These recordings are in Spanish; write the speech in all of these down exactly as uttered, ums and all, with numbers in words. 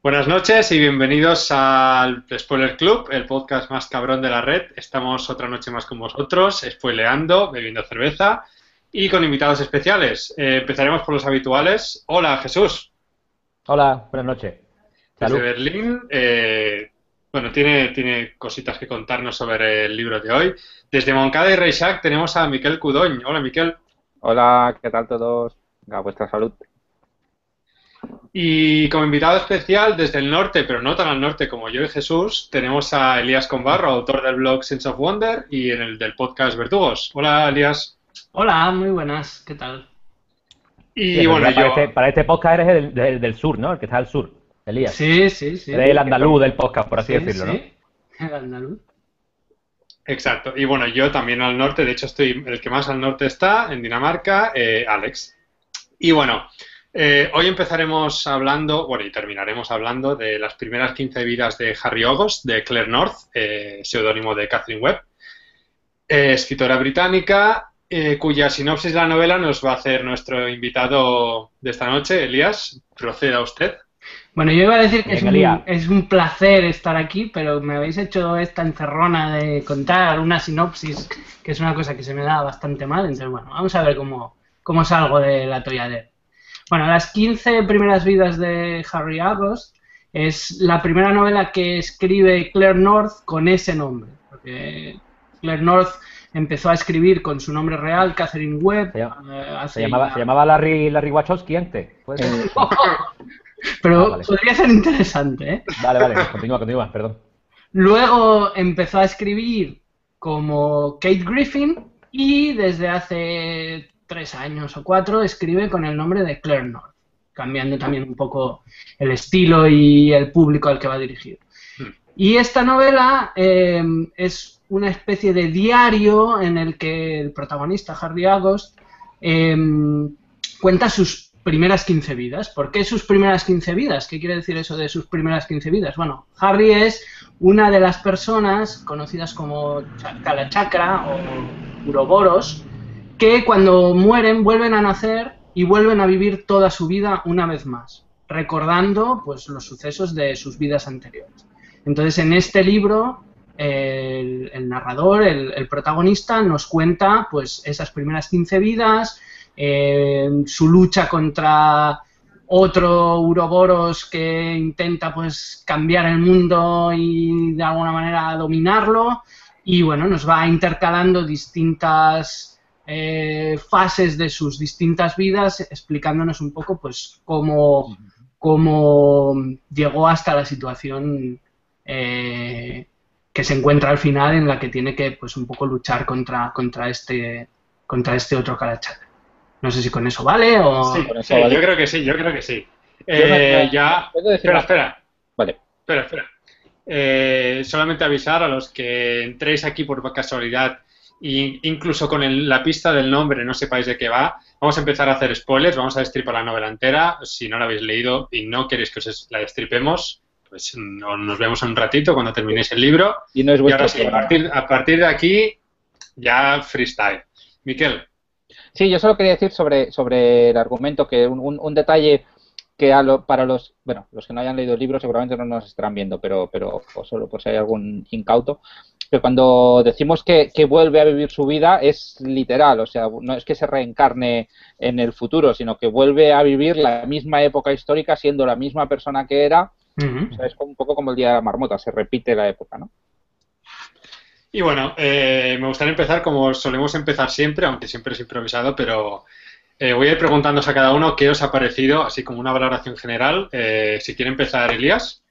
Buenas noches y bienvenidos al Spoiler Club, el podcast más cabrón de la red. Estamos otra noche más con vosotros, spoileando, bebiendo cerveza y con invitados especiales. Eh, empezaremos por los habituales. Hola, Jesús. Hola, buenas noches. Desde Salud. Berlín. Eh, bueno, tiene, tiene cositas que contarnos sobre el libro de hoy. Desde Moncada y Reixac tenemos a Miquel Cudoñ. Hola, Miquel. Hola, ¿qué tal todos? A vuestra salud. Y como invitado especial desde el norte, pero no tan al norte como yo y Jesús, tenemos a Elías Combarro, autor del blog Sense of Wonder y en el del podcast Verdugos. Hola, Elías. Hola, muy buenas, ¿qué tal? Y Sí, bueno, para, yo... este, para este podcast eres del, del, del sur, ¿no? El que está al sur, Elías. Sí, sí, sí. Eres el andaluz del podcast, por así Sí, decirlo, sí, el andaluz. Exacto. Y bueno, yo también al norte, de hecho estoy el que más al norte está, en Dinamarca, eh, Alex. Y bueno... Eh, hoy empezaremos hablando, bueno, y terminaremos hablando de las primeras quince vidas de Harry August, de Claire North, eh, seudónimo de Catherine Webb, eh, escritora británica, eh, cuya sinopsis de la novela nos va a hacer nuestro invitado de esta noche, Elías. Proceda usted. Bueno, yo iba a decir que es Venga, un, es un placer estar aquí, pero me habéis hecho esta encerrona de contar una sinopsis, que es una cosa que se me da bastante mal, entonces bueno, vamos a ver cómo, cómo salgo del atolladero. Bueno, Las quince primeras vidas de Harry August es la primera novela que escribe Claire North con ese nombre. Porque Claire North empezó a escribir con su nombre real, Catherine Webb. Se, llama, eh, hace se, llamaba, ya... se llamaba Larry, Larry Wachowski antes. ¿Puede ser? Pero Ah, vale. podría ser interesante, ¿eh? Vale, vale, continúa, continúa, perdón. Luego empezó a escribir como Kate Griffin y desde hace tres años o cuatro escribe con el nombre de Claire North, cambiando también un poco el estilo y el público al que va dirigido. Y esta novela eh, es una especie de diario en el que el protagonista, Harry August, eh, cuenta sus primeras quince vidas. ¿Por qué sus primeras quince vidas? ¿Qué quiere decir eso de sus primeras quince vidas? Bueno, Harry es una de las personas conocidas como Kalachakra o Uroboros, que cuando mueren vuelven a nacer y vuelven a vivir toda su vida una vez más, recordando pues los sucesos de sus vidas anteriores. Entonces, en este libro, el, el narrador, el, el protagonista, nos cuenta pues esas primeras quince vidas, eh, su lucha contra otro Uroboros que intenta pues cambiar el mundo y de alguna manera dominarlo, y bueno, nos va intercalando distintas Eh, fases de sus distintas vidas, explicándonos un poco pues cómo, cómo llegó hasta la situación eh, que se encuentra al final, en la que tiene que pues un poco luchar contra, contra este contra este otro Kalachakra. No sé si con eso vale o... Sí, Con eso sí, vale. yo creo que sí, yo creo que sí. Yo me- Eh, ya... ¿puedo decir Espera, una- espera, Vale. espera, espera. Eh, solamente avisar a los que entréis aquí por casualidad e incluso con el- la pista del nombre no sepáis de qué va. Vamos a empezar a hacer spoilers, vamos a destripar la novela entera. Si no la habéis leído y no queréis que os la destripemos, pues no- nos vemos en un ratito cuando terminéis el libro. Y no es Y vuestro ahora sí, a programa. partir, a partir de aquí, ya freestyle. Miquel. Sí, yo solo quería decir sobre, sobre el argumento que un, un, un detalle que a lo- para los, bueno, los que no hayan leído el libro seguramente no nos estarán viendo, pero, pero o solo por si hay algún incauto, que cuando decimos que, que vuelve a vivir su vida es literal, o sea, no es que se reencarne en el futuro, sino que vuelve a vivir la misma época histórica siendo la misma persona que era. Uh-huh. O sea, es como, un poco como el día de la marmota, se repite la época, ¿no? Y bueno, eh, me gustaría empezar como solemos empezar siempre, aunque siempre es improvisado, pero eh, voy a ir preguntándoos a cada uno qué os ha parecido, así como una valoración general. Eh, si quiere empezar, Elías.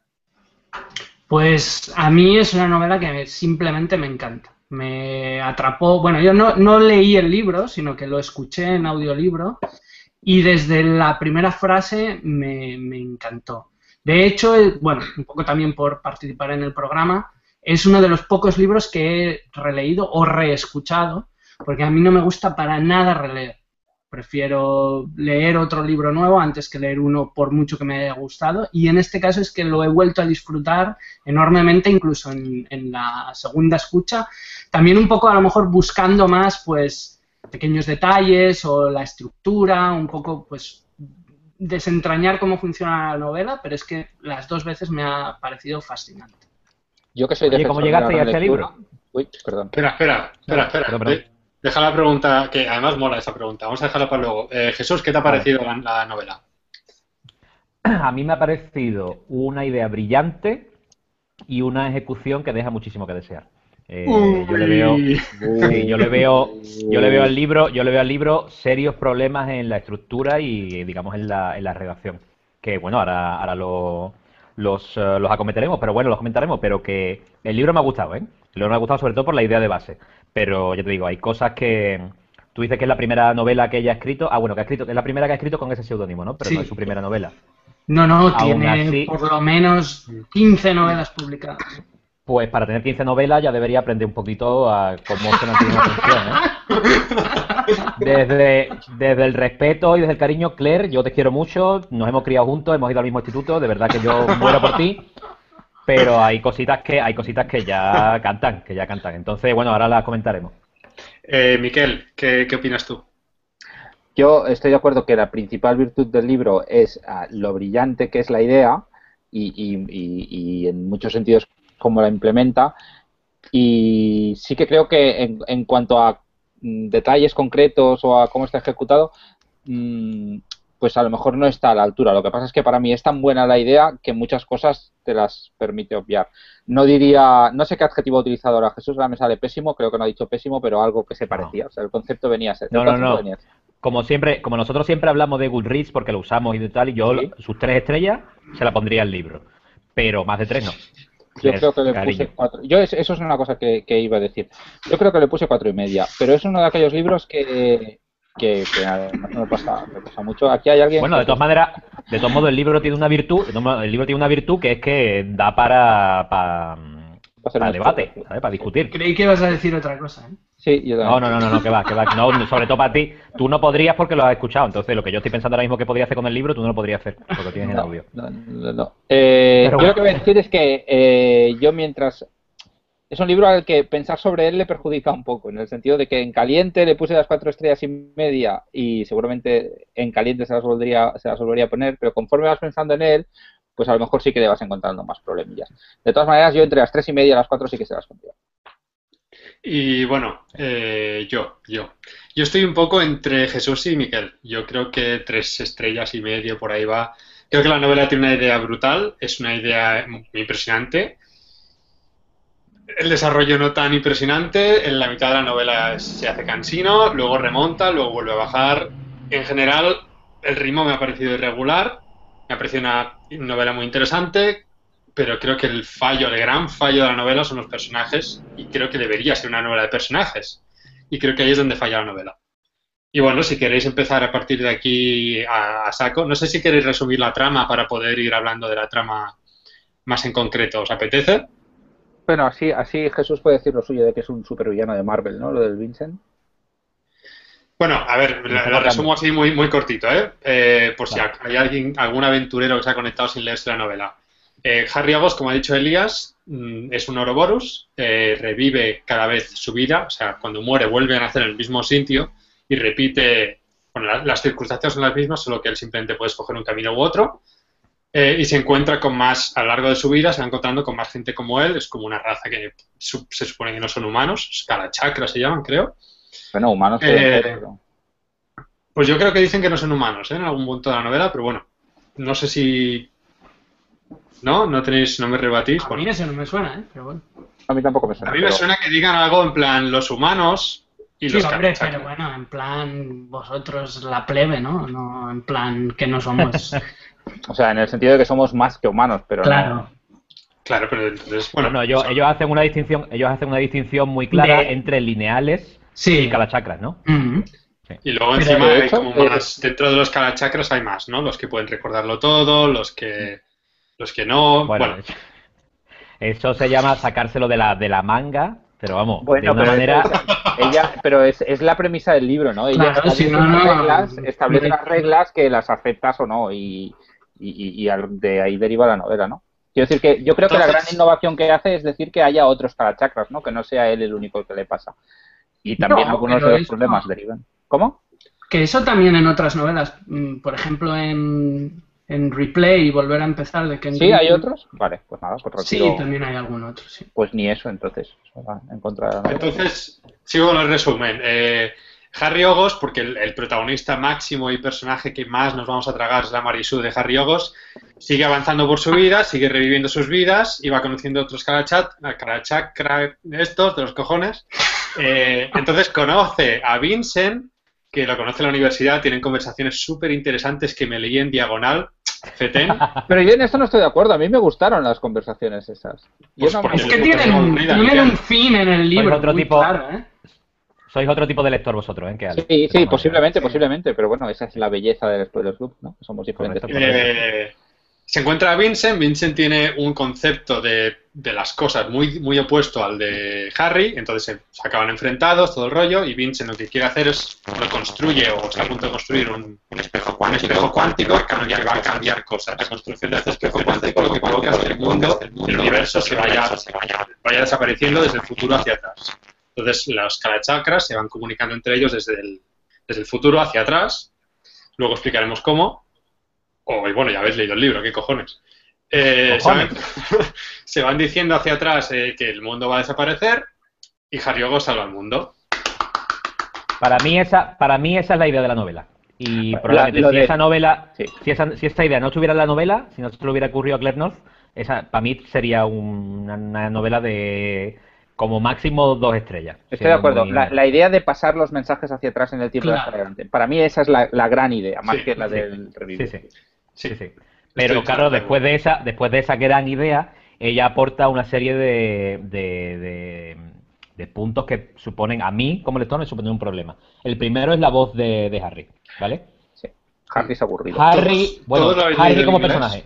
Pues a mí es una novela que simplemente me encanta. Me atrapó, bueno, yo no, no leí el libro, sino que lo escuché en audiolibro y desde la primera frase me, me encantó. De hecho, el- bueno, un poco también por participar en el programa, es uno de los pocos libros que he releído o reescuchado, porque a mí no me gusta para nada releer. Prefiero leer otro libro nuevo antes que leer uno por mucho que me haya gustado, y en este caso es que lo he vuelto a disfrutar enormemente, incluso en, en la segunda escucha, también un poco a lo mejor buscando más pues pequeños detalles o la estructura, un poco pues desentrañar cómo funciona la novela, pero es que las dos veces me ha parecido fascinante. Yo que soy Oye, defensor ¿cómo de llegaste la a este lectura- libro? Uy, perdón. Espera, espera, espera, espera. Perdón, perdón. De- Deja la pregunta, que además mola esa pregunta. Vamos a dejarla para luego. Eh, Jesús, ¿qué te ha Vale. parecido la, la novela? A mí me ha parecido una idea brillante y una ejecución que deja muchísimo que desear. Eh, yo le veo, Uy. sí, yo le veo, yo le veo al libro, yo le veo al libro serios problemas en la estructura y, digamos, en la, en la redacción. Que bueno, ahora, ahora lo- los, eh, los acometeremos, pero bueno, los comentaremos. Pero que el libro me ha gustado, ¿eh? El libro me ha gustado sobre todo por la idea de base. Pero ya te digo, hay cosas que tú dices que es la primera novela que ella ha escrito. Ah, bueno, que ha escrito, es la primera que ha escrito con ese seudónimo, ¿no? Pero Sí. no es su primera novela. No, no, Aún tiene así- por lo menos quince novelas publicadas. Pues para tener quince novelas ya debería aprender un poquito a cómo se mantiene una función, ¿eh? Desde, desde el respeto y desde el cariño, Claire, yo te quiero mucho, nos hemos criado juntos, hemos ido al mismo instituto, de verdad que yo muero por ti, pero hay cositas que hay cositas que ya cantan, que ya cantan. Entonces, bueno, ahora las comentaremos. Eh, Miquel, ¿qué, qué opinas tú? Yo estoy de acuerdo que la principal virtud del libro es ah, lo brillante que es la idea y, y- y- y en muchos sentidos cómo la implementa. Y sí que creo que en, en cuanto a mm, detalles concretos o a cómo está ejecutado, mm, pues a lo mejor no está a la altura. Lo que pasa es que para mí es tan buena la idea que muchas cosas te las permite obviar. No diría, no sé qué adjetivo ha utilizado ahora Jesús, ahora me sale pésimo, creo que no ha dicho pésimo, pero algo que se parecía. O sea, el concepto venía a ser. el No, no, concepto no. venía a ser. Como siempre, como nosotros siempre hablamos de Goodreads porque lo usamos y de tal, y yo Sí. sus tres estrellas se la pondría al libro, pero más de tres no. Yo Es creo que le cariño. puse cuatro. Yo es- eso es una cosa que, que iba a decir. Yo creo que le puse cuatro y media, pero es uno de aquellos libros que, que, que además no me pasa, me pasa mucho. Aquí hay alguien. Bueno, de todas maneras, de todos modos el libro tiene una virtud, de todos modos, el libro tiene una virtud que es que da para para, hacer para un debate, spoiler. ¿sabes? Para discutir. Creí que ibas a decir otra cosa, ¿eh? Sí, yo No, también. no, no, no, no, que va, que va. No, sobre todo para ti, tú no podrías porque lo has escuchado. Entonces, lo que yo estoy pensando ahora mismo que podría hacer con el libro, tú no lo podrías hacer porque lo tienes en No, audio. no, no, no. Eh, Pero yo lo bueno. que voy a decir es que eh, yo mientras... Es un libro al que pensar sobre él le perjudica un poco, en el sentido de que en caliente le puse las cuatro estrellas y media y seguramente en caliente se las volvería, se las volvería a poner, pero conforme vas pensando en él, pues a lo mejor sí que le vas encontrando más problemillas. De todas maneras, yo entre las tres y media y las cuatro sí que se las pondría. Y bueno, eh, yo, yo. Yo estoy un poco entre Jesús y Miquel. Yo creo que tres estrellas y medio por ahí va. Creo que la novela tiene una idea brutal, es una idea muy impresionante. El desarrollo no tan impresionante, en la mitad de la novela se hace cansino, luego remonta, luego vuelve a bajar. En general, el ritmo me ha parecido irregular, me ha parecido una novela muy interesante, pero creo que el fallo, el gran fallo de la novela son los personajes, y creo que debería ser una novela de personajes, y creo que ahí es donde falla la novela. Y bueno, si queréis empezar a partir de aquí a, a saco, no sé si queréis resumir la trama para poder ir hablando de la trama más en concreto, ¿os apetece? Bueno, así, así Jesús puede decir lo suyo de que es un supervillano de Marvel, ¿no? Lo del Vincent. Bueno, a ver, la, la resumo así muy, muy cortito, ¿eh? Eh, por si Vale. hay alguien, algún aventurero que se ha conectado sin leerse la novela. Eh, Harry Agos, como ha dicho Elías, mm, es un Ouroboros, eh, revive cada vez su vida, o sea, cuando muere vuelve a nacer en el mismo sitio y repite, bueno, la- las circunstancias son las mismas, solo que él simplemente puede escoger un camino u otro. Eh, y se encuentra con más, a lo largo de su vida, se va encontrando con más gente como él, es como una raza que su- se supone que no son humanos, Scalachakra se llaman, creo. Bueno, humanos Eh, pueden ser, pero- Pues yo creo que dicen que no son humanos, ¿eh? En algún punto de la novela, pero bueno, no sé si... ¿No? ¿No tenéis, no me rebatís? A Bueno, mí eso no me suena, ¿eh? Pero bueno. A mí tampoco me a suena. mí me pero- suena que digan algo en plan los humanos y Sí, los hombre, Calachakra. pero bueno, en plan vosotros la plebe, ¿no? No en plan que no somos. O sea, en el sentido de que somos más que humanos, pero Claro. no. Claro, pero entonces, bueno, Bueno, ellos, o sea, ellos hacen una distinción, ellos hacen una distinción muy clara De- entre lineales Sí. y calachacras, ¿no? Mm. y luego pero encima de hay hecho, como eh, más, dentro de los Calachakras hay más, ¿no? Los que pueden recordarlo todo, los que, los que no, Bueno, bueno, eso se llama sacárselo de la, de la manga, pero vamos, de Bueno, una pero, manera... ella, pero es, es la premisa del libro, ¿no? Ella Claro, establece, si no, las no, reglas, establece no. las reglas que las aceptas o no, y, y, y- y al- de ahí deriva la novela, ¿no? Quiero decir que yo creo que la gran Entonces- innovación que hace es decir que haya otros Calachakras, ¿no? Que no sea él el único que le pasa. Y también No, algunos pero de los eso- problemas derivan. ¿Cómo? Que eso también en otras novelas, mm, por ejemplo en, en Replay y Volver a empezar de Ken ¿Sí? ¿Hay Griffin. otros? Vale, pues nada, pues Sí, retiro. también hay algún otro, sí. Pues ni eso, entonces. Eso va en contra de la novela. Entonces, sigo con el resumen. Eh, Harry Ogos, porque el, el protagonista máximo y personaje que más nos vamos a tragar es la Marisú de Harry Ogos, sigue avanzando por su vida, sigue reviviendo sus vidas y va conociendo otros Kalachat, Kalachakra estos, de los cojones. Eh, entonces conoce a Vincent, que lo conoce en la universidad, tienen conversaciones súper interesantes que me leí en diagonal, Feten. Pero yo en esto no estoy de acuerdo. A mí me gustaron las conversaciones esas. Yo Pues no porque me- Es que les tienen, gusta un- la vida, tienen Miguel. un fin en el libro otro muy tipo- claro, ¿eh? Sois otro tipo de lector vosotros, ¿eh? Que Ale. Sí, sí, Vamos, posiblemente, sí. posiblemente. Pero bueno, esa es la belleza del Spoiler Club, ¿no? Que somos diferentes. Correcto. Eh, se encuentra a Vincent. Vincent tiene un concepto de, de las cosas muy, muy opuesto al de Harry, entonces se, se acaban enfrentados, todo el rollo, y Vincent lo que quiere hacer es reconstruye o está a punto de construir un, un espejo, un espejo cuántico que cambiar- va a cambiar cosas. La construcción de este espejo cuántico lo que provoca es que el mundo, el universo se vaya, vaya desapareciendo desde el futuro hacia atrás. Entonces los Kalachakras se van comunicando entre ellos desde el, desde el futuro hacia atrás. Luego explicaremos cómo. O, y bueno, ya habéis leído el libro, ¿qué cojones? Eh, se, van, Cojones. se van diciendo hacia atrás eh, que el mundo va a desaparecer y Harry Ogos salva al mundo. Para mí esa, para mí esa es la idea de la novela. Y probablemente lo si de- esa novela, Sí. si esa, si esta idea no estuviera en la novela, si no se le hubiera ocurrido a Claire North, esa para mí sería un- una, una novela de como máximo dos estrellas. Estoy Sería de acuerdo. muy- La, la idea de pasar los mensajes hacia atrás en el tiempo y Claro. hacia adelante. Para mí esa es la, la gran idea, más Sí, que la sí. del revivir. Sí, sí. Sí. Sí, sí. Pero Estoy claro, de después acuerdo. de esa, después de esa gran idea, ella aporta una serie de, de, de- de puntos que suponen, a mí como lector, me suponen un problema. El primero es la voz de, de Harry, ¿vale? Sí. Harry es aburrido. Harry, ¿Todos- bueno, todos lo habéis Harry leído en como inglés? personaje.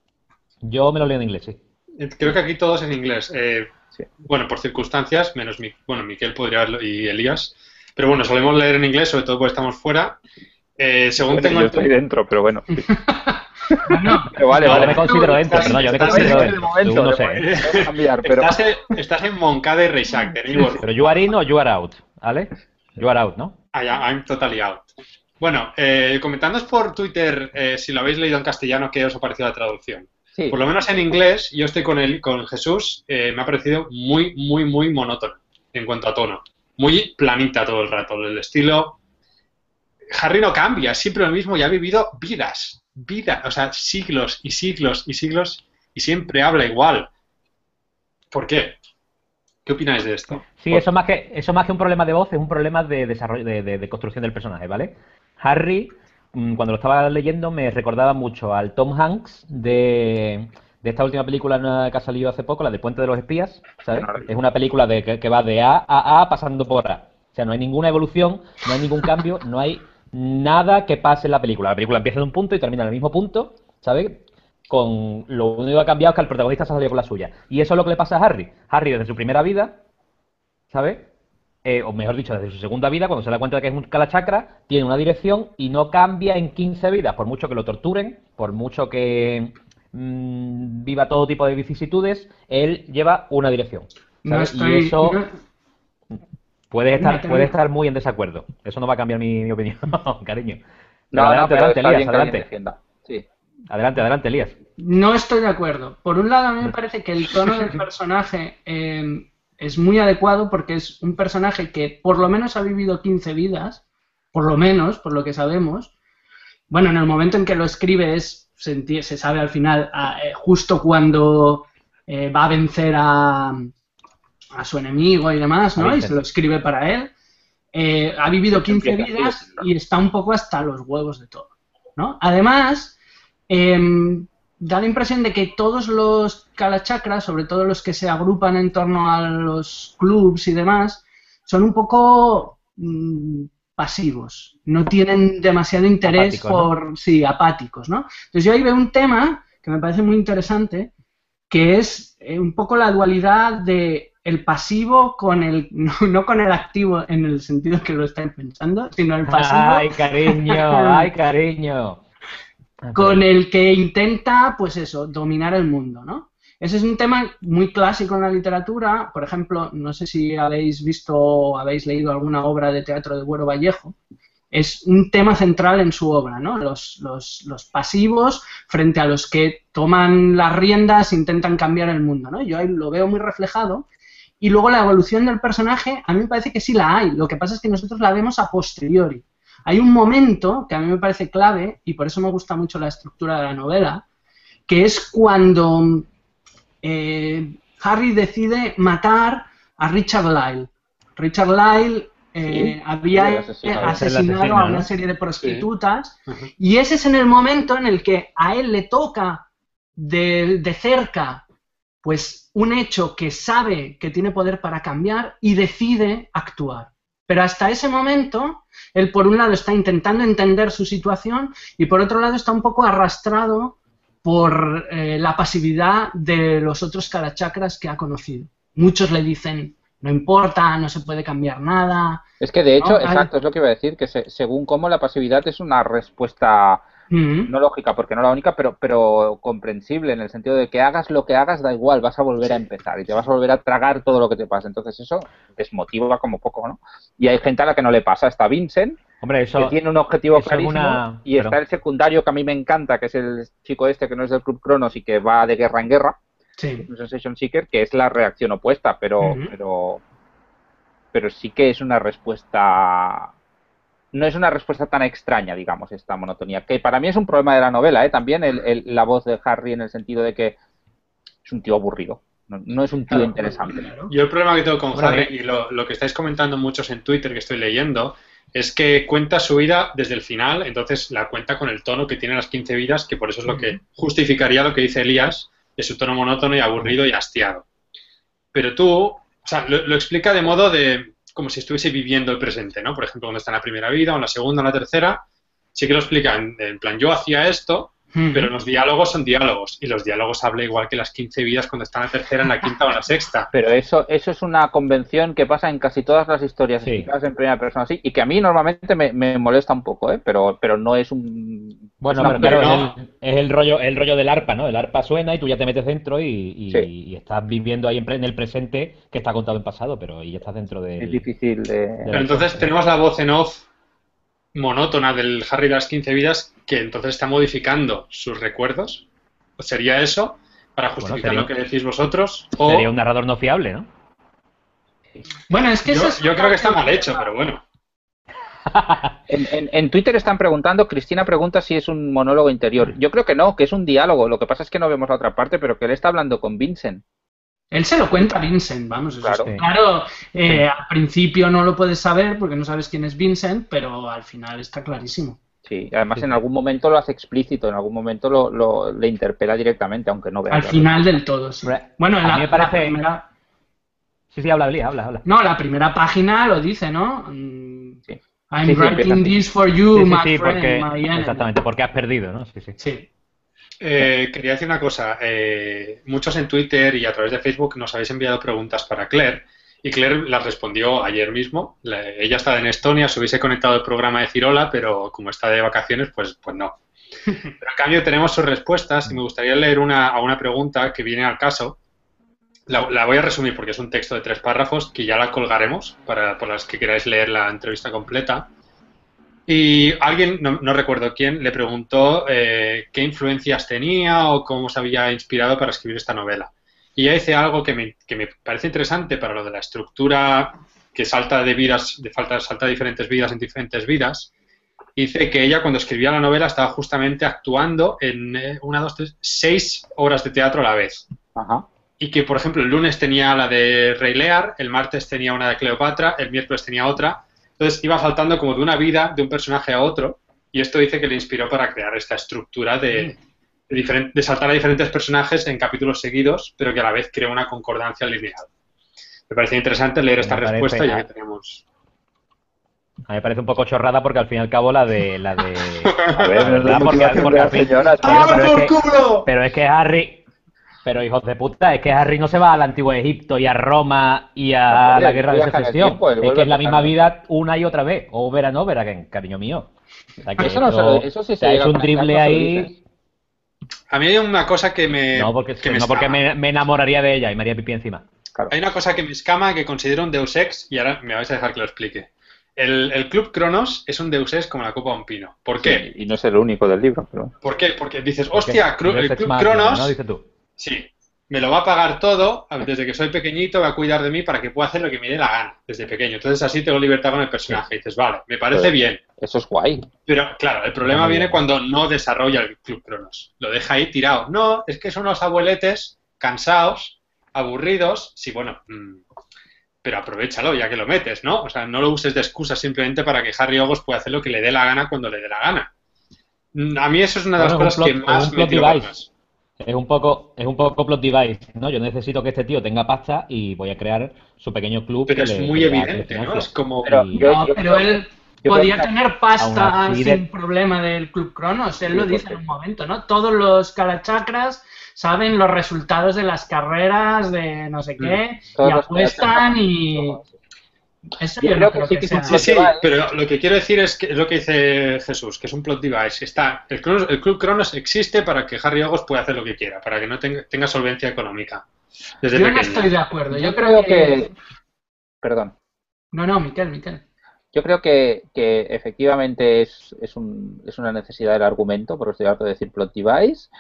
Yo me lo leo en inglés, sí. Eh, Creo que aquí todos en inglés. Eh, Sí. Bueno, por circunstancias, menos mi, bueno, Miquel podría haberlo y Elías. Pero bueno, solemos leer en inglés, sobre todo porque estamos fuera. Eh, según Bueno, tengo yo el- estoy dentro, pero bueno. sí. Bueno, Pero vale, Yo vale. me considero dentro, perdón, yo me Estás- considero estás- de dentro. momento, Tú no de sé. momento, puedo cambiar, pero... Estás, en, estás en Moncada y Reixac, de Neighborhood. Pero you are in o you are out, ¿vale? You are out, ¿no? I am- I'm totally out. Bueno, eh, comentadnos por Twitter eh, si lo habéis leído en castellano, qué os ha parecido la traducción. Sí. Por lo menos en inglés, yo estoy con el, con Jesús, eh, me ha parecido muy, muy, muy monótono en cuanto a tono. Muy planita todo el rato, el estilo... Harry no cambia, es siempre lo mismo y ha vivido vidas, vidas, o sea, siglos y siglos y siglos y siempre habla igual. ¿Por qué? ¿Qué opináis de esto? Sí, eso más que eso más que un problema de voz, es un problema de desarrollo, de, de- de construcción del personaje, ¿vale? Harry, mm, cuando lo estaba leyendo, me recordaba mucho al Tom Hanks de, de esta última película que ha salido hace poco, la de Puente de los Espías, ¿sabes? Es una película de, que, que va de A a A pasando por A. O sea, no hay ninguna evolución, no hay ningún cambio, no hay nada que pase en la película. La película empieza en un punto y termina en el mismo punto, ¿sabes? Con lo único que ha cambiado es que el protagonista se ha salido con la suya. Y eso es lo que le pasa a Harry. Harry desde su primera vida, ¿sabes? Eh, o mejor dicho, desde su segunda vida, cuando se da cuenta de que es un Kalachakra, tiene una dirección y no cambia en quince vidas, por mucho que lo torturen, por mucho que mm, viva todo tipo de vicisitudes, él lleva una dirección, no ¿sabes? estoy... Y eso no- puede estar, Mira, puede que- estar muy en desacuerdo. Eso no va a cambiar mi, mi opinión, cariño. No, Pero no, adelante, pero adelante, está Elías, bien que alguien adelante. defienda. Sí. Adelante, adelante, Elías. No estoy de acuerdo. Por un lado, a mí me parece que el tono del personaje eh, es muy adecuado porque es un personaje que por lo menos ha vivido quince vidas, por lo menos, por lo que sabemos. Bueno, en el momento en que lo escribe es, se, enti- se sabe al final, a- eh, justo cuando eh, va a vencer a, a su enemigo y demás, ¿no? Y se lo escribe para él. Eh, ha vivido quince Empieza así, vidas ¿no? y está un poco hasta los huevos de todo, ¿no? Además, em, da la impresión de que todos los Kalachakras, sobre todo los que se agrupan en torno a los clubs y demás, son un poco mm, pasivos, no tienen demasiado interés Apáticos, ¿no? por... Sí, apáticos, ¿no? Entonces yo ahí veo un tema que me parece muy interesante, que es eh, un poco la dualidad de el pasivo con el... No, no con el activo en el sentido que lo estáis pensando, sino el pasivo... Ay, cariño, ay, cariño. con el que intenta, pues eso, dominar el mundo, ¿no? Ese es un tema muy clásico en la literatura. Por ejemplo, no sé si habéis visto o habéis leído alguna obra de teatro de Güero Vallejo, es un tema central en su obra, ¿no? Los, los, los pasivos frente a los que toman las riendas, intentan cambiar el mundo, ¿no? Yo ahí lo veo muy reflejado. Y luego la evolución del personaje, a mí me parece que sí la hay. Lo que pasa es que nosotros la vemos a posteriori. Hay un momento que a mí me parece clave, y por eso me gusta mucho la estructura de la novela, que es cuando eh, Harry decide matar a Richard Lyle. Richard Lyle eh, Sí, había sí, el asesino. asesinado asesino, a una ¿no? serie de prostitutas, Ujú. y ese es en el momento en el que a él le toca de, de cerca pues un hecho que sabe que tiene poder para cambiar y decide actuar. Pero hasta ese momento, él por un lado está intentando entender su situación y por otro lado está un poco arrastrado por eh, la pasividad de los otros kalachakras que ha conocido. Muchos le dicen, no importa, no se puede cambiar nada. Es que de hecho, No, hay- exacto, es lo que iba a decir, que se- según cómo la pasividad es una respuesta Mm, no lógica, porque no la única, pero, pero comprensible, en el sentido de que hagas lo que hagas, da igual, vas a volver a empezar y te vas a volver a tragar todo lo que te pasa. Entonces eso desmotiva como poco, ¿no? Y hay gente a la que no le pasa. Está Vincent, Hombre, que eso, tiene un objetivo eso es clarísimo, una- y perdón. está el secundario que a mí me encanta, que es el chico este que no es del Club Cronos y que va de guerra en guerra, sí. un Sensation Seeker, que es la reacción opuesta, pero, Ujú. pero, pero sí que es una respuesta... No es una respuesta tan extraña, digamos, esta monotonía. Que para mí es un problema de la novela, ¿eh? También el, el- la voz de Harry en el sentido de que es un tío aburrido. No, no es un tío Claro. interesante. Claro. Yo el problema que tengo con Hombre, Harry, a mí- y lo, lo que estáis comentando muchos en Twitter que estoy leyendo, es que cuenta su vida desde el final, entonces la cuenta con el tono que tiene las quince vidas, que por eso es lo que justificaría lo que dice Elías, de su tono monótono y aburrido y hastiado. Pero tú, o sea, lo, lo explica de modo de como si estuviese viviendo el presente, ¿no? Por ejemplo, cuando está en la primera vida, o en la segunda, o en la tercera, sí que lo explica en, en plan, yo hacía esto, Ujú. pero los diálogos son diálogos, y los diálogos habla igual que las quince vidas cuando está en la tercera, en la quinta o en la sexta. Pero eso, eso es una convención que pasa en casi todas las historias Sí. explicadas en primera persona, así, y que a mí normalmente me, me molesta un poco, ¿eh? Pero, pero no es un... Bueno, es una- pero claro, no. es, el, es el rollo, el rollo del arpa, ¿no? El arpa suena y tú ya te metes dentro y, y- Sí. y estás viviendo ahí en, pre- en el presente que está contado en pasado, pero y ya estás dentro del... es difícil de... Pero entonces tenemos la voz en off monótona del Harry de las quince vidas que entonces está modificando sus recuerdos. ¿O sería eso para justificar sería- lo que decís vosotros? O Sería un narrador no fiable, ¿no? Bueno, es que yo, eso es yo creo que está otra mal hecho, cosa. pero bueno. En, en- en Twitter están preguntando, Cristina pregunta si es un monólogo interior. Yo creo que no, que es un diálogo. Lo que pasa es que no vemos la otra parte, pero que él está hablando con Vincent. Él se lo cuenta a Vincent, vamos, eso Claro. es claro. eh, Al principio no lo puedes saber porque no sabes quién es Vincent, pero al final está clarísimo. Sí, además Sí. en algún momento lo hace explícito, en algún momento lo, lo- le interpela directamente, aunque no vea. Al claro. final del todo, sí. Hombre, Bueno, en a la, mí me parece- la primera... Sí, sí, habla, Elías, habla, habla. No, la primera página lo dice, ¿no? Mm, Sí. I'm Sí, sí, writing empieza así. this for you, Sí, sí, my sí, friend, porque, my enemy. exactamente, porque has perdido, ¿no? Sí, sí. Sí. Eh, quería decir una cosa. eh, muchos en Twitter y a través de Facebook nos habéis enviado preguntas para Claire y Claire las respondió ayer mismo. La- ella está en Estonia, se hubiese conectado al programa de Cirola, pero como está de vacaciones, pues, pues no. Pero en cambio tenemos sus respuestas y me gustaría leer una, a una pregunta que viene al caso. La, la voy a resumir porque es un texto de tres párrafos que ya la colgaremos para, para las que queráis leer la entrevista completa. Y alguien, no, no recuerdo quién, le preguntó eh, qué influencias tenía o cómo se había inspirado para escribir esta novela. Y ella dice algo que me, que me parece interesante para lo de la estructura que salta de vidas, de falta, salta de diferentes vidas en diferentes vidas. Dice que ella cuando escribía la novela estaba justamente actuando en eh, una, dos, tres, seis obras de teatro a la vez. Ajá. Y que, por ejemplo, el lunes tenía la de Rey Lear, el martes tenía una de Cleopatra, el miércoles tenía otra. Entonces iba saltando como de una vida, de un personaje a otro, y esto dice que le inspiró para crear esta estructura de, de, diferen- de saltar a diferentes personajes en capítulos seguidos, pero que a la vez crea una concordancia lineal. Me parece interesante leer esta Me parece- respuesta ya que tenemos... A mí me parece un poco chorrada porque al fin y al cabo la de... La de A ver, la verdad, no porque, es porque al fin- señora, Bueno, pero, es que, culo! pero es que Harry... Pero hijos de puta, es que Harry no se va al antiguo Egipto y a Roma y a Oye, la guerra de viaja en el secesión. tiempo, él Es vuelve que es la a misma pasar. vida una y otra vez. Over and over again, cariño mío. O sea, que Eso no se lo- eso sí o se sea, llega es a un conectar, drible no se lo ahí... dices. A mí hay una cosa que me... No, porque, que me no porque escama. me, me enamoraría de ella y me haría pipí encima. Claro. Hay una cosa que me escama que considero un Deus Ex, y ahora me vais a dejar que lo explique. El, el Club Cronos es un Deus Ex como la copa de un pino. ¿Por qué? Sí, y no es el único del libro, pero... ¿Por qué? Porque dices, Porque hostia, cru- Deus el Ex Club Machina, Cronos, ¿no? Dices tú. sí, me lo va a pagar todo, desde que soy pequeñito va a cuidar de mí para que pueda hacer lo que me dé la gana, desde pequeño. Entonces así tengo libertad con el personaje. Y dices, vale, me parece Pero- bien. Eso es guay. Pero claro, el problema Está muy viene bien. cuando no desarrolla el Club Cronos. Lo deja ahí tirado. No, es que son unos abueletes cansados, aburridos. Sí, bueno, mmm, pero aprovechalo ya que lo metes, ¿no? O sea, no lo uses de excusa simplemente para que Harry Ogos pueda hacer lo que le dé la gana cuando le dé la gana. Mm, A mí eso es una de las Bueno, es un cosas que plot- es más un me plot tiro device. palmas. Es un poco, es un poco plot device, ¿no? Yo necesito que este tío tenga pasta y voy a crear su pequeño club Pero que es le, muy que le da- que le evidente, ¿no? financia. Es como... Pero Y- yo- No, yo pero creo- él yo podía creo que- tener pasta Aún así de- sin problema del Club Cronos. Él Sí, lo dice porque- en un momento, ¿no? Todos los calachacras saben los resultados de las carreras, de no sé qué, Todos y los apuestan que- y... Eso Yo yo, creo no que creo sí que que sea... es Sí, sí, Device. pero lo que quiero decir es que es lo que dice Jesús, que es un plot device. Está, el, Cronos- el Club Cronos existe para que Harry Ogos pueda hacer lo que quiera, para que no tenga, tenga solvencia económica. Desde Yo no pequeño. estoy de acuerdo. Yo, Yo creo creo que... que... Perdón. No, no, Miquel, Miquel. Yo creo que, que efectivamente es, es, un, es una necesidad del argumento, por estoy harto de decir plot device,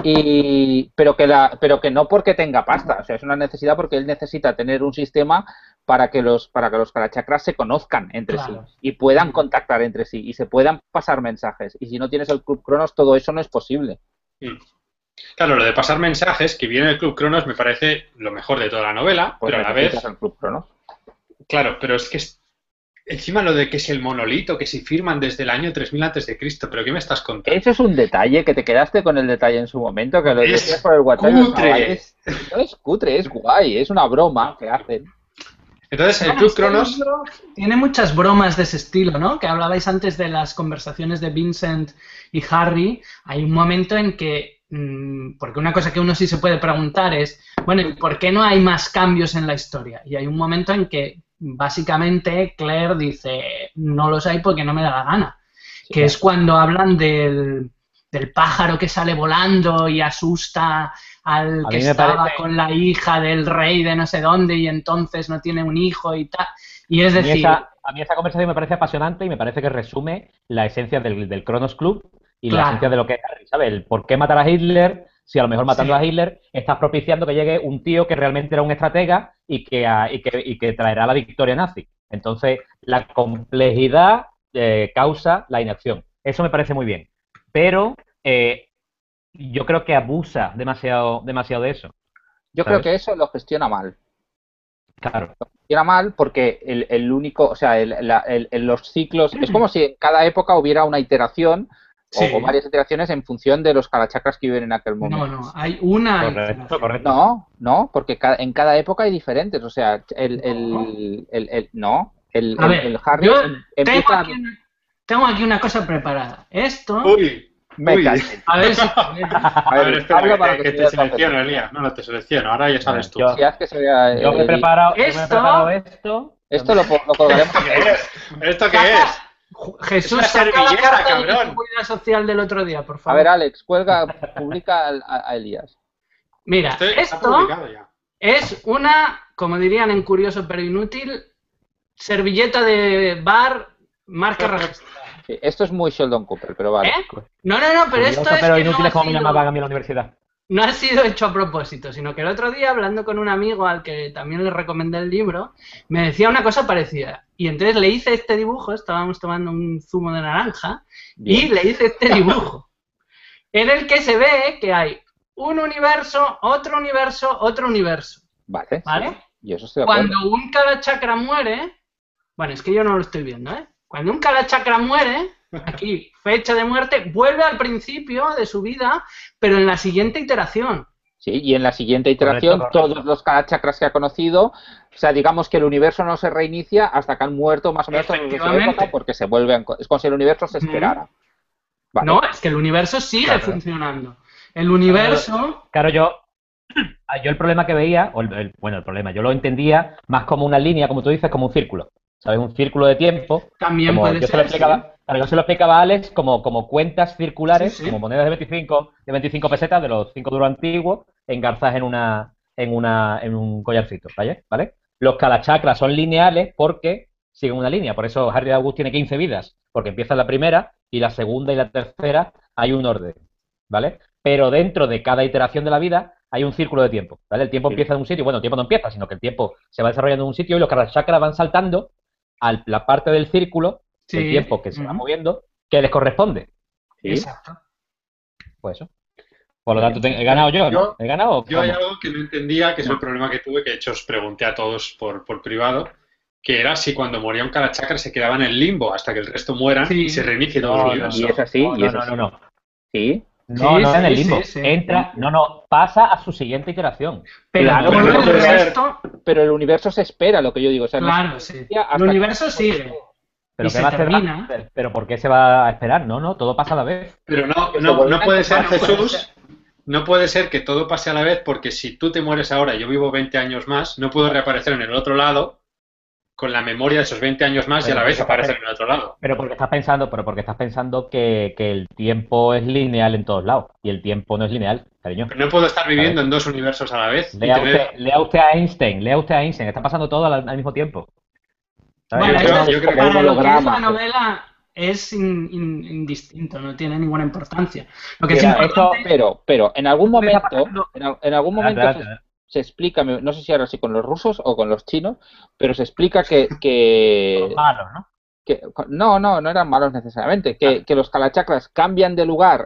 y, pero, que la, pero que no porque tenga pasta, o sea, es una necesidad porque él necesita tener un sistema para que los, para que los calachakras se conozcan entre Claro. sí y puedan contactar entre sí y se puedan pasar mensajes. Y si no tienes el Club Cronos, todo eso no es posible. Mm. Claro, lo de pasar mensajes, que viene el Club Cronos, me parece lo mejor de toda la novela, Pues pero a la vez, necesitas el Club Cronos. claro, pero es que es- encima lo de que si el monolito, que si firman desde el año tres mil antes de Cristo, pero ¿qué me estás contando? Eso es un detalle que te quedaste con el detalle en su momento, que lo Es decías por el WhatsApp. cutre. Es- no es cutre, es guay, es una broma que hacen. Entonces, el Bueno, Club este Cronos, libro tiene muchas bromas de ese estilo, ¿no? Que hablabais antes de las conversaciones de Vincent y Harry. Hay un momento en que, mmm, porque una cosa que uno sí se puede preguntar es, bueno, ¿y por qué no hay más cambios en la historia? Y hay un momento en que, básicamente, Claire dice, no los hay porque no me da la gana. Sí, Que es cuando hablan del, del pájaro que sale volando y asusta al A que mí me estaba parece- con la hija del rey de no sé dónde y entonces no tiene un hijo y tal. Y es A mí, decir, esa, a mí esa conversación me parece apasionante y me parece que resume la esencia del, del Cronos Club y la Claro. esencia de lo que es Harry, ¿sabes? El por qué matar a Hitler, si a lo mejor matando Sí. a Hitler estás propiciando que llegue un tío que realmente era un estratega y que, a- y que, y que traerá la victoria nazi. Entonces, la complejidad eh, causa la inacción. Eso me parece muy bien. Pero eh, yo creo que abusa demasiado, demasiado de eso. Yo creo ¿Sabes? que eso lo gestiona mal. Claro. Gestiona mal porque el, el único, o sea, el, la- el- el- los ciclos, es como si en cada época hubiera una iteración o- Sí. o, varias iteraciones en función de los calachacras que viven en aquel momento. no, no, hay una... Correcto, correcto. No, no, porque ca- en cada época hay diferentes. O sea, el, el, el, el- no, el, A el- ver, el Harry yo em- tengo empieza. aquí, una, tengo aquí una cosa preparada. Esto, uy, Me uy. callo. a ver si... A A ver, ver, espera, habla para que, que que se te vea el selecciono, papel. Elías. No, no te selecciono, ahora ya sabes tú. Yo- Si haz que se vea, Yo me he eh, preparado, yo me he esto- preparado esto. Esto lo, po- lo colgaremos. ¿Qué es? ¿Esto qué es? Jesús, Es una saca la servilleta, carta de cabrón. seguridad social del otro día, por A favor. ver, Alex, cuelga, publica al- a, a Elías. Mira, Esto está esto publicado ya. es una, como dirían en Curioso pero Inútil, servilleta de bar marca registrada. Sí, esto es muy Sheldon Cooper, pero vale. ¿Eh? No, no, no, pero esto Curioso, es pero que inútil no es ha como me sido- llamaban a mí en la universidad. no ha sido hecho a propósito, sino que el otro día, hablando con un amigo al que también le recomendé el libro, me decía una cosa parecida. Y entonces le hice este dibujo, estábamos tomando un zumo de naranja, y Bien. le hice este dibujo, en el que se ve que hay un universo, otro universo, otro universo. Vale. ¿Vale? Sí. Yo eso estoy de acuerdo. Cuando un Kalachakra muere, bueno, es que yo no lo estoy viendo, ¿eh? Cuando un Kalachakra muere, aquí, fecha de muerte, vuelve al principio de su vida, pero en la siguiente iteración. Sí, y en la siguiente iteración Correcto, correcto. todos los chakras que ha conocido, o sea, digamos que el universo no se reinicia hasta que han muerto más o menos todos los de su Efectivamente. época porque se vuelven, es como si el universo se Ujú. esperara. Vale. No, es que el universo sigue Claro. funcionando. El universo... Claro, yo, yo el problema que veía, o el- el- bueno, el problema, yo lo entendía más como una línea, como tú dices, como un círculo. ¿Sabes? Un círculo de tiempo. También Como puede yo se lo ser, explicaba, claro, yo se lo explicaba a Alex como, como cuentas circulares, Sí, sí. como monedas de veinticinco, de veinticinco pesetas de los cinco duros antiguos, engarzadas en una, en una, en un collarcito, ¿vale? ¿Vale? Los calachakras son lineales porque siguen una línea. Por eso Harry August tiene quince vidas, porque empieza en la primera y la segunda y la tercera hay un orden, ¿vale? Pero dentro de cada iteración de la vida hay un círculo de tiempo, ¿vale? El tiempo Sí. empieza en un sitio, bueno, el tiempo no empieza, sino que el tiempo se va desarrollando en un sitio y los Kalachakras van saltando a la parte del círculo, Sí. el tiempo que se va Ujú. moviendo, que les corresponde. Sí. Exacto. Pues eso. Por lo tanto, te- he ganado yo, ¿no? Yo- ¿He ganado? o Yo hay cómo? algo que no entendía, que es el problema que tuve, que de hecho os pregunté a todos por, por privado, que era si cuando moría un Kalachakra se quedaba en el limbo hasta que el resto mueran Sí. y se reinicie todo No, el no, universo. Y es así, No, y no, es no, así. no, no. Sí. No, Sí, no en el sí, limbo. sí, sí. Entra, no, no, pasa a su siguiente iteración. Pero Claro, todo pero el puede ser- resto, Pero el universo se espera, lo que yo digo. O sea, no claro, se sí. inicia hasta El universo que- sigue. Pero Y ¿qué se va a hacer? termina. ¿Pero por qué se va a esperar? No, no, todo pasa a la vez. Pero no, Que se no, vuelvan no puede a ser, empezar, no puede Jesús, ser. no puede ser que todo pase a la vez, porque si tú te mueres ahora y yo vivo veinte años más, no puedo reaparecer en el otro lado con la memoria de esos veinte años más y a la Pero vez porque aparecer estás- en el otro lado. Pero porque estás pensando, pero porque estás pensando que, que el tiempo es lineal en todos lados. Y el tiempo no es lineal, cariño. Pero no puedo estar viviendo en dos universos a la vez y Lea tener... usted, lea usted a Einstein, lea usted a Einstein, está pasando todo al, al mismo tiempo. ¿Sabes? Bueno, Yo esto creo- yo creo que para un lo que es holograma, la pero- novela es in- in- indistinto, no tiene ninguna importancia. Lo que Mira, es importante, Pero, pero en algún Esto que está momento, pasando- en, al- en algún momento Adelante, se, adelante. se explica, me- no sé si ahora sí con los rusos o con los chinos, pero se explica que, que, Malo, ¿no? que- no, no, no eran malos necesariamente, que, que los Kalachakras cambian de lugar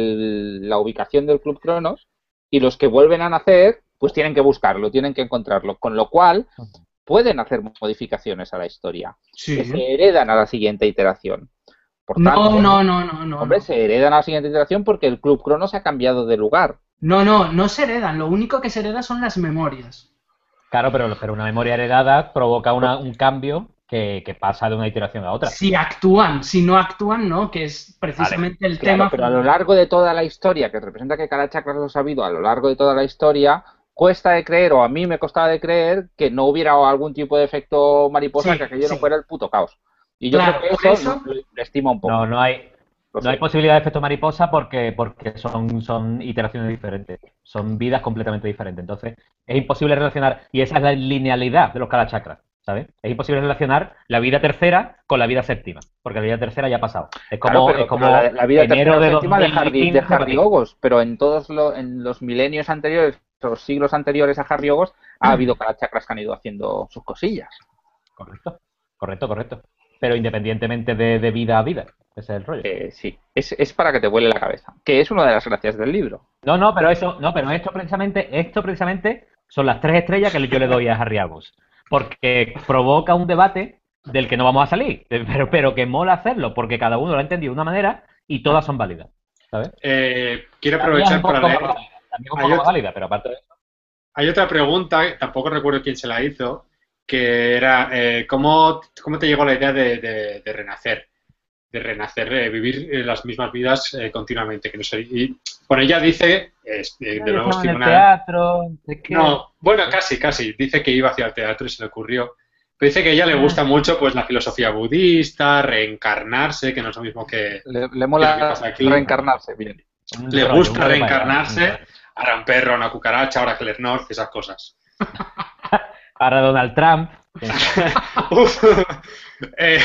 el- la ubicación del Club Cronos y los que vuelven a nacer, pues tienen que buscarlo, tienen que encontrarlo, con lo cual pueden hacer modificaciones a la historia, sí. que se heredan a la siguiente iteración. Por No, tanto, no, no, no, no. hombre, no. se heredan a la siguiente iteración porque el Club Cronos ha cambiado de lugar. No, no, no se heredan. Lo único que se hereda son las memorias. Claro, pero, pero una memoria heredada provoca una- un cambio que, que pasa de una iteración a otra. Si actúan, si no actúan, no, que es precisamente el Claro, tema. pero a lo largo de toda la historia, que representa que Kalachakras lo ha sabido, a lo largo de toda la historia, cuesta de creer, o a mí me costaba de creer, que no hubiera algún tipo de efecto mariposa, Sí, que aquello no sí. fuera el puto caos. Y yo Claro, creo que por eso, eso- lo, lo estima un poco. No, no hay, Lo no hay sé. posibilidad de efecto mariposa porque, porque son, son iteraciones diferentes, son vidas completamente diferentes. Entonces, es imposible relacionar, y esa es la linealidad de los Kalachakras, ¿sabes? Es imposible relacionar la vida tercera con la vida séptima, porque la vida tercera ya ha pasado. Es como, Claro, pero, es como pero la, la vida enero tercera de séptima de Harry, de dos mil quince, Harry Ogos, pero en todos lo- en los milenios anteriores, los siglos anteriores a Harry Ogos, ha habido Kalachakras que han ido haciendo sus cosillas. Correcto, correcto, correcto. Pero independientemente de, de vida a vida, ese es el rollo. Eh, sí, es, es para que te vuele la cabeza, que es una de las gracias del libro. No, no, pero eso, no, pero esto precisamente, esto precisamente son las tres estrellas que yo le doy a Harry August, porque provoca un debate del que no vamos a salir, pero, pero que mola hacerlo, porque cada uno lo ha entendido de una manera y todas son válidas, ¿sabes? Eh, quiero También es aprovechar un poco para más leer... válida, también es un Hay poco más otro- válida, pero aparte de eso. Hay otra pregunta, tampoco recuerdo quién se la hizo, que era eh, ¿cómo, cómo te llegó la idea de, de- de renacer? De renacer, eh, vivir eh, las mismas vidas eh, continuamente. Que no sé, y, bueno, ella dice, eh, de nuevo Estaba estoy en el una- teatro, es que- No, bueno, casi, casi. Dice que iba hacia el teatro y se le ocurrió. Pero dice que a ella le gusta mucho pues la filosofía budista, reencarnarse, que no es lo mismo que... Le, le ¿Qué mola pasa aquí? reencarnarse, bien. un Le rollo, gusta un rollo para allá, reencarnarse, un rollo. ahora un perro, una cucaracha, ahora Claire North, esas cosas. Ahora Donald Trump. Uf. Eh,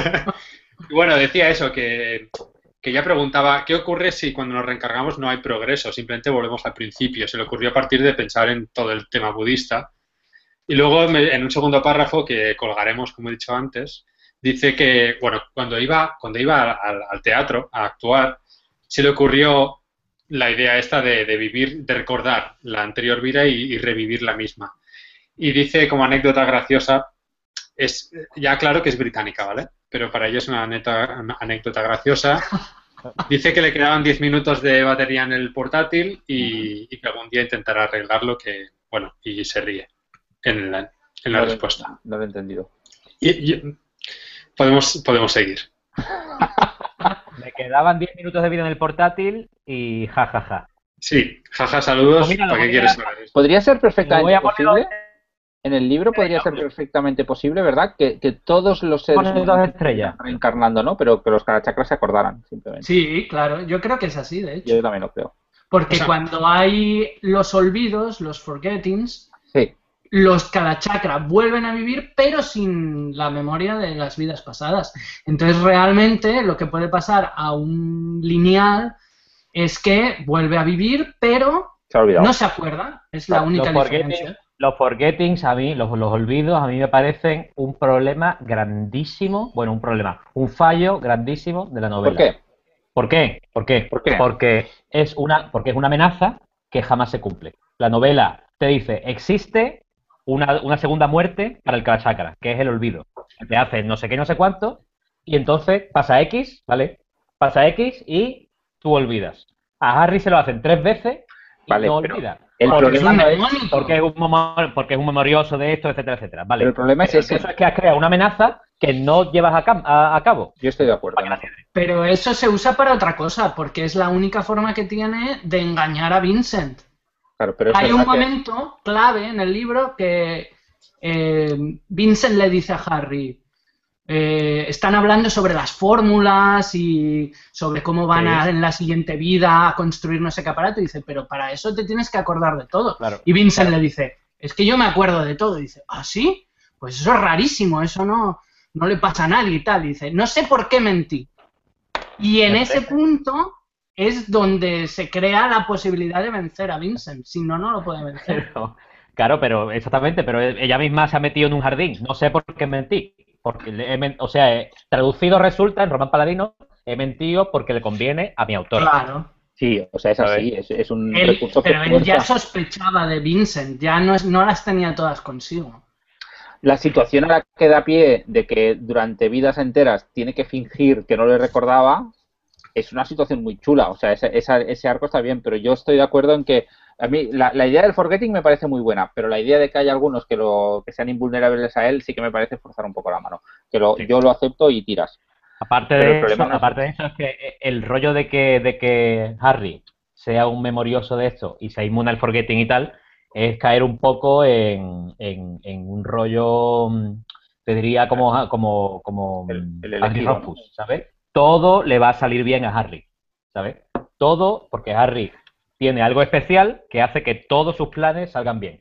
bueno, decía eso, que, que ya preguntaba, ¿qué ocurre si cuando nos reencargamos no hay progreso? Simplemente volvemos al principio. Se le ocurrió a partir de pensar en todo el tema budista. Y luego, me- en un segundo párrafo, que colgaremos, como he dicho antes, dice que, bueno, cuando iba, cuando iba al, al teatro a actuar, se le ocurrió la idea esta de, de vivir, de recordar la anterior vida y, y revivir la misma. Y dice como anécdota graciosa, es ya claro que es británica, ¿vale? Pero para ella es una, neta- una anécdota graciosa. Dice que le quedaban diez minutos de batería en el portátil y, y que algún día intentará arreglarlo, que, bueno, y se ríe en la, en la No lo- respuesta. No lo he entendido. Y, y- podemos, podemos seguir. Me quedaban diez minutos de vida en el portátil y jajaja. Ja, ja. Sí, jaja, saludos. Pues mira, lo ¿Para qué voy a- quieres saber eso? Podría ser Lo voy perfectamente a poner posible. En el libro podría ser perfectamente posible, ¿verdad? Que, que todos los seres Poner dos humanos estrellas. estuvieran reencarnando, ¿no? Pero que los Kalachakras se acordaran, simplemente. Sí, claro, yo creo que es así, de hecho. Yo también lo creo. Porque O sea- cuando hay los olvidos, los forgettings, Sí. los cada chakra vuelven a vivir, pero sin la memoria de las vidas pasadas. Entonces, realmente, lo que puede pasar a un lineal es que vuelve a vivir, pero Se ha olvidado. no se acuerda. Es la única Los diferencia. forgettings, los forgettings a mí, los, los olvidos, a mí me parecen un problema grandísimo, bueno, un problema, un fallo grandísimo de la novela. ¿Por qué? ¿Por qué? ¿Por qué? ¿Por qué? Porque es una, porque es una amenaza que jamás se cumple. La novela te dice, existe una, una segunda muerte para el Kalachakra, que es el olvido. Te hace no sé qué, no sé cuánto, y entonces pasa X, ¿vale? Pasa X y tú olvidas. A Harry se lo hacen tres veces y Vale, no pero olvida. el Porque problema es un no es- demónico, porque es un memo- porque es un memorioso de esto, etcétera, etcétera. Vale. Pero el problema es Pero ese. eso es que has creado una amenaza que no llevas a, cam- a- a cabo. Yo estoy de acuerdo. Para que la cierres. Pero eso se usa para otra cosa, porque es la única forma que tiene de engañar a Vincent. Claro, pero es Hay un verdad que- momento clave en el libro que eh, Vincent le dice a Harry, eh, están hablando sobre las fórmulas y sobre cómo van a, Sí. en la siguiente vida a construir no sé qué aparato, y dice, pero para eso te tienes que acordar de todo. Claro. Y Vincent le dice, es que yo me acuerdo de todo. Y dice, ¿ah, sí? Pues eso es rarísimo, eso no, no le pasa a nadie y tal. Y dice, no sé por qué mentí. Y en ese punto es donde se crea la posibilidad de vencer a Vincent. Si no, no lo puede vencer. Pero, claro, pero exactamente, pero ella misma se ha metido en un jardín. No sé por qué mentí. Porque le he men- o sea, eh, traducido resulta en Román Paladino, he mentido porque le conviene a mi autor. Claro. Sí, o sea, es A ver. así, es, es un Él- recurso que pero él ya fuerza. sospechaba de Vincent, ya no, es, no las tenía todas consigo. La situación a la que da pie de que durante vidas enteras tiene que fingir que no le recordaba es una situación muy chula. O sea, ese, esa- ese arco está bien, pero yo estoy de acuerdo en que a mí la, la idea del forgetting me parece muy buena, pero la idea de que haya algunos que lo que sean invulnerables a él sí que me parece forzar un poco la mano. Que lo, Sí. yo lo acepto y tiras. Aparte Pero el de eso, problema no es aparte de eso es que el rollo de que, de que Harry sea un memorioso de esto y sea inmune al forgetting y tal, es caer un poco en, en, en un rollo, mm, te diría como, como, como El- mm, el Harry elegido, ¿no? Rothfuss, ¿sabes? Todo le va a salir bien a Harry, ¿sabes? Todo, porque Harry tiene algo especial que hace que todos sus planes salgan bien.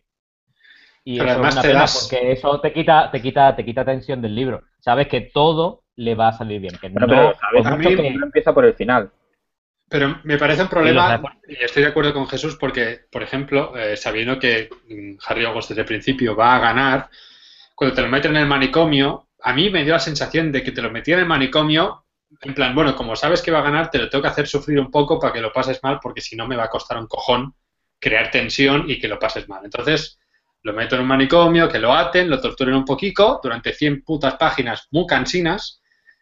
Y Pero eso además es una te pena das- porque eso te quita, te quita, te quita tensión del libro. Sabes que todo le va a salir bien. Que Bueno, no, pero sabes por a mucho mí- que no empieza por el final. Pero me parece un Sí, lo problema, sabes. y estoy de acuerdo con Jesús, porque, por ejemplo, eh, sabiendo que mm, Harry Ogos desde el principio va a ganar, cuando te lo meten en el manicomio, a mí me dio la sensación de que te lo metía en el manicomio, en plan, bueno, como sabes que va a ganar, te lo tengo que hacer sufrir un poco para que lo pases mal, porque si no me va a costar un cojón crear tensión y que lo pases mal. Entonces, lo meto en un manicomio, que lo aten, lo torturen un poquito, durante cien putas páginas muy cansinas,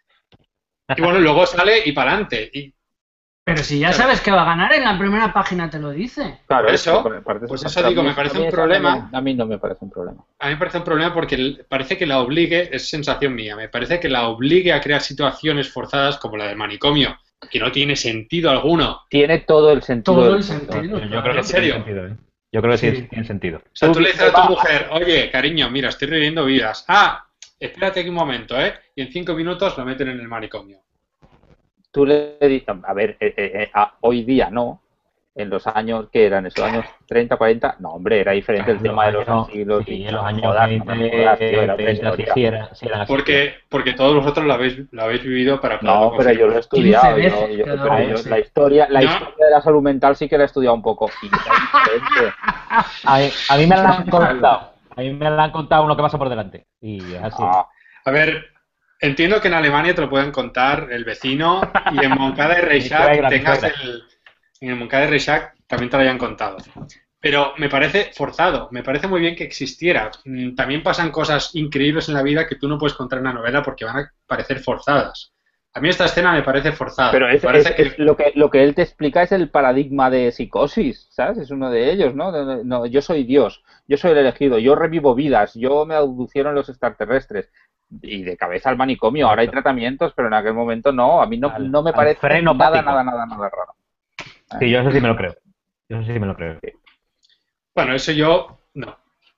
y bueno, luego sale y para adelante. Y Pero si ya Claro. sabes que va a ganar, en la primera página te lo dice. Claro, Por eso, por- parte- pues pero eso a digo, mí- me parece a mí un eso problema. no me- a mí no me parece un problema. A mí me parece un problema porque el- parece que la obligue, es sensación mía, me parece que la obligue a crear situaciones forzadas como la del manicomio, que no tiene sentido alguno. Tiene todo el sentido. Todo del el mundo. sentido. Yo creo que ¿En sí tiene serio? sentido, ¿eh? Yo creo que sí, Sí. tiene sentido. O sea, tú le dices a tu Va. mujer, oye, cariño, mira, estoy reviviendo vidas. Ah, espérate aquí un momento, ¿eh? Y en cinco minutos lo meten en el manicomio. Tú le dices, a ver, eh, eh, eh, a- hoy día no. En los años que eran esos años treinta, cuarenta, no, hombre, era diferente el Los tema de los años- asilos. sí, y en los no años jodas, no me veinte, jodas, tío, era otra treinta, historia. sí eran, sí eran así. Porque, porque todos vosotros lo habéis, lo habéis vivido para poderlo No, pero yo lo he confirmar. estudiado. quince yo- veces yo- cada pero uno, yo sí. la historia, la No. historia de la salud mental sí que la he estudiado un poco. Y era diferente. A mí, a mí me la han contado. A mí me la han contado uno que pasa por delante. Y es así. Ah, A ver, entiendo que en Alemania te lo pueden contar el vecino y en Moncada y Mi Reixac suegra, mi tengas suegra. el... En el Moncada y Reixac también te lo hayan contado. Pero me parece forzado, me parece muy bien que existiera. Mm, También pasan cosas increíbles en la vida que tú no puedes contar en una novela porque van a parecer forzadas. A mí esta escena me parece forzada. pero Me es, parece es- que... es lo, que, lo que él te explica es el paradigma de psicosis, ¿sabes? Es uno de ellos, ¿no? No, no, no, yo soy Dios, yo soy el elegido, yo revivo vidas, yo me abducieron los extraterrestres. Y de cabeza al manicomio, ahora hay tratamientos, pero en aquel momento no, a mí no, Al- no me al parece freno nada, hepático. nada, nada, nada raro. Sí, yo eso sí me lo creo. Yo eso sí me lo creo. Bueno, eso yo... No.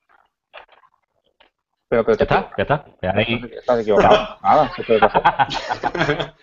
Pero, pero Ya está, ya está. Ya ahí- Estás equivocado. Nada, se puede pasar.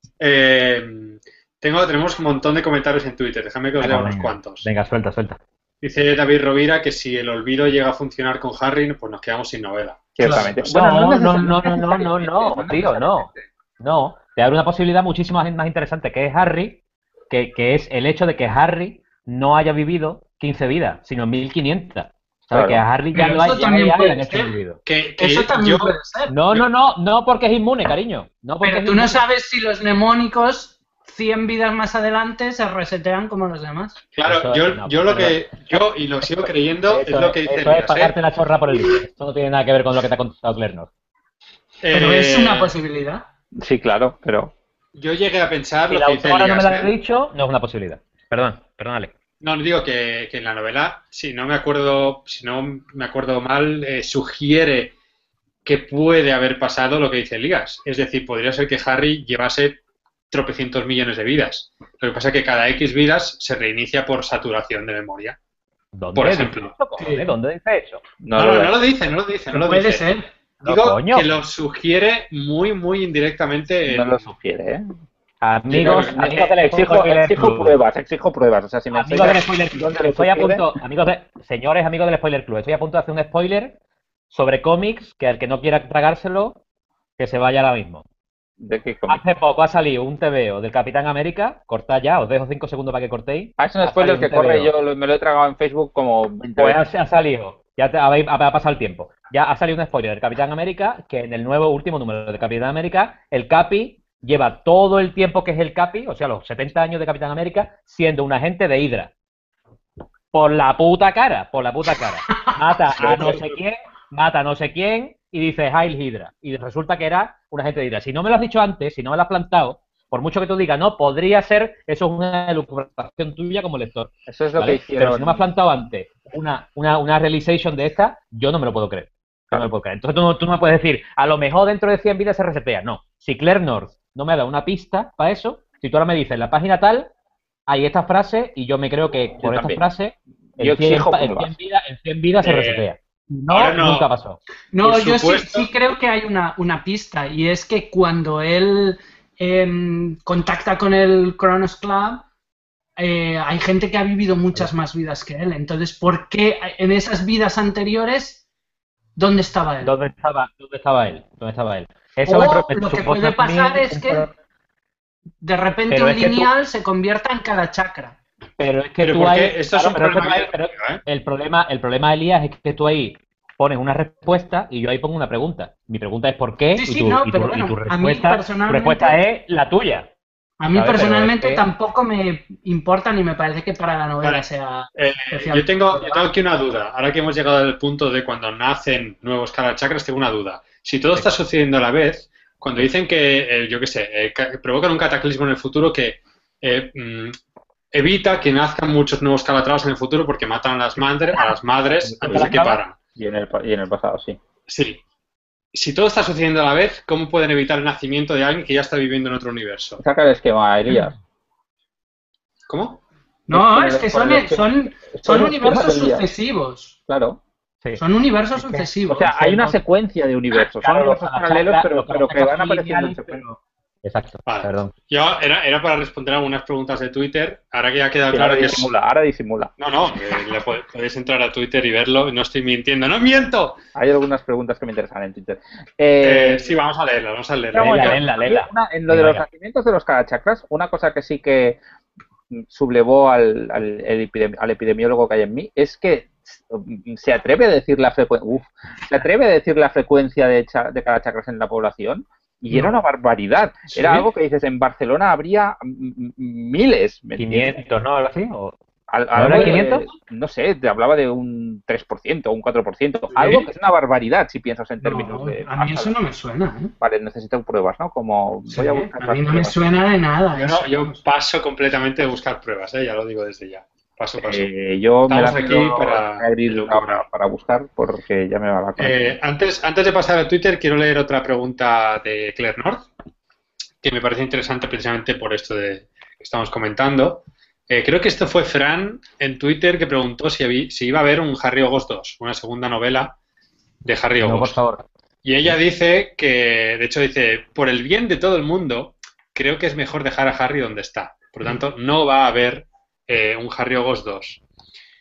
Eh, tengo, tenemos un montón de comentarios en Twitter. Déjame que os lea unos venga, cuantos. venga, suelta, suelta. Dice David Rovira que si el olvido llega a funcionar con Harry, pues nos quedamos sin novela. Ciertamente. Bueno, no, no, neces- no, no, no, no, necesariamente, no, tío, no. No, te abre una posibilidad muchísimo más, más interesante, que es Harry, que, que es el hecho de que Harry no haya vivido quince vidas, sino mil quinientas. ¿Sabes? Claro. Que a Harry ya Pero lo hay, eso ya también le puede hayan hecho ser. vivido. Que, que Eso también yo, puede ser. No, no, no, no porque es inmune, cariño. No porque Pero es tú no inmune. sabes si los mnemónicos cien vidas más adelante se resetean como los demás. claro, Eso es- yo, no, yo lo pero- que, yo, y lo sigo creyendo, es Eso lo que dice eso es Elías, pagarte ¿eh? la chorra por el libro. Esto no tiene nada que ver con lo que te ha contado Claire North. Pero es Eh, una posibilidad. Sí, claro, pero Yo llegué a pensar Si lo la que dice autora no me Elías, la ha ¿eh? dicho, no es una posibilidad. Perdón, perdónale. No, no digo que, que en la novela, si no me acuerdo, si no me acuerdo mal, eh, sugiere que puede haber pasado lo que dice Elías. Es decir, podría ser que Harry llevase tropecientos millones de vidas. Lo que pasa es que cada X vidas se reinicia por saturación de memoria. ¿Dónde Por dice ejemplo. eso, cojones? Sí. ¿Dónde dice eso? no, No, lo no, veo. no lo dice, no lo dice, no lo Puede dice. ser. No, Digo coño. que lo sugiere muy, muy indirectamente. No en- lo sugiere, ¿eh? Amigos, Yo creo que- amigos del Exijo, spoiler exijo club. pruebas, exijo pruebas. O sea, si me Amigos del enseñas spoiler club. dónde lo Estoy a sugiere, punto, amigos de, señores amigos del spoiler club, estoy a punto de hacer un spoiler sobre cómics que al que no quiera tragárselo, que se vaya ahora mismo. ¿de qué cómic? Hace poco ha salido un tebeo del Capitán América, cortad ya, os dejo cinco segundos para que cortéis. Ah, es un Ha spoiler salido que un corre, tebeo. yo lo- me lo he tragado en Facebook como veinte Pues veces. ha, ha salido, ya te, habéis- ha, ha pasado el tiempo. Ya ha salido un spoiler del Capitán América, que en el nuevo último número de Capitán América, el Capi lleva todo el tiempo que es el Capi, o sea, los setenta años de Capitán América, siendo un agente de Hydra. Por la puta cara, por la puta cara. Mata a no sé quién, mata a no sé quién y dice Heil Hydra. Y resulta que era un agente de Hydra. Si no me lo has dicho antes, si no me lo has plantado, por mucho que tú digas, no, podría ser, eso es una elucubración tuya como lector. Eso es lo ¿vale? que hicieron. Pero si no me has plantado antes una, una, una realization de esta, yo no me lo puedo creer. Yo no me lo puedo creer. Entonces tú no, tú no me puedes decir, a lo mejor dentro de cien vidas se resetea. No. Si Claire North no me ha dado una pista para eso, si tú ahora me dices, en la página tal, hay esta frase y yo me creo que por esta también. frase, Yo en cien, exijo pa- en pruebas. cien vidas, en cien vidas se Eh, resetea. No, ahora no. nunca pasó. No, Por yo sí, supuesto. sí creo que hay una, una pista y es que cuando él em, contacta con el Kronos Club, eh, hay gente que ha vivido muchas más vidas que él. Entonces, ¿por qué en esas vidas anteriores, dónde estaba él? ¿Dónde estaba, dónde estaba él? ¿Dónde estaba él? Eso O me pro- me lo que supone puede a mí pasar es un que pro- de repente Pero un es que tú- lineal se convierta en cada chakra. Pero es que Pero tú ¿por ahí, qué? Esto es claro, un pero es que problema tú ahí- que- pero ¿eh? el problema, el problema, Elías, es que tú ahí pones una respuesta y yo ahí pongo una pregunta. Mi pregunta es ¿por qué? Sí, sí, y, tu, no, y tu- pero y bueno, tu a mí respuesta, tu personalmente- respuesta es la tuya. A mí ¿Sabes? Pero personalmente es que- tampoco me importa ni me parece que para la novela Vale. sea Eh, especial. yo, tengo, yo tengo aquí una duda. Ahora que hemos llegado al punto de cuando nacen nuevos Kala Chakras, tengo una duda. Si todo está sucediendo a la vez, cuando dicen que, eh, yo qué sé, eh, ca- provocan un cataclismo en el futuro que eh, mm, evita que nazcan muchos nuevos Calatravas en el futuro porque matan a las, madre- a las madres antes de que paran. Y en, el, pa- y en el pasado, sí. Sí. Si todo está sucediendo a la vez, ¿cómo pueden evitar el nacimiento de alguien que ya está viviendo en otro universo? Saca el esquema, Elías. ¿Cómo? No, Es es que que son, por el que- son, es son por el universos esquema del día. sucesivos. Claro. Sí. Son universos sucesivos. O sea, hay una no- secuencia de universos. Son Claro, universos los paralelos, Kalachakras- pero, los pero que Kalachakras van son apareciendo en lineales, secuencia. pero- Exacto, Vale. perdón. Yo era, era para responder algunas preguntas de Twitter. Ahora que ya ha quedado Sí, claro ahora que es... disimula, ahora disimula. No, no, eh, le pod- podéis entrar a Twitter y verlo. No estoy mintiendo. ¡No miento! Hay algunas preguntas que me interesan en Twitter. Eh, Eh, sí, vamos a leerla, vamos a leerla. Vamos, Léela, yo- léela, a mí léela. una- en lo de Venga, los ya. nacimientos de los Kalachakras, una cosa que sí que mm, sublevó al, al, el epidemi- al epidemiólogo que hay en mí es que mm, se atreve a decir la frecuencia se atreve a decir la frecuencia de, cha- de Kalachakras en la población y era una barbaridad. ¿Sí? Era algo que dices, en Barcelona habría mm, mm, miles. ¿me entiendes? quinientos, ¿no? Algo así. ¿O? Al- ¿No algo era de- quinientos? No sé, te hablaba de un tres por ciento o un cuatro por ciento. Algo que es una barbaridad si piensas en términos No, de... a mí eso no me suena. ¿eh? Vale, necesito pruebas, ¿no? Como Sí, voy a buscar a las mí no me pruebas. suena de nada. Yo, eso, no, yo vamos. paso completamente de buscar pruebas, ¿eh? Ya lo digo desde ya. Paso, paso. Eh, yo me Estamos la aquí quiero para- abrir ahora para buscar porque ya me va la conexión. Eh, antes, antes de pasar a Twitter, quiero leer otra pregunta de Claire North, que me parece interesante precisamente por esto de, que estamos comentando. Eh, creo que esto fue Fran en Twitter que preguntó si, habí- si iba a haber un Harry Ogos dos, una segunda novela de Harry No, por Ogos. favor. Y ella dice que, de hecho dice, por el bien de todo el mundo, creo que es mejor dejar a Harry donde está. Por lo tanto, no va a haber eh, un Harry Ogos dos.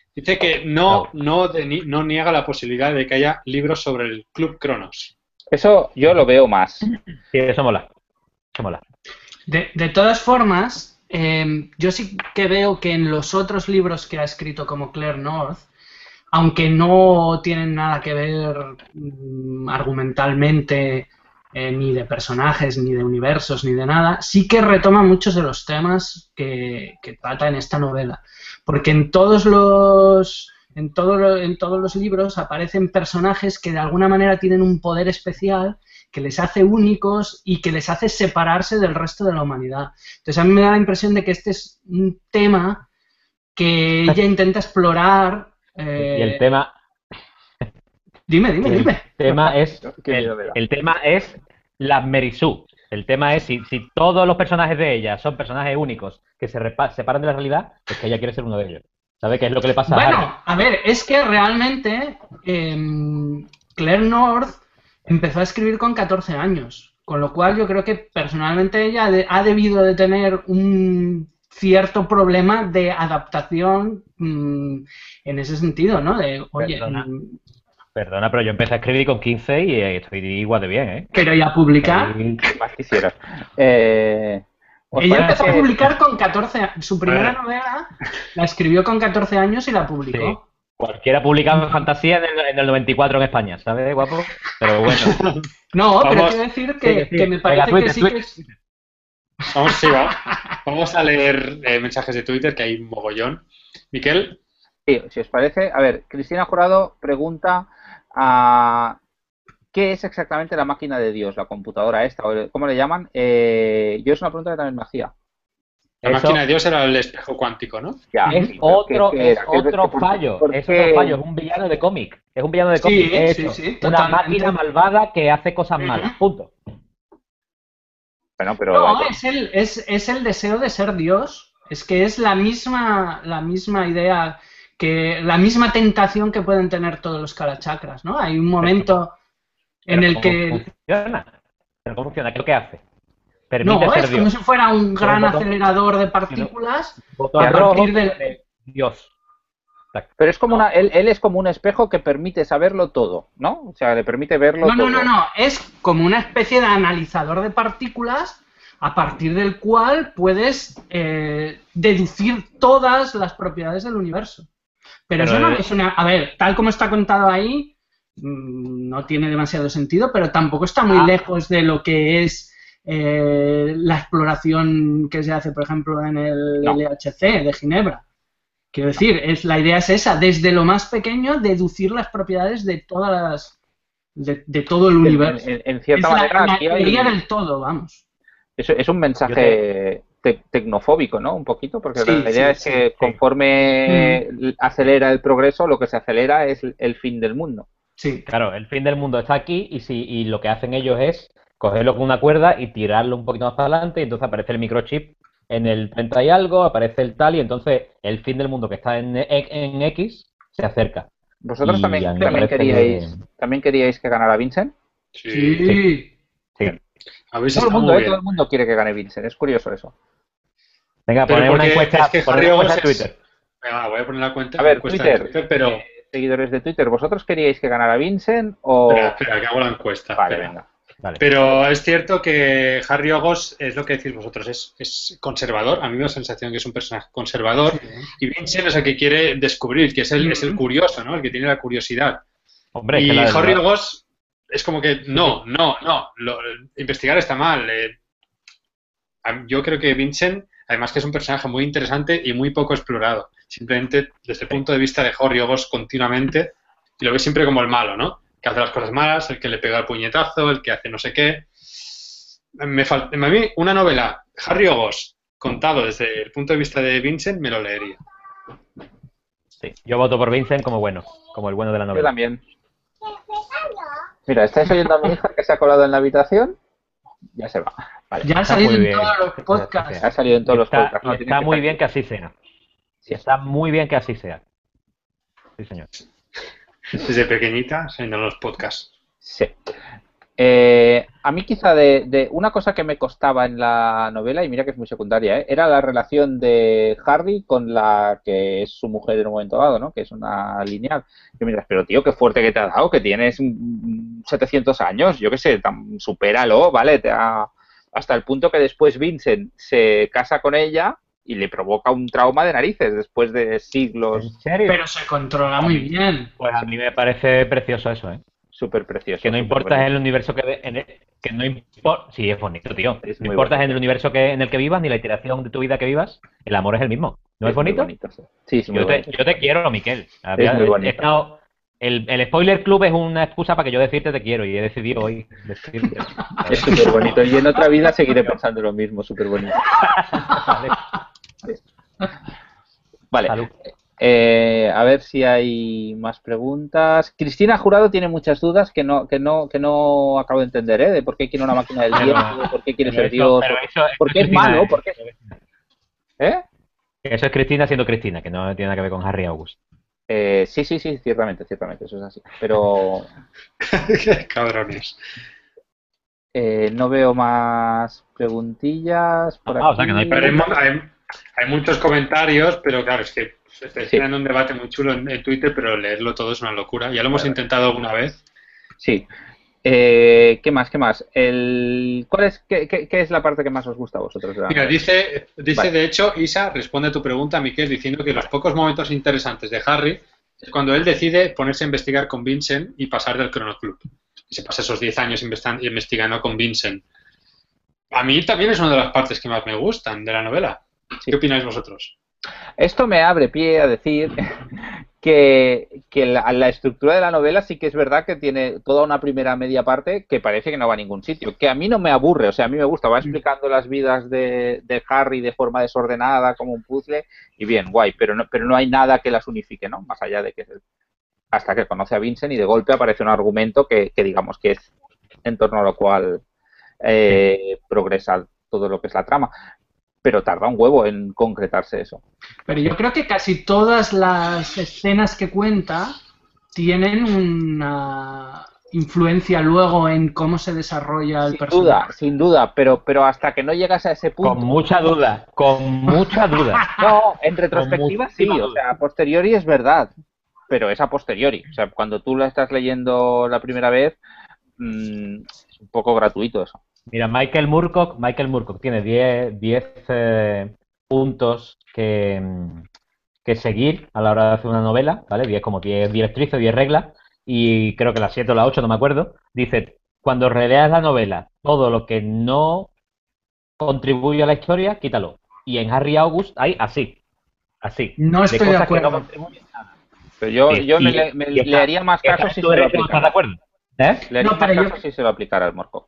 Dice que no, no, de- no niega la posibilidad de que haya libros sobre el Club Cronos. Eso yo lo veo más. Sí, eso mola. Eso mola. De, de todas formas, eh, yo sí que veo que en los otros libros que ha escrito como Claire North, aunque no tienen nada que ver mm, argumentalmente eh, ni de personajes, ni de universos, ni de nada, sí que retoma muchos de los temas que, que trata en esta novela. Porque en todos los en, todo lo- en todos los libros aparecen personajes que de alguna manera tienen un poder especial que les hace únicos y que les hace separarse del resto de la humanidad. Entonces a mí me da la impresión de que este es un tema que ella intenta explorar. eh, Y el tema, Dime, dime, el dime. tema es Qué el, miedo me da. el tema es la Merisú. El tema es si, si todos los personajes de ella son personajes únicos que se repa- separan de la realidad, es que ella quiere ser uno de ellos. ¿Sabe qué es lo que le pasa a Harry? Bueno, a ver, es que realmente em, Claire North empezó a escribir con catorce años, con lo cual yo creo que personalmente ella de- ha debido de tener un cierto problema de adaptación mm, en ese sentido, ¿no? De, oye, Perdona. mm, Perdona, pero yo empecé a escribir con quince y eh, estoy igual de bien, ¿eh? pero ya publicar. Estoy- ¿Qué más quisieras? Eh, ¿os Ella parece empezó a que- publicar con catorce años. Su primera Bueno. novela la escribió con catorce años y la Sí. publicó. Cualquiera publicaba fantasía en el, en el noventa y cuatro en España, ¿sabes, guapo? Pero bueno. No, pero Vamos. quiero decir Sí, que, sí. que me Venga, parece Twitter, que sí Twitter. que es... Vamos, sí, va. Vamos a leer eh, mensajes de Twitter, que hay un mogollón. Miquel, Sí, si os parece. A ver, Cristina Jurado pregunta a ¿qué es exactamente la máquina de Dios, la computadora esta? o ¿Cómo le llaman? Eh, yo es una pregunta que también me hacía. la Eso máquina de Dios era el espejo cuántico, ¿no? Ya, es sí, pero ¿qué- otro, qué es era? ¿Qué- otro qué- por- fallo. por Es qué? otro fallo. Es un villano de cómic. Es un villano de Sí, cómic. Es sí, eso. sí, Una totalmente. máquina malvada que hace cosas malas. Punto. Bueno, pero No, es el, es, es el deseo de ser Dios. Es que es la misma, la misma idea, que la misma tentación que pueden tener todos los kalachakras, ¿no? Hay un momento en Pero el ¿cómo que... funciona? ¿Pero cómo funciona? ¿Qué es lo que hace? Permite No, ser es como Dios. si fuera un gran botón- acelerador de partículas Botón a rojo partir de... de Dios. Pero es como una, él, él es como un espejo que permite saberlo todo, ¿no? O sea, le permite verlo No, todo. no, no, no. Es como una especie de analizador de partículas a partir del cual puedes eh, deducir todas las propiedades del universo. Pero, Pero eso no el- es una... A ver, tal como está contado ahí, mm, no tiene demasiado sentido, pero tampoco está muy Ah. lejos de lo que es eh, la exploración que se hace, por ejemplo, en el No. L H C de Ginebra. Quiero decir, es, la idea es esa, desde lo más pequeño, deducir las propiedades de todas las... de, de todo el En, universo. en- en cierta es la, manera, la aquí hay, teoría del todo, vamos. es, es un mensaje te- tecnofóbico, ¿no? Un poquito, porque Sí, la idea sí, es que sí. conforme acelera el progreso, lo que se acelera es el fin del mundo. Sí. Claro, el fin del mundo está aquí y, si, y lo que hacen ellos es cogerlo con una cuerda y tirarlo un poquito más para adelante y entonces aparece el microchip en el treinta y algo, aparece el tal y entonces el fin del mundo que está en, en X se acerca. ¿Vosotros Y también, a mí me también, parece queríais, que- también queríais que ganara Vincent? Sí. Sí. Sí. Habéis Todo el, estado mundo, muy eh, bien. todo el mundo quiere que gane Vincent, es curioso eso. Venga, Pero poner una porque encuesta, es que poner Harry una encuesta Owens en es- Twitter. Venga, voy a poner la cuenta, A ver, encuesta Twitter, de Twitter, pero... eh, seguidores de Twitter, ¿vosotros queríais que ganara Vincent o...? Espera, espera, que hago la encuesta. Vale, espera. venga. Vale. Pero es cierto que Harry Ogos es lo que decís vosotros, es, es conservador. A mí me da la sensación que es un personaje conservador. Y Vincent es el que quiere descubrir, que es el, es el curioso, ¿no? El que tiene la curiosidad. Hombre, es Y que la- Harry la- Ogos es como que no, no, no. Lo- investigar está mal. eh. A- Yo creo que Vincent, además que es un personaje muy interesante y muy poco explorado. Simplemente desde el punto de vista de Harry Ogos continuamente, y lo ves siempre como el malo, ¿no? Que hace las cosas malas, el que le pega el puñetazo, el que hace no sé qué. Me falta, a mí, una novela, Harry Ogos, contado desde el punto de vista de Vincent, me lo leería. sí, yo voto por Vincent como bueno, como el bueno de la Yo novela. también. Mira, ¿estáis oyendo a mi hija que se ha colado en la habitación? Ya se va. Vale. Ya ha Está salido muy en bien. todos los Que sea podcasts. así sea. Ha salido en todos los Está, podcasts. no, y tiene está que muy estar bien aquí. que así sea. Sí. Está muy bien que así sea. Sí, señor. Desde pequeñita, saliendo en los podcasts. Sí. Eh, a mí quizá de, de una cosa que me costaba en la novela, y mira que es muy secundaria, ¿eh? Era la relación de Harry con la que es su mujer en un momento dado, ¿no? Que es una lineal. Y miras, pero tío, qué fuerte que te ha dado, que tienes mm, setecientos años, yo qué sé, tan, supéralo, ¿vale? Te ha, hasta el punto que después Vincent se casa con ella y le provoca un trauma de narices después de siglos. ¿En serio? Pero se controla muy bien. Pues a mí me parece precioso eso, ¿eh? Súper precioso. Que no súper importa bonito. en el universo que... ve- En el- que no importa... Sí, es bonito, tío. Es No muy importa bonito. en el universo que, en el que vivas, ni la iteración de tu vida que vivas, el amor es el mismo. ¿No es, muy bonito? bonito, sí. Sí, es muy Yo te, bonito. yo te quiero, Miquel. Había- muy he- bonito. he estado- el, el spoiler club es una excusa para que yo decirte te quiero y he decidido hoy decirte. Es súper bonito. Y en otra vida seguiré pensando lo mismo, súper bonito. Vale. Vale. Salud. Eh, a ver si hay más preguntas. Cristina Jurado tiene muchas dudas que no, que no, que no acabo de entender, ¿eh? De por qué quiere una máquina del Pero- tiempo, por qué quiere Pero ser eso- Dios, pero por- eso- eso por qué es Cristina, malo, ¿eh? por qué... ¿Eh? Eso es Cristina siendo Cristina, que no tiene nada que ver con Harry August. Eh, sí, sí, sí, ciertamente, ciertamente, eso es así. Pero Qué cabrones. eh, no veo más preguntillas por Ah, o sea, que no hay aquí. Pero hay, mu- hay- hay muchos comentarios, pero claro, es que se está Sí. generando un debate muy chulo en, en Twitter, pero leerlo todo es una locura. Ya lo hemos Vale. intentado alguna vez. Sí. Eh, ¿qué más? ¿Qué más? El... ¿Cuál es, qué, qué- qué es la parte que más os gusta a vosotros? de la Mira, novela? dice, dice Vale. de hecho, Isa responde a tu pregunta, Miquel, diciendo que los pocos momentos interesantes de Harry es cuando él decide ponerse a investigar con Vincent y pasar del Chrono Club. Y se pasa esos diez años investa- investigando con Vincent. A mí también es una de las partes que más me gustan de la novela. Sí. ¿Qué opináis vosotros? Esto me abre pie a decir que, que la, la estructura de la novela sí que es verdad que tiene toda una primera media parte que parece que no va a ningún sitio, que a mí no me aburre, o sea, a mí me gusta, va explicando las vidas de, de Harry de forma desordenada, como un puzzle, y bien, guay, pero no, pero no hay nada que las unifique, ¿no? Más allá de que hasta que conoce a Vincent y de golpe aparece un argumento que, que digamos que es en torno a lo cual eh, progresa todo lo que es la trama. Pero tarda un huevo en concretarse eso. Pero yo creo que casi todas las escenas que cuenta tienen una influencia luego en cómo se desarrolla el Sin personaje. duda, sin duda, pero, pero hasta que no llegas a ese punto... Con mucha duda, con mucha duda. No, en retrospectiva sí, muchísima o duda. sea, a posteriori es verdad, pero es a posteriori. O sea, cuando tú la estás leyendo la primera vez, mmm, es un poco gratuito eso. Mira, Michael Moorcock, Michael Moorcock tiene diez eh, puntos que, mm, que seguir a la hora de hacer una novela, ¿vale? diez como diez directrices, diez reglas, y creo que las siete o las ocho, no me acuerdo. Dice, cuando releas la novela, todo lo que no contribuye a la historia, quítalo. Y en Harry August hay así, así. No estoy de cosas que no acuerdo. contribuyen nada. Pero yo, Sí, yo me, y- le, me- y le está- haría más está caso en si tu se lo derecho de estar de aplicara. acuerdo. ¿Eh? Le haría No, pero más yo- caso si se lo aplicara al Morco.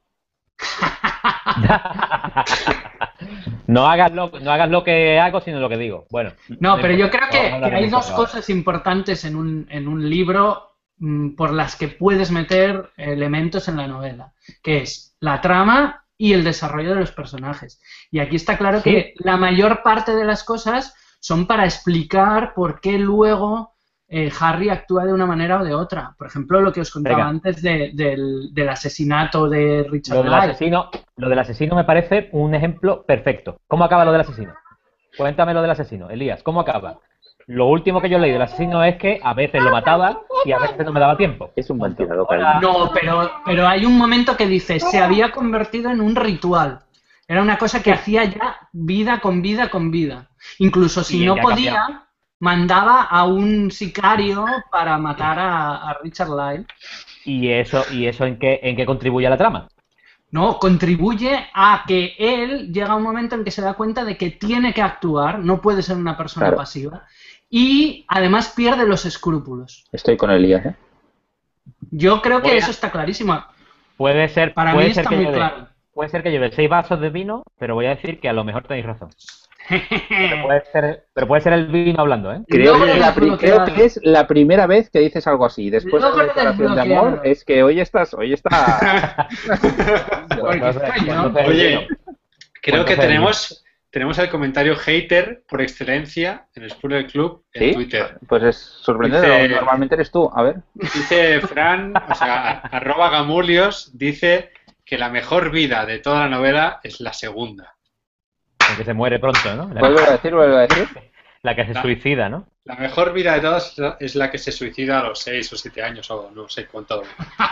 no, hagas lo, no hagas lo que hago, sino lo que digo. Bueno. No, pero yo creo Vamos a que, hablar que de hay dos música ahora. cosas importantes en un, en un libro mm, por las que puedes meter elementos en la novela, que es la trama y el desarrollo de los personajes. Y aquí está claro Sí. que la mayor parte de las cosas son para explicar por qué luego eh, Harry actúa de una manera o de otra. Por ejemplo, lo que os contaba Venga. antes de- del, del asesinato de Richard Lo del Light. asesino, lo del asesino me parece un ejemplo perfecto. ¿Cómo acaba lo del asesino? Cuéntame lo del asesino, Elías, ¿cómo acaba? Lo último que yo leí del asesino es que a veces lo mataba y a veces no me daba tiempo. Es un buen tirador, Ahora- cariño. No, pero, pero hay un momento que dice, se había convertido en un ritual. Era una cosa que hacía ya vida con vida con vida. Incluso si Y no ya podía, cambiaba. mandaba a un sicario para matar a, a Richard Lyle. ¿Y eso, y eso en qué, en qué contribuye a la trama? No, contribuye a que él llega a un momento en que se da cuenta de que tiene que actuar, no puede ser una persona Claro. pasiva. Y además pierde los escrúpulos. Estoy con Elías, ¿eh? Yo creo que Voy a- eso está clarísimo. Puede ser, Para puede mí ser está que muy lleve, claro. puede ser que lleve seis vasos de vino, pero voy a decir que a lo mejor tenéis razón. Pero puede ser, pero puede ser el vino hablando, ¿eh? Creo, Logro que es la pri- desbloqueado. creo que es la primera vez que dices algo así. Después de Logro la declaración de desbloqueado. amor, es que hoy estás, hoy está... Porque Entonces, estoy yo. entonces, Oye, bueno, creo que entonces, tenemos tenemos el comentario hater por excelencia en Spoiler Club en ¿Sí? Twitter. Pues es sorprendente, Dice- normalmente eres tú. A ver. Dice Fran, o sea, arroba Gamulios, dice que la mejor vida de toda la novela es la segunda. Porque se muere pronto, ¿no? La, Vuelve a decir, vuelve a decir. la que se La- suicida, ¿no? La mejor vida de todas es la que se suicida a los seis o siete años o no sé cuánto.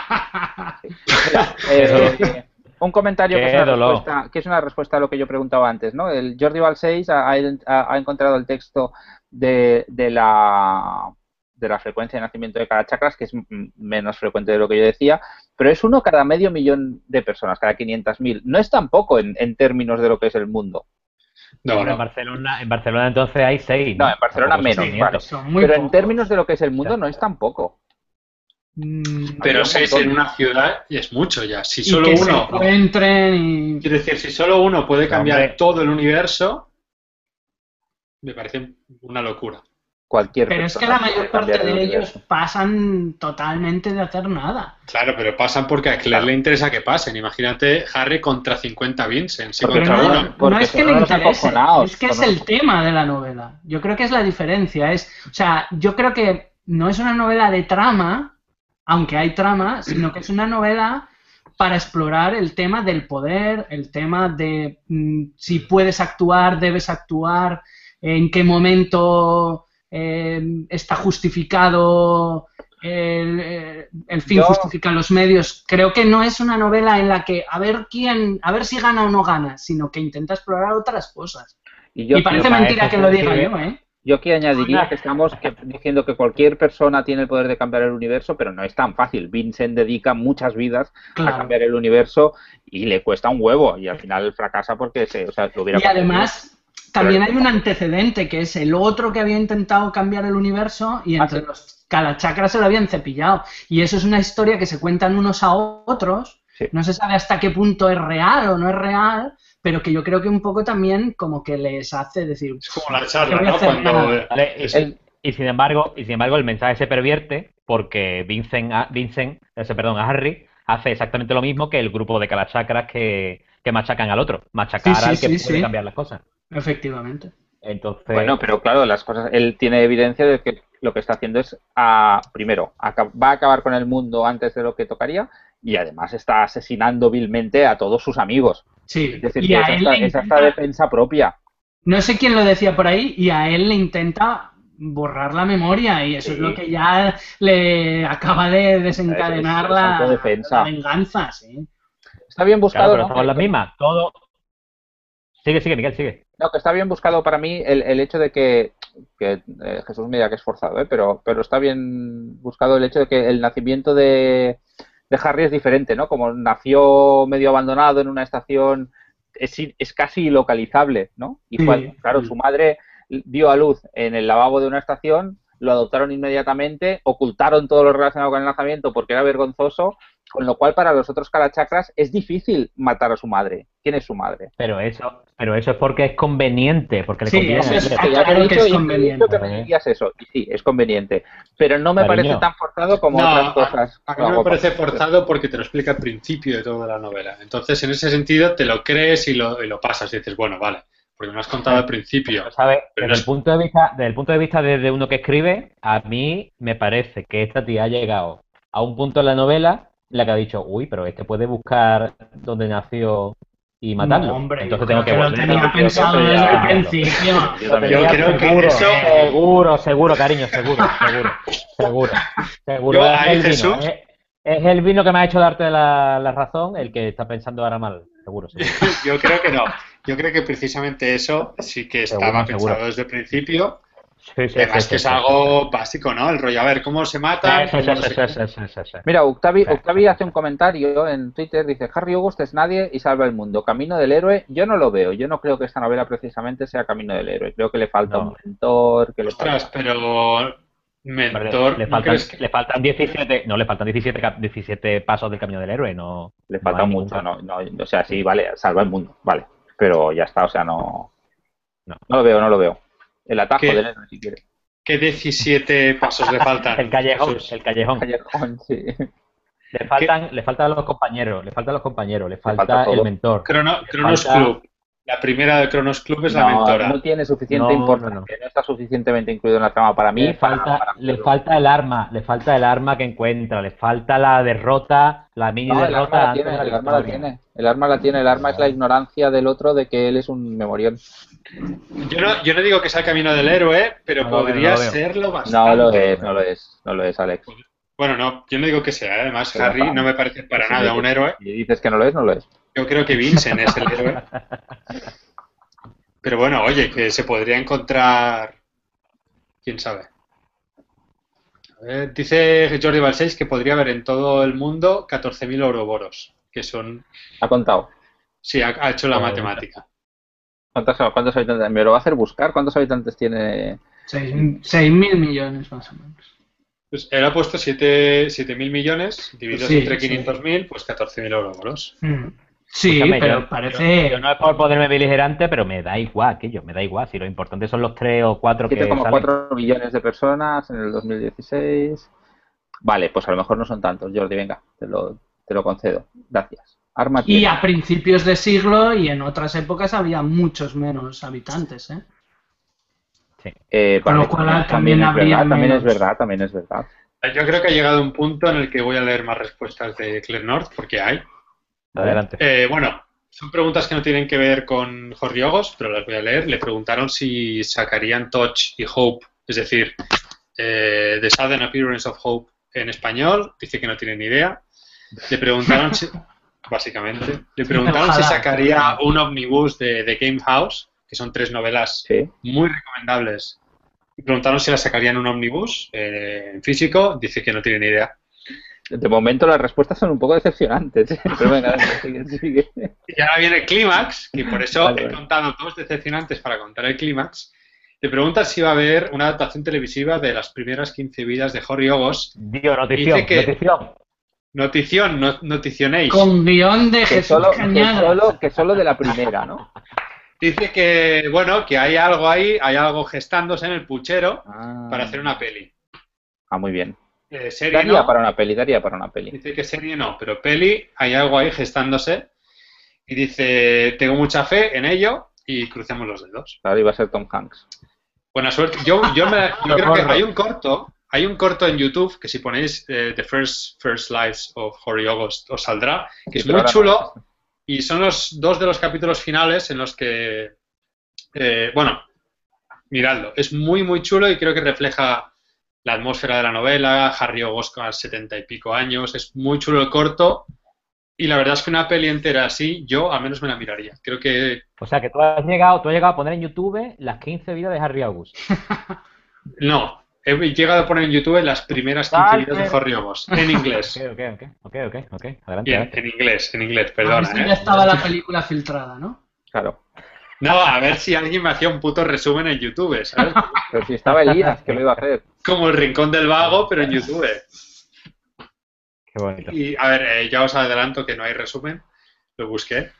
Eh, un comentario que Qué es, una dolor. respuesta, que es una respuesta a lo que yo preguntaba antes, ¿no? El Jordi Balseis ha, ha- ha encontrado el texto de, de la de la frecuencia de nacimiento de cada chakras, que es m- menos frecuente de lo que yo decía, pero es uno cada medio millón de personas, cada quinientas mil. No es tampoco en, en términos de lo que es el mundo. No, En no. Barcelona, en Barcelona entonces hay seis, ¿no? No, en Barcelona Tampoco son menos, quinientos. vale. Son muy Pero en pocos. términos de lo que es el mundo no es tampoco. Mm, Pero un seis montón. en una ciudad y es mucho ya. Si y solo que se uno, encuentren y... quiero decir, si solo uno puede cambiar Hombre. todo el universo, me parece una locura. Cualquier Pero es que persona la mayor puede parte cambiar el de ellos universo. pasan totalmente de hacer nada. Claro, pero pasan porque a Claire Claro. le interesa que pasen. Imagínate Harry contra cincuenta Vincent, si Porque contra Pero no, uno. Porque no es que son le unos interese, acojonados, es que es son el unos- tema de la novela. Yo creo que es la diferencia. Es, o sea, yo creo que no es una novela de trama, aunque hay trama, sino que es una novela para explorar el tema del poder, el tema de mm, si puedes actuar, debes actuar, en qué momento eh, está justificado el, eh, el fin Yo- justifica los medios. Creo que no es una novela en la que a ver quién, a ver si gana o no gana, sino que intenta explorar otras cosas. Y yo y parece para mentira eso que se lo diga escribe- yo, ¿eh? Yo aquí añadiría Una- que estamos que- diciendo que cualquier persona tiene el poder de cambiar el universo, pero no es tan fácil. Vincent dedica muchas vidas a Claro. cambiar el universo y le cuesta un huevo y al final fracasa porque se, o sea, lo hubiera Y además, también hay Pero- un antecedente, que es el otro que había intentado cambiar el universo y entre Ah, sí. los calachacras se lo habían cepillado. Y eso es una historia que se cuentan unos a otros. Sí. No se sabe hasta qué punto es real o no es real, pero que yo creo que un poco también como que les hace decir... Es como la "Que charla, voy a ¿no? hacer Cuando nada". Vale, y, El- y sin embargo, y sin embargo el mensaje se pervierte porque Vincent, a- Vincent, ese, perdón, a Harry hace exactamente lo mismo que el grupo de calachacras que, que machacan al otro, machacar Sí, sí, al que sí, puede sí. cambiar las cosas. Efectivamente. Entonces, Bueno, pero claro, las cosas, él tiene evidencia de que lo que está haciendo es, a, primero, aca- va a acabar con el mundo antes de lo que tocaría y además está asesinando vilmente a todos sus amigos. Sí. Es decir, Y que a es él hasta, le es hasta intenta- defensa propia. No sé quién lo decía por ahí, y a él le intenta borrar la memoria, y eso Sí. es lo que ya le acaba de desencadenar Es- es la, autodefensa. la venganza, sí. Está bien claro, buscado, pero ¿no? somos las mismas. Todo. Sigue, sigue, Miguel, sigue. No, que está bien buscado para mí el, el hecho de que, que eh, Jesús me dirá que es forzado, ¿eh? pero, pero está bien buscado el hecho de que el nacimiento de, de Harry es diferente, ¿no? Como nació medio abandonado en una estación, es, i- es casi ilocalizable, ¿no? Y fue, Sí. claro, su madre dio a luz en el lavabo de una estación, lo adoptaron inmediatamente, ocultaron todo lo relacionado con el nacimiento porque era vergonzoso, con lo cual para los otros calachacras es difícil matar a su madre. ¿Quién es su madre? Pero eso, pero eso es porque es conveniente, porque le Sí, conviene. eso es- Claro. Que ya te he claro que dicho es y te he conveniente, dicho que me ¿eh? dirías eso. Y sí, es conveniente. Pero no me Cariño. parece tan forzado como No, otras a- cosas. a mí que no me hago parece para- forzado porque te lo explica al principio de toda la novela. Entonces, en ese sentido, te lo crees y lo, y lo pasas y dices, bueno, vale, porque me lo has contado al principio. Pero, ¿sabes? Pero Desde no el es- punto de vista, desde el punto de vista de, de uno que escribe, a mí me parece que esta tía ha llegado a un punto en la novela en la que ha dicho, uy, pero este puede buscar dónde nació y matarlo. No, hombre, Entonces yo tengo que creo volver. lo tenía tengo que pensado volver desde a el verlo. principio. Yo también. Yo Tenía creo que seguro, eso- seguro, seguro, cariño, seguro, seguro, seguro, seguro. Yo Es ahí, el vino, Jesús- es, es el vino que me ha hecho darte la, la razón, el que está pensando ahora mal, seguro, seguro. Yo creo que no. Yo creo que precisamente eso sí que estaba Seguro, pensado seguro. desde el principio. Sí, sí, Además sí, que sí, es sí, algo básico, ¿no? El rollo, a ver, ¿cómo se matan? sí, sí, ¿Cómo no sí, sé sí, qué. sí, sí, sí, sí. Mira, Octavi, Sí, Octavi sí, hace sí. un comentario en Twitter, dice, Harry August es nadie y salva el mundo. Camino del héroe, yo no lo veo. Yo no creo que esta novela precisamente sea Camino del héroe. Creo que le falta No. un mentor, que le Ostras, falta... pero Hombre, mentor, le, ¿no faltan, crees que- le faltan diecisiete, no, le faltan diecisiete, cap- diecisiete pasos del camino del héroe, no. Le no falta hay ningún mucho, caso. no, no, o sea, sí, vale, salva el mundo, vale. Pero ya está, o sea, no... No. No lo veo, no lo veo. El atajo ¿Qué? del héroe, si quiere. ¿Qué diecisiete pasos le faltan? El callejón, Jesús? el callejón. Callejón, sí. Le faltan, le faltan los compañeros, le faltan los compañeros, le falta, falta todo. el mentor. Crono- Le Cronos falta- Club. La primera del Cronos Club es la No, mentora. no tiene suficiente No, importancia, no, no. no. está suficientemente incluido en la trama para mí. Le para- falta, para le hacerlo. falta el arma, le falta el arma que encuentra, le falta la derrota, la mini No, el arma derrota la antes tiene, de la el arma la victoria. tiene. El arma la tiene, el arma es la ignorancia del otro de que él es un memorión. Yo no, yo no digo que sea el camino del héroe, pero No lo veo, podría no lo veo. serlo bastante. No lo es, no lo es, no lo es, Alex. Bueno, no, yo no digo que sea. ¿eh? Además, Pero Harry vamos, no me parece para Si nada dices- un héroe. Si dices que no lo es, no lo es. Yo creo que Vincent es el héroe. Pero bueno, oye, que se podría encontrar... ¿Quién sabe? A ver, dice Jordi Balseis que podría haber en todo el mundo catorce mil ouroboros, que son... Ha contado. Sí, ha, ha hecho la Joder. matemática. ¿Cuántos, cuántos habitantes? Me lo va a hacer buscar. ¿Cuántos habitantes tiene? Seis, seis mil millones más o menos. Pues él ha puesto siete mil millones, divididos Sí, entre sí. quinientos mil, pues catorce mil ouroboros. Mm. Sí, Escúchame, pero yo- parece... Yo, yo no es por ponerme beligerante, pero me da igual aquello, me da igual. Si lo importante son los tres o cuatro que siete coma salen. cuatro millones de personas en el dos mil dieciséis. Vale, pues a lo mejor no son tantos, Jordi, venga, te lo, te lo concedo. Gracias. Arma Y tiene. a principios de siglo y en otras épocas había muchos menos habitantes, ¿eh? Sí. Eh, Con vale, lo cual también, también es habría verdad, también es menos. verdad, también es verdad. Yo creo que ha llegado un punto en el que voy a leer más respuestas de Claire North, porque hay. Adelante. Eh, bueno, son preguntas que no tienen que ver con Jorriogos, pero las voy a leer. Le preguntaron si sacarían Touch y Hope, es decir, eh, The Sudden Appearance of Hope en español. Dice que no tiene ni idea. Le preguntaron si, básicamente, le preguntaron Ojalá. si sacaría un omnibus de, de Game House, que son tres novelas Sí. muy recomendables. Le preguntaron si las sacarían un omnibus eh, en físico. Dice que no tiene ni idea. De momento las respuestas son un poco decepcionantes. ¿eh? Pero venga, venga, sigue, sigue. Y ahora viene el clímax, que por eso Vale, he vale. contado dos decepcionantes para contar el clímax. Le preguntas si va a haber una adaptación televisiva de las primeras quince vidas de Jorriogos. Dio, notición, Dice que- notición. Notición, no, noticionéis. Con guión de Que Jesús solo, que, Cañada. solo, que solo de la primera, ¿no? Dice que, bueno, que hay algo ahí, hay algo gestándose en el puchero Ah, para hacer una peli. ah, muy bien. Eh, serie Daría no, para una peli, daría para una peli. dice que serie no, pero peli, hay algo ahí gestándose. Y dice, tengo mucha fe en ello y crucemos los dedos. Claro, iba a ser Tom Hanks. Buena suerte. Yo, yo, me, yo creo que Socorro. hay un corto, hay un corto en YouTube que si ponéis eh, The First, First Lives of Jorriogos os saldrá, que Sí, es pero muy ahora no. chulo y son los dos de los capítulos finales en los que, eh, bueno, miradlo, es muy muy chulo y creo que refleja la atmósfera de la novela, Jorriogos con setenta y pico años, es muy chulo el corto y la verdad es que una peli entera así, yo al menos me la miraría. Creo que O sea que tú has llegado, tú has llegado a poner en YouTube las quince vidas de Harry August. no. He llegado a poner en YouTube las primeras quince Vale. vidas de Jorriogos, en inglés. Ok, ok, ok, ok, ok, ok. Adelante, Bien, adelante. en inglés, en inglés, A ver perdona, si ya ¿eh? estaba la película filtrada, ¿no? Claro. No, a ver si alguien me hacía un puto resumen en YouTube, ¿sabes? Pero si estaba Elías, que lo iba a hacer. Como el Rincón del Vago, pero en YouTube. Qué bonito. Y, a ver, eh, ya os adelanto que no hay resumen, lo busqué.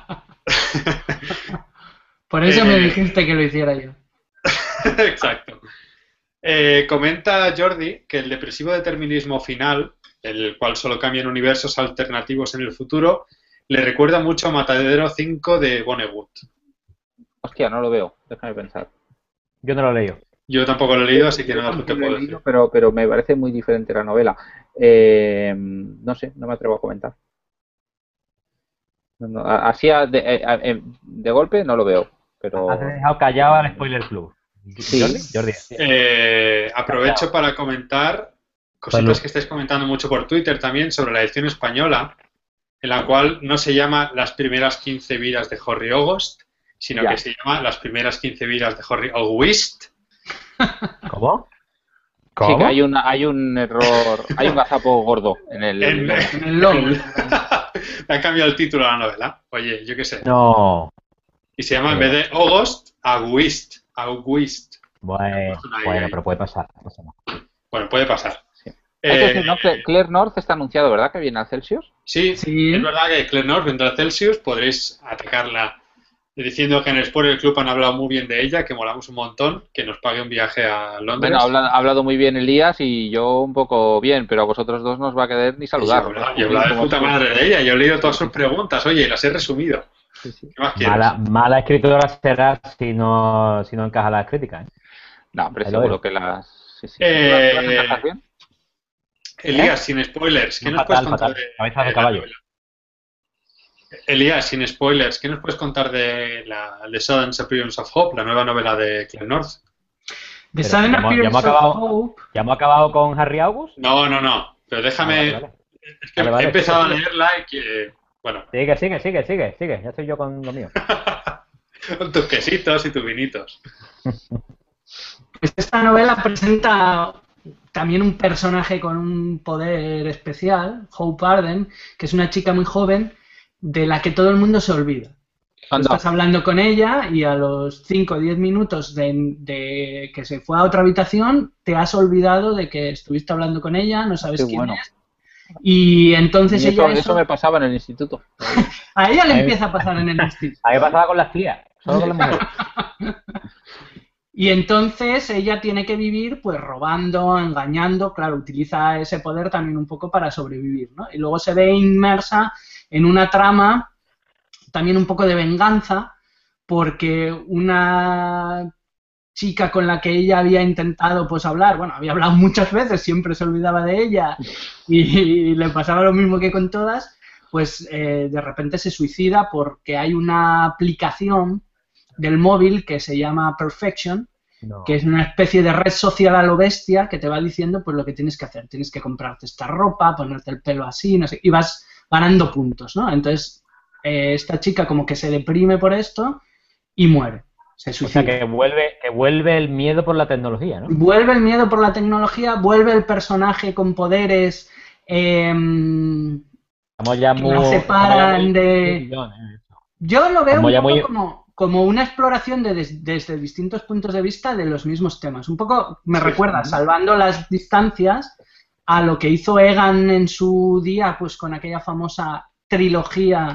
Por eso me Eh. dijiste que lo hiciera yo. Exacto. Eh, comenta Jordi que el depresivo determinismo final, el cual solo cambian universos alternativos en el futuro, le recuerda mucho a Matadero cinco de Vonnegut. Hostia, no lo veo. Déjame pensar. Yo no lo he leído. Yo tampoco lo he leído, así que no Tampoco te lo he puedo leído, decir. Pero, pero me parece muy diferente la novela. Eh, no sé, no me atrevo a comentar. No, no, a- así a- de, eh, a- eh, de golpe no lo veo. Pero Has dejado callado al Spoiler Club. Sí. Jordi, Jordi. Eh, aprovecho para comentar cositas Salud. que estáis comentando mucho por Twitter también sobre la edición española, en la cual no se llama Las primeras quince vidas de Jorri August, sino Ya. que se llama Las primeras quince vidas de Jorri August. ¿Cómo? sí ¿Cómo? que hay un, hay un error, hay un gazapo gordo en el. En- En el logo. Le han cambiado el título a la novela. Oye, yo qué sé. No. Y se llama en vez de August, August. August. Bueno, Es una idea bueno, ahí. pero puede pasar. no pasa nada. Bueno, puede pasar. Sí. Hay que Eh, decir, ¿no? que Claire North está anunciado, ¿verdad? Que viene al Celsius. Sí, Sí. es verdad que Claire North vendrá a Celsius, podréis atacarla diciendo que en el Spoiler Club han hablado muy bien de ella, que molamos un montón, que nos pague un viaje a Londres. Bueno, habla- ha hablado muy bien Elías y yo un poco bien, pero a vosotros dos no os va a querer ni Y saludar. yo hablaba- yo hablaba de Como puta somos. madre de ella, yo he leído todas sus preguntas, oye, y las he resumido. Sí, sí. ¿Qué más quieres? Mala, mala escritora será si no, si no encaja las críticas, ¿eh? No, hombre, Ahí lo seguro dejo. que las... Sí, sí. Eh, ¿Tú las encajas bien? Elías, sin spoilers, ¿qué No, nos puedes fatal, contar fatal. de, Cabezas de de la caballo. novela? Elías, sin spoilers, ¿qué nos puedes contar de la The Sudden Appearance of Hope, la nueva novela de Claire North? The Pero Sudden ya hemos, ya hemos Appearance of acabado, Hope. ¿ya hemos acabado con Harry August? No, no, no, pero déjame... Ah, vale, vale. Es que Vale, vale, he empezado sigue, a sigue. leerla y que... Bueno, Sigue, sigue, sigue, sigue, sigue. Ya estoy yo con lo mío. con tus quesitos y tus vinitos. Pues esta novela presenta también un personaje con un poder especial, Hope Arden, que es una chica muy joven de la que todo el mundo se olvida. Tú Anda. estás hablando con ella y a los cinco o diez minutos de, de que se fue a otra habitación te has olvidado de que estuviste hablando con ella, no sabes Qué quién bueno. es. Y entonces Y eso, ella eso eso, me pasaba en el instituto. a ella le A mí- empieza a pasar en el instituto. A mí me pasaba con las tías, solo con las mujeres. Y entonces ella tiene que vivir pues robando, engañando, claro, utiliza ese poder también un poco para sobrevivir, ¿no? Y luego se ve inmersa en una trama también un poco de venganza, porque una chica con la que ella había intentado pues hablar, bueno, había hablado muchas veces, siempre se olvidaba de ella y, le pasaba lo mismo que con todas, pues eh, de repente se suicida porque hay una aplicación del móvil que se llama Perfection, No. que es una especie de red social a lo bestia que te va diciendo pues lo que tienes que hacer. Tienes que comprarte esta ropa, ponerte el pelo así, no sé, y vas ganando puntos, ¿no? Entonces, eh, esta chica como que se deprime por esto y muere. Se O suicida. sea, que vuelve, que vuelve el miedo por la tecnología, ¿no? Vuelve el miedo por la tecnología, vuelve el personaje con poderes eh, Estamos ya que muy... la estamos ya separan muy- de... millones, ¿eh? Yo lo veo Como un ya poco muy- como, como una exploración de des- desde distintos puntos de vista de los mismos temas. Un poco me Sí. recuerda, salvando las distancias, a lo que hizo Egan en su día, pues con aquella famosa trilogía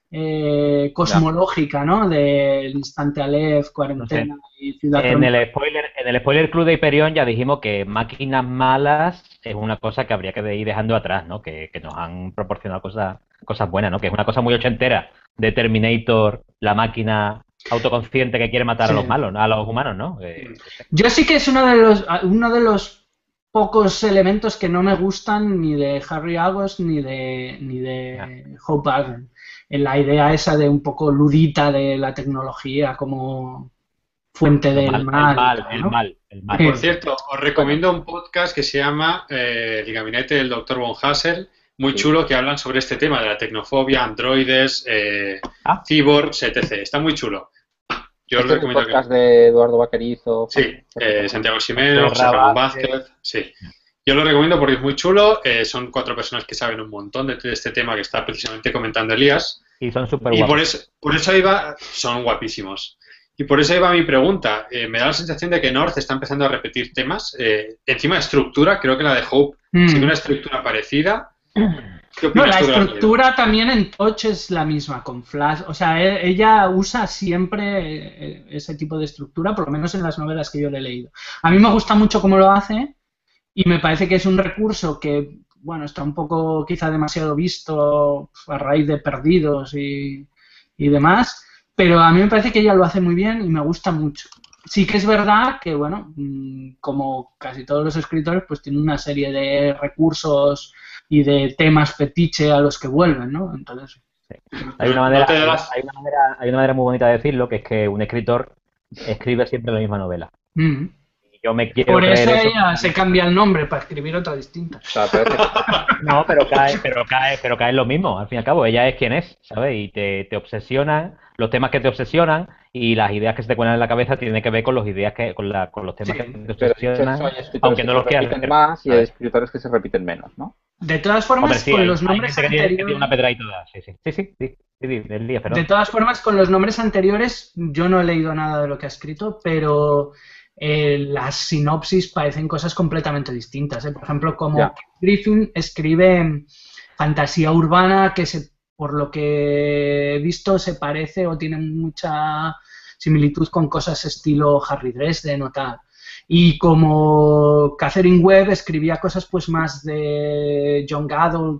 eh, cosmológica, ¿no? Del Instante Aleph, Cuarentena y Ciudad En Trópica. el spoiler, en el spoiler club de Hyperion ya dijimos que máquinas malas es una cosa que habría que ir dejando atrás, ¿no? Que, que nos han proporcionado cosas, cosas buenas, ¿no? Que es una cosa muy ochentera de Terminator, la máquina autoconsciente que quiere matar Sí. a los malos, ¿no? A los humanos, ¿no? Eh, Yo sí que es uno de los uno de los pocos elementos que no me gustan ni de Harry August ni de ni de Hope Arden. En la idea esa de un poco ludita de la tecnología como fuente lo del mal, mal. el mal, el ¿no? mal, el mal. Sí. Por cierto, os recomiendo un podcast que se llama eh, El Gabinete del doctor Von Hassel, muy Sí. chulo, que hablan sobre este tema de la tecnofobia, androides, eh, Ah. cyborgs, etcétera. Está muy chulo. Yo os Este es el recomiendo que... podcast de Eduardo Vaquerizo. Sí, eh, Santiago Ximeno, José José Ramón Vázquez. Vázquez, sí. Yo lo recomiendo porque es muy chulo, eh, son cuatro personas que saben un montón de, de este tema que está precisamente comentando Elías. Y son súper Y guapos. por eso, por eso iba, son guapísimos. Y por eso iba mi pregunta. Eh, me da la sensación de que North está empezando a repetir temas. Eh, encima de estructura, creo que la de Hope Mm. sigue una estructura parecida. ¿Qué No, opinas la tú de la estructura también en Touch es la misma, con Flash. O sea, e- ella usa siempre eh, ese tipo de estructura, por lo menos en las novelas que yo le he leído. A mí me gusta mucho cómo lo hace y me parece que es un recurso que, bueno, está un poco quizá demasiado visto a raíz de Perdidos y, y demás, pero a mí me parece que ella lo hace muy bien y me gusta mucho. Sí que es verdad que, bueno, mm, como casi todos los escritores, pues tiene una serie de recursos y de temas fetiche a los que vuelven, ¿no? Entonces, Hay una No manera, te hay, das- hay una manera, hay una manera muy bonita de decirlo, que es que un escritor escribe siempre la misma novela. mm. Y yo me quiero Por creer eso eso. ella se cambia el nombre para escribir otra distinta. O sea, parece que- No, pero cae, pero cae, pero cae en lo mismo, al fin y al cabo. Ella es quien es, ¿sabes? Y te, te obsesionan, los temas que te obsesionan y las ideas que se te cuelan en la cabeza tienen que ver con los ideas que, con la, con los temas Sí, que te pero dicho obsesionan, eso, hay escritores aunque que no se los quieras repiten ver, más y hay ¿sabes? escritores que se repiten menos, ¿no? De todas formas, Hombre, sí, con hay, los hay nombres gente que tiene, que tiene anteriores... una pedra y toda. Sí, sí, sí, sí, sí, sí, sí, del día, perdón. De todas formas, con los nombres anteriores, yo no he leído nada de lo que ha escrito, pero eh, las sinopsis parecen cosas completamente distintas, ¿eh? Por ejemplo, como Ya. Griffin escribe fantasía urbana que, se, por lo que he visto, se parece o tiene mucha similitud con cosas estilo Harry Dresden o tal. Y como Catherine Webb escribía cosas pues más de young adult,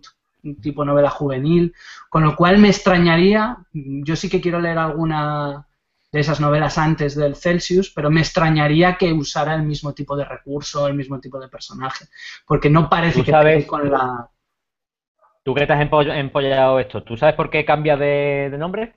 tipo novela juvenil, con lo cual me extrañaría, yo sí que quiero leer alguna de esas novelas antes del Celsius, pero me extrañaría que usara el mismo tipo de recurso, el mismo tipo de personaje, porque no parece ¿Tú que sabes? pegue con la... Tú que te has empoll- empollado esto, ¿tú sabes por qué cambia de, de nombre?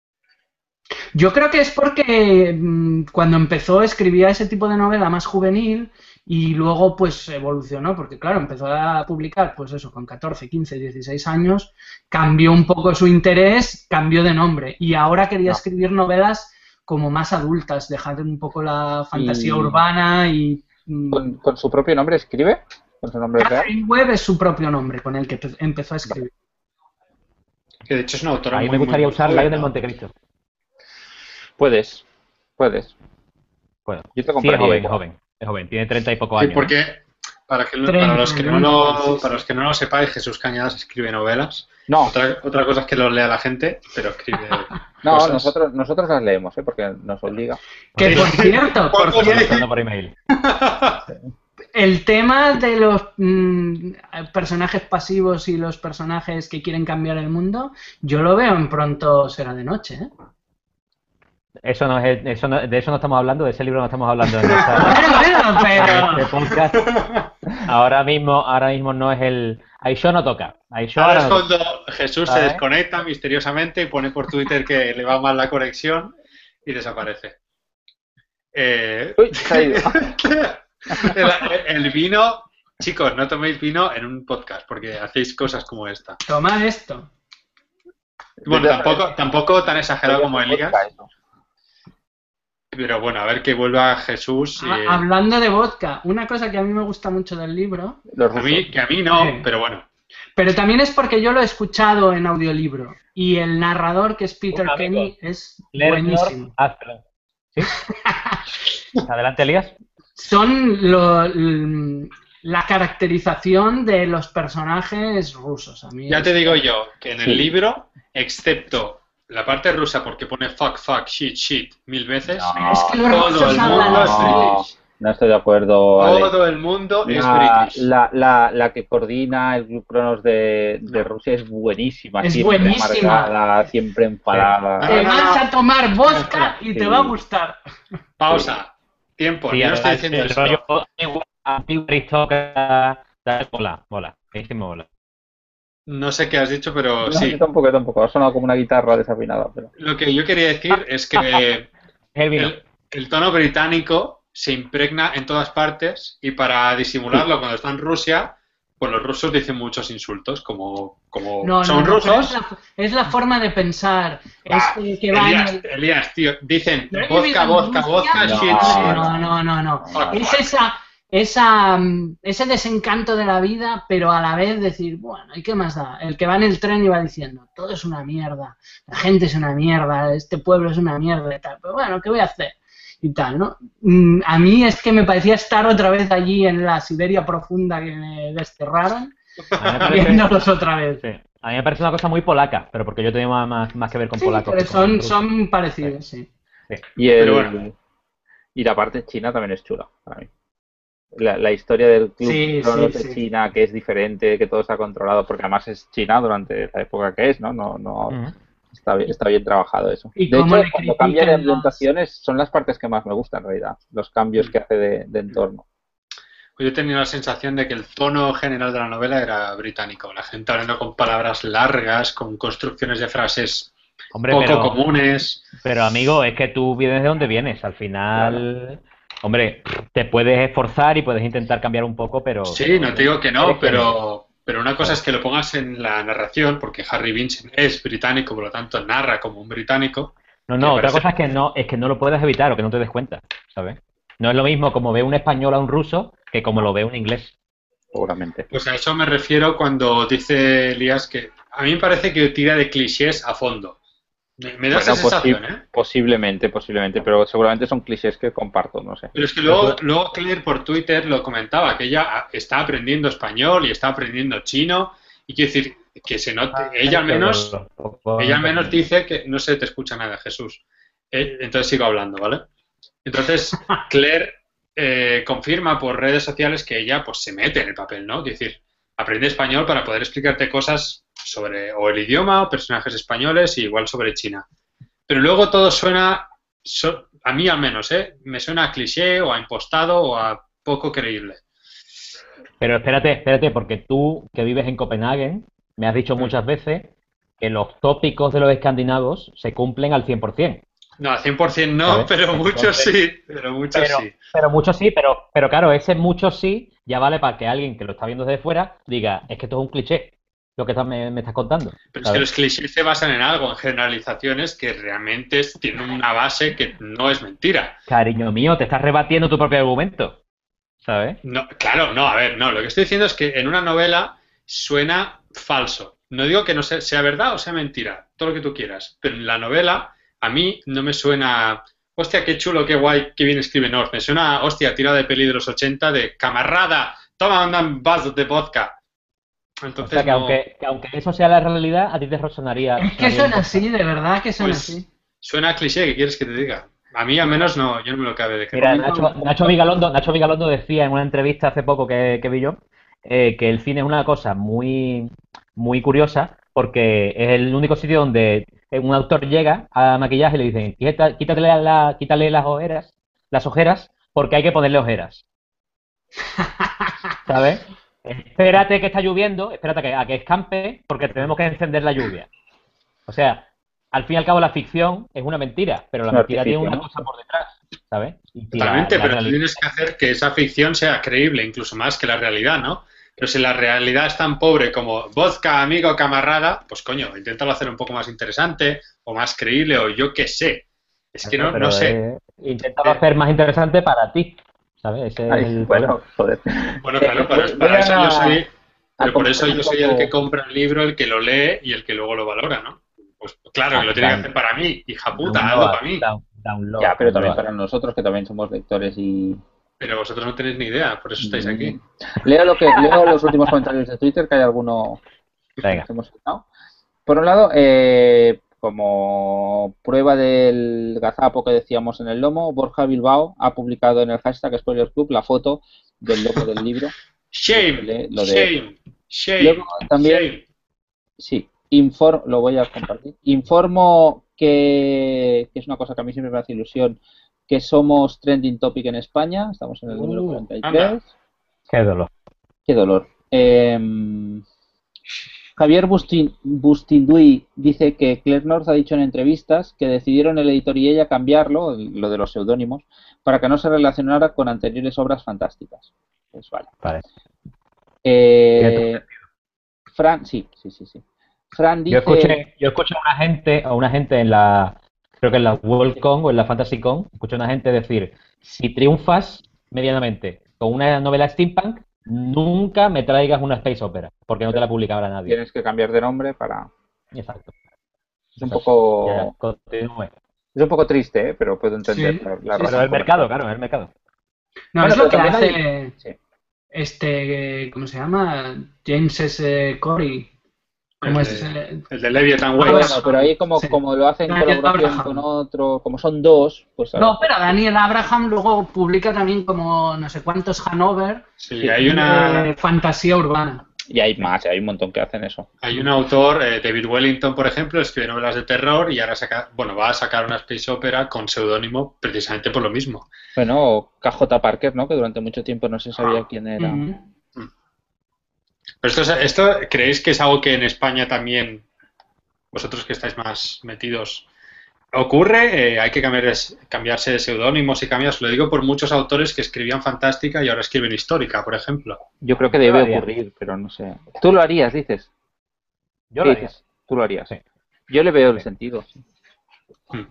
Yo creo que es porque mm, cuando empezó escribía ese tipo de novela más juvenil y luego pues evolucionó, porque claro, empezó a publicar pues eso, con catorce, quince, dieciséis años, cambió un poco su interés, cambió de nombre y ahora quería No. escribir novelas como más adultas, dejar un poco la fantasía Y- urbana y... mm, ¿Con, con su propio nombre escribe? ¿Con su nombre real? Catherine Webb es su propio nombre con el que empe- empezó a escribir. Que de hecho es una autora A mí muy, me gustaría muy, muy usar joven, Lion del ¿no? Montecristo. Puedes, puedes. Bueno, Yo te sí, es compraría joven, es igual. joven, es joven, tiene treinta y pocos Sí, años. ¿eh? porque para, que, treinta, para, los que no ¿no? lo, Sí, sí. para los que no lo sepáis, Jesús Cañadas escribe novelas. No, Otra, otra cosa es que los lea la gente, pero escribe no, cosas. nosotros, nosotros las leemos, ¿eh? Porque nos obliga. Que por cierto, por ¿Cuál- cierto, Mandando por email. el tema de los mm, personajes pasivos y los personajes que quieren cambiar el mundo, yo lo veo en Pronto será de noche, ¿eh? Eso no es, eso no- de eso no estamos hablando, de ese libro no estamos hablando en esta- Bueno, bueno, en este pero... podcast. Ahora mismo, ahora mismo no es el. Aisho no toca. Aisho Ahora ahora es no toca. cuando Jesús se ¿Sabes? desconecta misteriosamente y pone por Twitter que le va mal la conexión y desaparece. Eh, Uy, se ha ido. el, el vino, chicos, no toméis vino en un podcast porque hacéis cosas como esta. Tomad esto. Bueno, tampoco, tampoco tan exagerado como Elías, Eso. pero bueno, a ver que vuelva Jesús. y- Ha- Hablando de vodka, una cosa que a mí me gusta mucho del libro, Los a rusos. mí, que a mí no, Sí. pero bueno. pero también es porque yo lo he escuchado en audiolibro y el narrador, que es Peter Un amigo. Kenny, es Leonard buenísimo. Aspelon. ¿Sí? Adelante, Elías. Son lo- l- la caracterización de los personajes rusos. A mí Ya es- te digo yo que en el Sí. libro, excepto la parte rusa porque pone fuck, fuck, shit, shit mil veces, No, Es que los todo rusos el hablan mundo es así. no, british. no estoy de acuerdo, Ale. Todo el mundo es La, british. la, la, la que coordina el Club Cronos de, de Rusia es buenísima. Es siempre buenísima. amargada, siempre enfadada. Te No, no, vas no. a tomar vodka y Sí. te va a gustar. Pausa. Tiempo. Sí, yo no estoy además, diciendo el esto. rollo antiguo, antiguo aristócrata. da- Mola, mola. Buenísimo, mola. No sé qué has dicho, pero No, sí. yo tampoco, yo tampoco. Ha sonado como una guitarra desafinada. Pero... Lo que yo quería decir es que Es el vino. el, el tono británico se impregna en todas partes y para disimularlo cuando está en Rusia, pues los rusos dicen muchos insultos, como, como No, no, son no, pero rusos. es la, es la forma de pensar. Es Ah, que, que va en Elías, el- Elías, tío, dicen Pero vodka, viven en vodka, Rusia. vodka, No, shit, shit. No, no, no, no. Fuck, Es fuck. esa, esa, mm, ese desencanto de la vida, pero a la vez decir, bueno, ¿y qué más da? El que va en el tren y va diciendo, todo es una mierda, la gente es una mierda, este pueblo es una mierda y tal. Pero bueno, ¿qué voy a hacer? Y tal, ¿no? Mm, A mí es que me parecía estar otra vez allí en la Siberia profunda que me desterraron, A mí me parece, viéndolos otra vez. sí. A mí me parece una cosa muy polaca, pero porque yo tengo más, más, más que ver con Sí, polacos. pero que con son, rusos. son parecidos, sí. Y, el, Pero bueno. y la parte china también es chula para mí. La, la historia del Club Sí, Cronos sí, de sí. China, que es diferente, que todo está controlado, porque además es China durante la época que es, ¿no? No, no Ujú. está bien, está bien trabajado eso. Y De cómo hecho, le cuando cambia de critican las- ambientaciones son las partes que más me gustan en realidad, los cambios que hace de, de entorno. Pues yo tenía la sensación de que el tono general de la novela era británico. La gente hablando con palabras largas, con construcciones de frases Hombre, poco pero, comunes. pero amigo, es que tú vienes de donde vienes. Al final, hombre, te puedes esforzar y puedes intentar cambiar un poco, pero... Sí, no te digo que no, Eres que pero, pero una cosa es que lo pongas en la narración, porque Harry Vincent es británico, por lo tanto narra como un británico. No, Me no, otra parece- cosa es que no, es que no lo puedes evitar o que no te des cuenta, ¿sabes? No es lo mismo como ve un español a un ruso que como lo ve un inglés. Seguramente. Pues a eso me refiero cuando dice Elías que a mí me parece que tira de clichés a fondo. Me, me da esa Bueno, sensación, posi- ¿eh? Posiblemente, posiblemente, pero seguramente son clichés que comparto, no sé. Pero es que luego, luego Claire por Twitter lo comentaba, que ella a- está aprendiendo español y está aprendiendo chino, y quiere decir que se note, ella al menos, ella al menos dice que no se te escucha nada, Jesús. Eh, entonces sigo hablando, ¿vale? Entonces, Claire eh, confirma por redes sociales que ella pues se mete en el papel, ¿no? Es decir, aprende español para poder explicarte cosas sobre o el idioma o personajes españoles y igual sobre China. Pero luego todo suena, so, a mí al menos, ¿eh? Me suena a cliché o a impostado o a poco creíble. Pero espérate, espérate, porque tú que vives en Copenhague, me has dicho muchas veces que los tópicos de los escandinavos se cumplen al cien por ciento. No, al cien por ciento no, ¿Sabes? pero Entonces, muchos sí, pero muchos pero, sí. pero muchos sí, pero, pero claro, ese muchos sí ya vale para que alguien que lo está viendo desde fuera diga, es que esto es un cliché, lo que estás- me, me estás contando. Pero es que los clichés se basan en algo, en generalizaciones que realmente tienen una base que no es mentira. Cariño mío, te estás rebatiendo tu propio argumento, ¿sabes? No, claro, no, a ver, no, lo que estoy diciendo es que en una novela suena falso. No digo que no sea, sea verdad o sea mentira, todo lo que tú quieras, pero en la novela a mí no me suena, hostia, qué chulo, qué guay, qué bien escribe North. Me suena, hostia, tira de peli de los ochenta de camarada, toma un vaso de vodka. Entonces, O sea, que, no- aunque, que aunque eso sea la realidad, a ti te resonaría. Es que suena así, de verdad que suena pues, así. suena a cliché, ¿qué quieres que te diga? A mí al menos no, yo no me lo cabe de creer. Mira, Nacho, Nacho Vigalondo, Nacho Vigalondo decía en una entrevista hace poco que, que vi yo eh, que el cine es una cosa muy, muy curiosa porque es el único sitio donde un autor llega a maquillaje y le dicen "Quita- quítate la, la- quítale las ojeras, las ojeras, porque hay que ponerle ojeras. ¿Sabes? Espérate que está lloviendo, espérate a que, a que escampe porque tenemos que encender la lluvia. O sea, al fin y al cabo la ficción es una mentira, pero la Un mentira tiene artificio, una ¿no? cosa por detrás, ¿sabes? Y si la- Totalmente, la pero tú realidad- tienes que hacer que esa ficción sea creíble, incluso más que la realidad, ¿no? Pero si la realidad es tan pobre como vodka, amigo, camarada, pues coño, inténtalo hacer un poco más interesante o más creíble o yo qué sé. Es que no, Pero no sé. eh, inténtalo Eh, hacer más interesante para ti, ¿sabes? Ese Ay, es el bueno, joder. Bueno, claro, Eh, para, voy- para voy eso a- yo soy, a pero por eso comentar yo un soy el poco- que compra el libro, el que lo lee y el que luego lo valora, ¿no? Pues claro, que lo tiene que hacer para mí, hija puta, hazlo para mí. Down- download, Ya, pero también download. para nosotros que también somos lectores y... Pero vosotros no tenéis ni idea, por eso estáis aquí. Leo, lo que, leo los últimos comentarios de Twitter, que hay alguno Venga. que hemos saltado. Por un lado, eh, como prueba del gazapo que decíamos en el lomo, Borja Bilbao ha publicado en el hashtag Spoiler Club la foto del lomo del libro. Shame, Lo de- shame, shame, Luego también- shame. Sí, inform, lo voy a compartir. Informo que, que es una cosa que a mí siempre me hace ilusión, que somos trending topic en España. Estamos en el número Uh, cuarenta y anda. tres. Qué dolor. Qué dolor. Eh, Javier Bustin, Bustinduy dice que Claire North ha dicho en entrevistas que decidieron el editor y ella cambiarlo, lo de los seudónimos, para que no se relacionara con anteriores obras fantásticas. Pues vale. Vale. Eh, Fran, sí, sí, sí, sí. Fran dice... Yo escuché, yo escuché a una gente, a una gente en la, creo que en la WorldCon o en la FantasyCon, escuché a una gente decir, si triunfas medianamente con una novela steampunk, nunca me traigas una space opera, porque no te la publicará nadie. Tienes que cambiar de nombre para... Exacto. Es un poco... Ya, continúe. Es un poco triste, ¿eh? Pero puedo entender Sí, la, la sí, razón Pero el por la mercado, que- claro, el mercado. No, Bueno, es lo pero que también hace hay- sí. este, ¿cómo se llama? James S. Corey. ¿Cómo El es? de- Eh, El de Leviathan Ah, Waves. bueno, pero ahí como, Sí. como lo hacen en Daniel colaboración Abraham. con otro, como son dos, pues... No, pero Daniel Abraham luego publica también como no sé cuántos Hanover Sí, hay una, de fantasía urbana. Y hay más, hay un montón que hacen eso. hay un autor, eh, David Wellington, por ejemplo, escribe novelas de terror y ahora saca, bueno, va a sacar una space opera con seudónimo precisamente por lo mismo. Bueno, K J Parker, ¿no? Que durante mucho tiempo no se sabía Ah. quién era. Ujú. Pero esto, es- esto, ¿creéis que es algo que en España también, vosotros que estáis más metidos, ocurre? Eh, hay que cambiar, cambiarse de seudónimos y cambias, lo digo por muchos autores que escribían fantástica y ahora escriben histórica, por ejemplo. Yo creo que Yo debe lo haría. ocurrir, pero no sé. ¿Tú lo harías, dices? Yo ¿Qué lo haría. dices? Tú lo harías. Sí. Yo le veo el Sí. sentido. Sí. Hmm.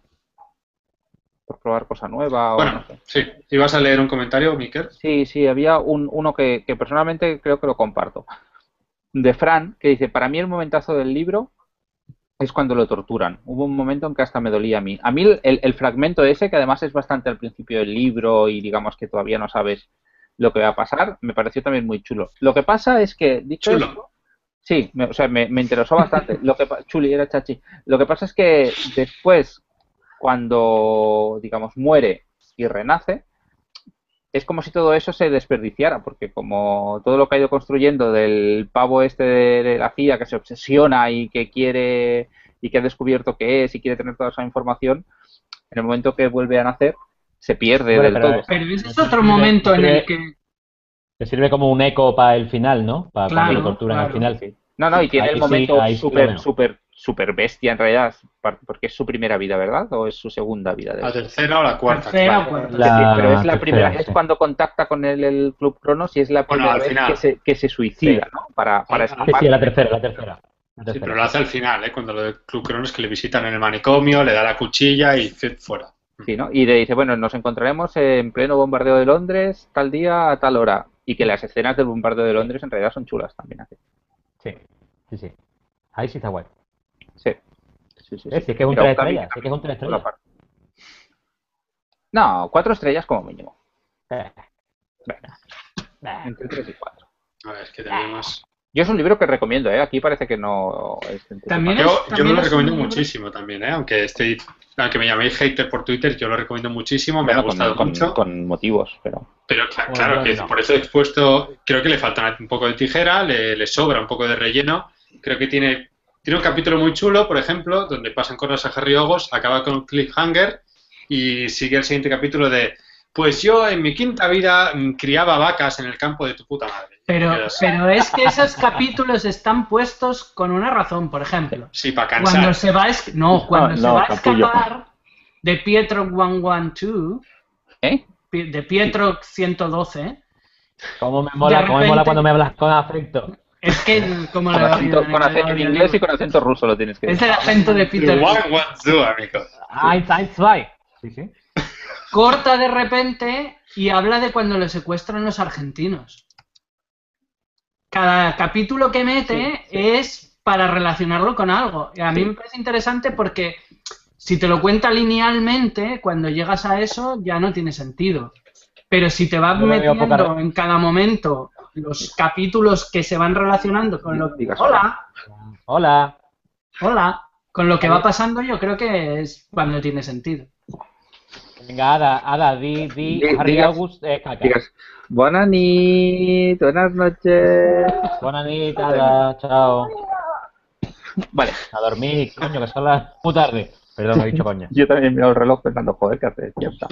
Por probar cosa nueva o Bueno, no sé. sí. ¿Ibas a leer un comentario, Miquel? Sí, sí, había un, uno que, que personalmente creo que lo comparto. De Fran, que dice, para mí el momentazo del libro es cuando lo torturan. Hubo un momento en que hasta me dolía a mí. A mí el, el fragmento ese, que además es bastante al principio del libro y digamos que todavía no sabes lo que va a pasar, me pareció también muy chulo. Lo que pasa es que, dicho Chulo. esto, sí, me, o sea, me, me interesó bastante. Lo que pa- Chuli, era chachi. Lo que pasa es que después, cuando, digamos, muere y renace, es como si todo eso se desperdiciara, porque como todo lo que ha ido construyendo del pavo este de, de la C I A que se obsesiona y que quiere y que ha descubierto qué es y quiere tener toda esa información, en el momento que vuelve a nacer se pierde Bueno, del pero todo. es- Pero ese es otro momento en el que... Te sirve como un eco para el final, ¿no? Para cuando Claro, lo torturan al claro. final, sí. No, no, y tiene Ahí el sí, momento ahí sí lo súper, veo. súper, súper bestia en realidad, par- porque es su primera vida, ¿verdad? ¿O es su segunda vida? La De tercera o la cuarta. Tercera claro. o cuarta. La- Sí, pero es la tercera, primera, es sí. cuando contacta con el, el Club Cronos y es la Bueno, primera al vez final. que se, que se suicida, Sí. ¿no? Para, para Ah, Sí, escapar. sí, la tercera, la tercera. La Sí, tercera. pero lo hace al final, ¿eh? Cuando lo del Club Cronos que le visitan en el manicomio, le da la cuchilla y fit, fuera. Sí, ¿no? Y le dice, bueno, nos encontraremos en pleno bombardeo de Londres, tal día, a tal hora. Y que las escenas del bombardeo de Londres en realidad son chulas también. Aquí. Sí, sí, sí. Ahí sí está guay. Sí. Sí, sí, Eh, sí. si es que es un Mira, tres Octavio, estrellas, si es que es un tres por la estrellas. parte. No, cuatro estrellas como mínimo. Eh, Venga, eh. entre tres y cuatro. A ver, es que tenemos... Yo es un libro que recomiendo, ¿eh? Aquí parece que no es También Yo, es- yo también lo es un recomiendo libro- muchísimo también, ¿eh? Aunque estoy, aunque me llaméis hater por Twitter, yo lo recomiendo muchísimo, me Bueno, ha gustado con, mucho. con, con motivos, pero... Pero cla- Bueno, claro, yo que no. por eso he expuesto, creo que le falta un poco de tijera, le, le sobra un poco de relleno. Creo que tiene, tiene un capítulo muy chulo, por ejemplo, donde pasan cosas a Harry Ogos, acaba con un cliffhanger y sigue el siguiente capítulo de, pues yo en mi quinta vida mm, criaba vacas en el campo de tu puta madre. Pero, Y quedas, pero es que esos capítulos están puestos con una razón, por ejemplo. sí, para Cuando cansar. se va a, es- no, cuando No, se no, va a capullo. escapar de Pietro ciento doce, ¿Eh? Pi- de Pietro ciento doce, Cómo me mola, De cómo me mola repente- cuando me hablas con afecto. es que como Con le acento, odio, con le acento- en odio, inglés y digo. con acento ruso lo tienes que Es decir. el acento de Peter. One, one, two, amigo. Eins, eins, zwei. Sí, sí. Corta de repente y habla de cuando le secuestran los argentinos. Cada capítulo que mete es para relacionarlo con algo. Y a mí Sí. me parece interesante porque si te lo cuenta linealmente, cuando llegas a eso ya no tiene sentido. Pero si te vas Yo le veo metiendo poca- en cada momento los capítulos que se van relacionando con lo que... Digas Hola, Hola. hola. Con lo que va pasando yo creo que es cuando tiene sentido. Venga, Ada, Ada, di, di, Di- Harry digas- August, eh, caca. Digas, buenas nit, buenas noches. Buenas noches, Ada, chao. Vale, A dormir, coño, que son las muy tarde. Perdón, he dicho coño. yo también miro el reloj pensando, joder, que hace despierta.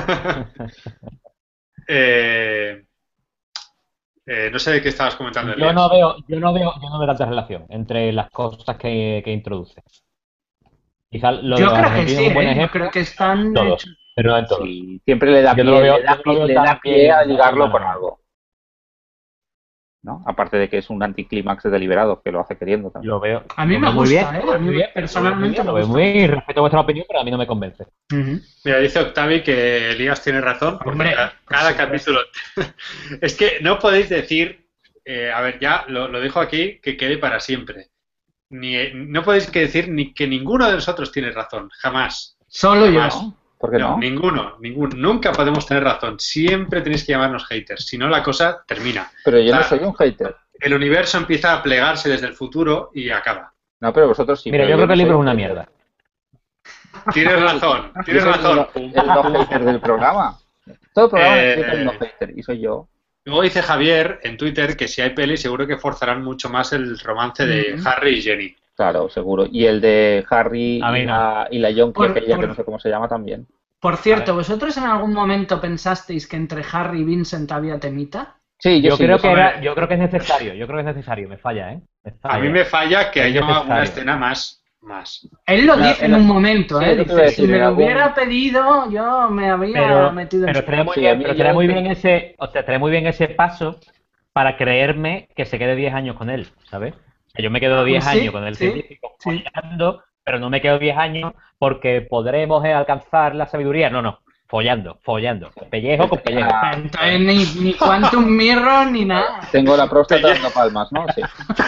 Eh, eh, no sé de qué estabas comentando, Yo Elías. no veo, yo no veo, yo no veo tanta relación entre las cosas que, que introduce. Quizá lo de Yo los creo que argentinos sí, es un buen ¿eh? Yo ejemplo, creo que están todos, hechos- pero no en todos. Sí, siempre le da Yo pie, no lo veo- le da yo no lo pie, veo le tan da pie bien, a tan ligarlo mal. con algo. ¿No? Aparte de que es un anticlímax deliberado, que lo hace queriendo también. Lo veo. A mí lo me veo muy gusta, bien, ¿eh? lo veo A mí muy bien, personalmente lo me veo gusta muy bien, respeto vuestra opinión, pero a mí no me convence. Ujú. Mira, dice Octavi que Elías tiene razón, porque Hombre, ca- por cada supuesto. capítulo... Es que no podéis decir, eh, a ver, ya lo, lo dejo aquí, que quede para siempre. Ni, no podéis que decir ni que ninguno de nosotros tiene razón, jamás. Solo yo. Jamás. ¿Por qué No, no? ninguno, ninguno. Nunca podemos tener razón. Siempre tenéis que llamarnos haters, si no la cosa termina. Pero yo no Ah. soy un hater. El universo empieza a plegarse desde el futuro y acaba. No, pero vosotros sí. Mira, pero yo creo que el no libro es soy una un mierda. Tienes razón, Yo tienes soy razón. El, el no hater del programa. Todo el programa Eh, necesita un no hater, y soy yo. Luego dice Javier en Twitter que si hay peli seguro que forzarán mucho más el romance de Ujú. Harry y Jenny. Claro, seguro. Y el de Harry A mí y, no. la, y la Yonki, Por- aquella por- que no sé cómo se llama también. Por A cierto, ver. ¿vosotros en algún momento pensasteis que entre Harry y Vincent había temita? Sí, yo, Yo sí, creo yo que sí. era, yo creo que es necesario, yo creo que es necesario, me falla, ¿eh? Me falla. A mí me falla que Es haya una necesario. escena más. más. Él lo Claro, dice en era- un momento, sí, ¿eh? lo que iba a Dice, si decir, me en lo algún- hubiera pedido, yo me habría pero, metido en pero su... estaría muy Sí, a bien, mí pero estaría yo muy te- bien ese, o sea, estaría muy bien ese paso para creerme que se quede diez años con él, ¿sabes? O sea, yo me quedo diez Pues sí, años con el sí, científico sí. follando, pero no me quedo diez años porque podremos eh, alcanzar la sabiduría. No, no, follando, follando, pellejo con pellejo. Ah, Entonces ni, ni Quantum Mirror ni nada. Tengo la próstata dando palmas, ¿no? Sí.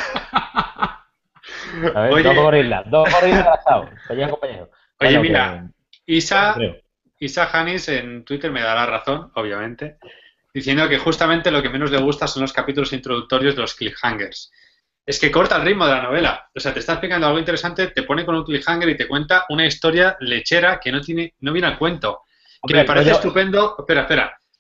¿Sabes? Oye. Dos gorilas, dos gorilas abrazados, pellejo con pellejo. Oye, Bueno, mira, que- Isa, creo. Isa Hanis en Twitter me da la razón, obviamente, diciendo que justamente lo que menos le gusta son los capítulos introductorios de los cliffhangers. Es que corta el ritmo de la novela. O sea, te está explicando algo interesante, te pone con un cliffhanger y te cuenta una historia lechera que no tiene, no viene al cuento. Que Hombre, me parece yo- estupendo. Espera, espera.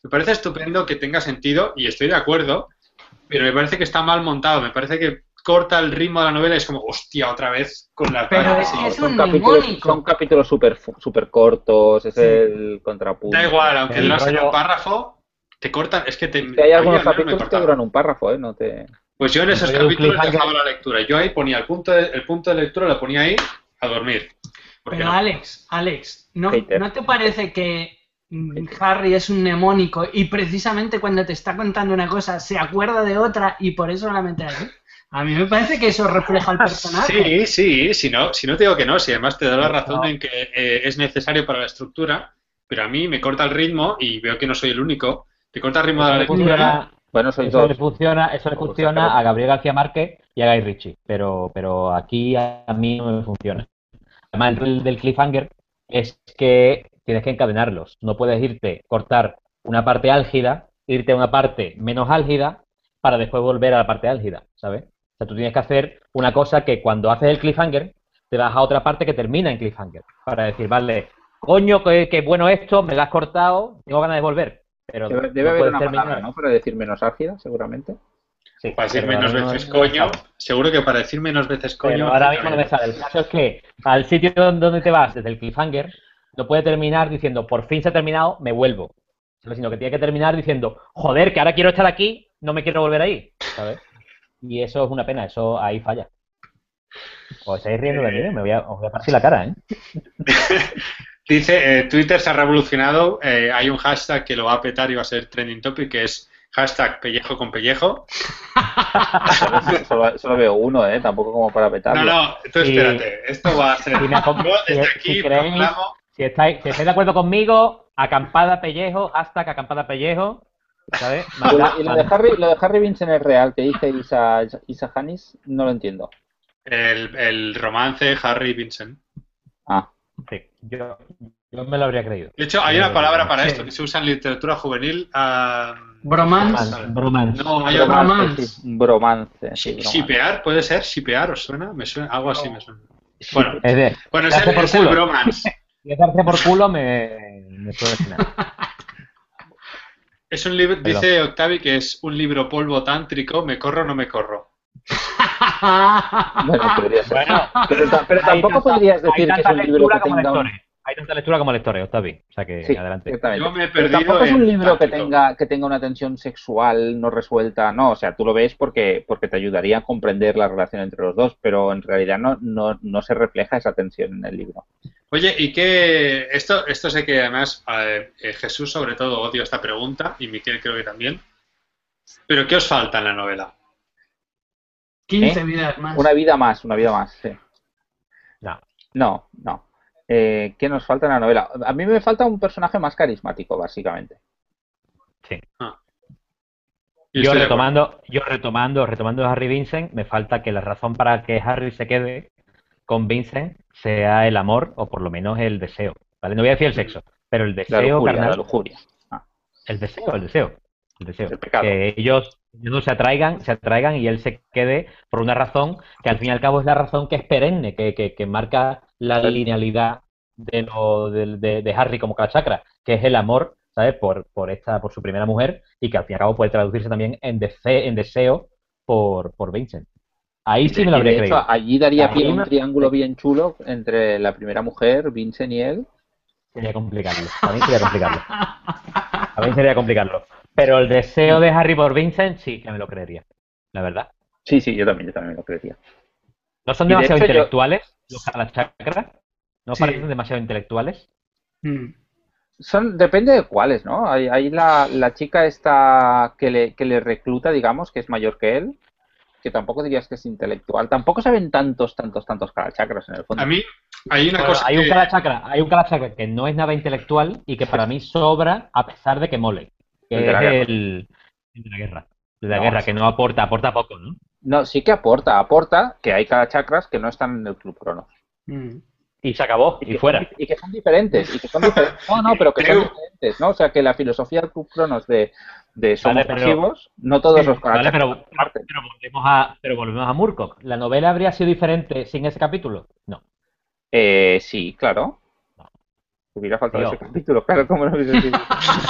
me parece estupendo que tenga sentido y estoy de acuerdo, pero me parece que está mal montado, me parece que corta el ritmo de la novela y es como, hostia, otra vez con la Pero cara. es Sí. que es Son un capítulos, mnemónico. son capítulos súper super cortos, es Sí. el contrapunto. Da igual, aunque El lo hagas en rollo- un párrafo, te cortan, es que te... Que hay a algunos mí al menos me capítulos que cortaba. duran un párrafo, ¿eh? No te... Pues yo en esos rollo de un capítulos cliffhanger. dejaba la lectura. Yo ahí ponía el punto de, el punto de lectura, lo ponía ahí a dormir. Porque Pero no. Alex, Alex, ¿no, Hater. ¿no te parece que mm, Harry es un mnemónico y precisamente cuando te está contando una cosa se acuerda de otra y por eso la mete aquí? A mí me parece que eso refleja al personaje. Sí, sí, si no, si no te digo que no, si además te doy la No. razón en que eh, es necesario para la estructura, pero a mí me corta el ritmo y veo que no soy el único. Te corta el ritmo de Eso la le lectura. funciona, Bueno, sois eso le dos. funciona, eso le O funciona sacaron- a Gabriel García Márquez y a Guy Ritchie, pero, pero aquí a mí no me funciona. Además, el del cliffhanger es que tienes que encadenarlos. No puedes irte, cortar una parte álgida, irte a una parte menos álgida para después volver a la parte álgida, ¿sabes? O sea, tú tienes que hacer una cosa que cuando haces el cliffhanger te vas a otra parte que termina en cliffhanger para decir, vale, coño, qué, qué bueno esto, me lo has cortado, tengo ganas de volver. Pero Debe, debe no haber puedes una terminar. palabra, ¿no? Para decir menos álgida, seguramente. Sí, Para decir pero ahora menos mismo veces no- no me coño, sale. seguro que para decir menos veces coño. Pero ahora mismo no me sale. El caso es que al sitio donde te vas desde el cliffhanger no puede terminar diciendo por fin se ha terminado, me vuelvo. ¿Sabes? Sino que tiene que terminar diciendo joder, que ahora quiero estar aquí, no me quiero volver ahí. ¿Sabes? Y eso es una pena, eso ahí falla. Os estáis riendo de mí, me voy a, os voy a partir la cara, ¿eh? Dice, eh, Twitter se ha revolucionado, eh, hay un hashtag que lo va a petar y va a ser trending topic, que es hashtag pellejo con pellejo. Solo, solo- solo veo uno, ¿eh? Tampoco como para petarlo. No, no, tú Sí. espérate, esto va a ser... Si, me acom- Yo desde si- aquí si queréis, proclamo... si estáis, si estáis de acuerdo conmigo, acampada pellejo, hashtag acampada pellejo, ¿sabes? Y lo, y lo de Harry, lo de Harry Vincent es real, que dice Isa, Isa Hannis, no lo entiendo. El, el romance Harry Vincent. Ah, Sí, yo, yo me lo habría creído. De hecho, hay una palabra para Sí. esto que se usa en literatura juvenil. ah, Bromance. Bromance. no, hay Bromance. otra. bromance, sí, un bromance. Sí, Shi- bromance. Shipear, ¿puede ser? ¿Shipear os suena? Me suena, algo así me suena. Bueno, Es de, bueno es darse el, por es el culo. bromance. Si es darse por culo, me, me suena final. Es un libro, Perdón. dice Octavi que es un libro polvo tántrico, me corro o no me corro. Bueno, podría ser. Bueno, Pero, ta- pero hay tampoco tanta- podrías decir hay que es tanta un libro lectura que como tenga un... lectores. Hay tanta lectura como lectores, Octavi. O sea que Sí, adelante. exactamente. Yo me he Pero perdido tampoco es un en libro que tántrico. tenga, que tenga una tensión sexual no resuelta, no, o sea, tú lo ves porque, porque te ayudaría a comprender la relación entre los dos, pero en realidad no, no, no se refleja esa tensión en el libro. Oye, y qué esto, esto sé que además eh, eh, Jesús sobre todo odio esta pregunta y Miquel creo que también. Pero ¿qué os falta en la novela? quince ¿Eh? vidas más. Una vida más, una vida más, sí. No. No, no. Eh, ¿qué nos falta en la novela? A mí me falta un personaje más carismático, básicamente. Sí. Ah. Y Yo estoy de retomando, yo retomando, retomando a Harry Vincent, me falta que la razón para que Harry se quede con Vincent sea el amor o por lo menos el deseo. ¿Vale? No voy a decir el sexo, pero el La deseo lujuria, carnal. la lujuria. Ah, El deseo, el deseo. El deseo. El pecado. Que ellos no se atraigan, se atraigan y él se quede por una razón que al fin y al cabo es la razón que es perenne, que, que, que marca la Sí. linealidad de, lo, de, de, de Harry como Kalachakra, que es el amor, ¿sabes? Por, por esta, por su primera mujer y que al fin y al cabo puede traducirse también en, dese, en deseo por, por Vincent. Ahí sí me lo Y habría de hecho, creído. allí daría pie a Ahí un me- triángulo bien chulo entre la primera mujer, Vincent y él. Sería complicarlo. A mí sería complicarlo. A mí sería complicarlo. Pero el deseo de Harry por Vincent sí que me lo creería. La verdad. Sí, sí, yo también, yo también lo creería. ¿No son Y de demasiado hecho yo- intelectuales los Kalachakra? ¿No Sí. parecen demasiado intelectuales? Mm. Son, depende de cuáles, ¿no? Hay, hay la, la chica esta que le, que le recluta, digamos, que es mayor que él, que tampoco dirías que es intelectual. Tampoco saben tantos, tantos, tantos kalachakras en el fondo. A mí hay una Bueno, cosa hay un que... Kalachakra, hay un Kalachakra que no es nada intelectual y que para mí sobra a pesar de que mole. Que El de la es guerra. el, el de la guerra. El de la No, guerra, sí. que no aporta, aporta poco, ¿no? No, sí que aporta, aporta que hay kalachakras que no están en el Club Cronos. Mm. Y se acabó, y que fuera. Son, y que son diferentes, y que son diferentes. No, no, pero que son Creo- diferentes, ¿no? O sea, que la filosofía del Club Cronos de, de somos Vale, pero- pasivos, no todos Sí, los Vale, kalachakras pero, comparten. pero volvemos a, pero volvemos a Murkoch. ¿La novela habría sido diferente sin ese capítulo? No. Eh, sí, claro. Hubiera faltado Tío. ese capítulo, claro, como lo hubiese dicho.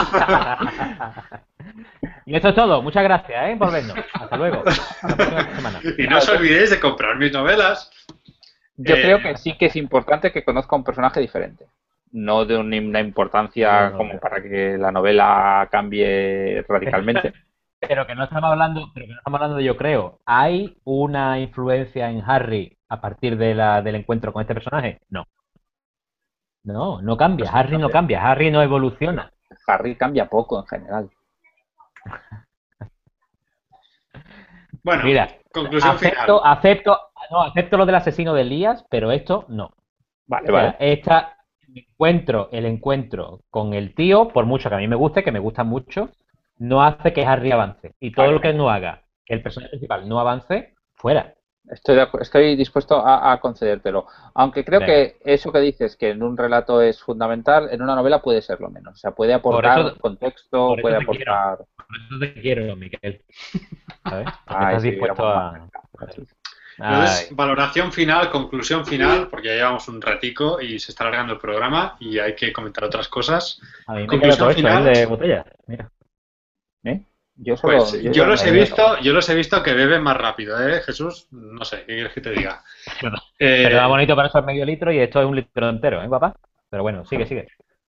Y esto es todo. Muchas gracias, ¿eh? Por vernos. Hasta luego. Hasta la próxima semana. Y no os olvidéis de comprar mis novelas. Yo Eh, creo que sí que es importante que conozca un personaje diferente. No de un- una importancia No, no, como no. para que la novela cambie radicalmente. Pero que no estamos hablando, pero que no estamos hablando de yo creo. ¿Hay una influencia en Harry a partir de la, del encuentro con este personaje? No. No, no cambia. Pues no Harry no cambia. cambia. Harry no evoluciona. Harry cambia poco en general. Bueno, Mira, conclusión acepto, final. acepto, no, acepto lo del asesino de Elías, pero esto no. Vale, O sea, vale. esta, el encuentro, el encuentro con el tío, por mucho que a mí me guste, que me gusta mucho, no hace que Harry avance. Y todo Vale, lo que vale. no haga que el personaje principal no avance, fuera. Estoy, de acu- estoy dispuesto a, a concedértelo. Aunque creo Venga. que eso que dices, que en un relato es fundamental, en una novela puede ser lo menos. O sea, puede Por aportar eso, contexto, por eso puede te quiero. aportar... Por eso te quiero, Miguel. ¿Sabes? Porque Ay, estás si dispuesto viéramos a... más cerca, Jesús. Entonces, Ay. valoración final, conclusión final, porque ya llevamos un ratico y se está alargando el programa y hay que comentar otras cosas. A mí me queda Conclusión todo esto, final. ¿eh? De botella. Mira. ¿Eh? Yo solo... Pues yo yo ya los me he veo. visto, yo los he visto que beben más rápido, ¿eh, Jesús? No sé, ¿qué quieres que te diga? Bueno, Eh, pero era bonito para eso es medio litro y esto es un litro entero, ¿eh, papá? Pero bueno, sigue, sigue.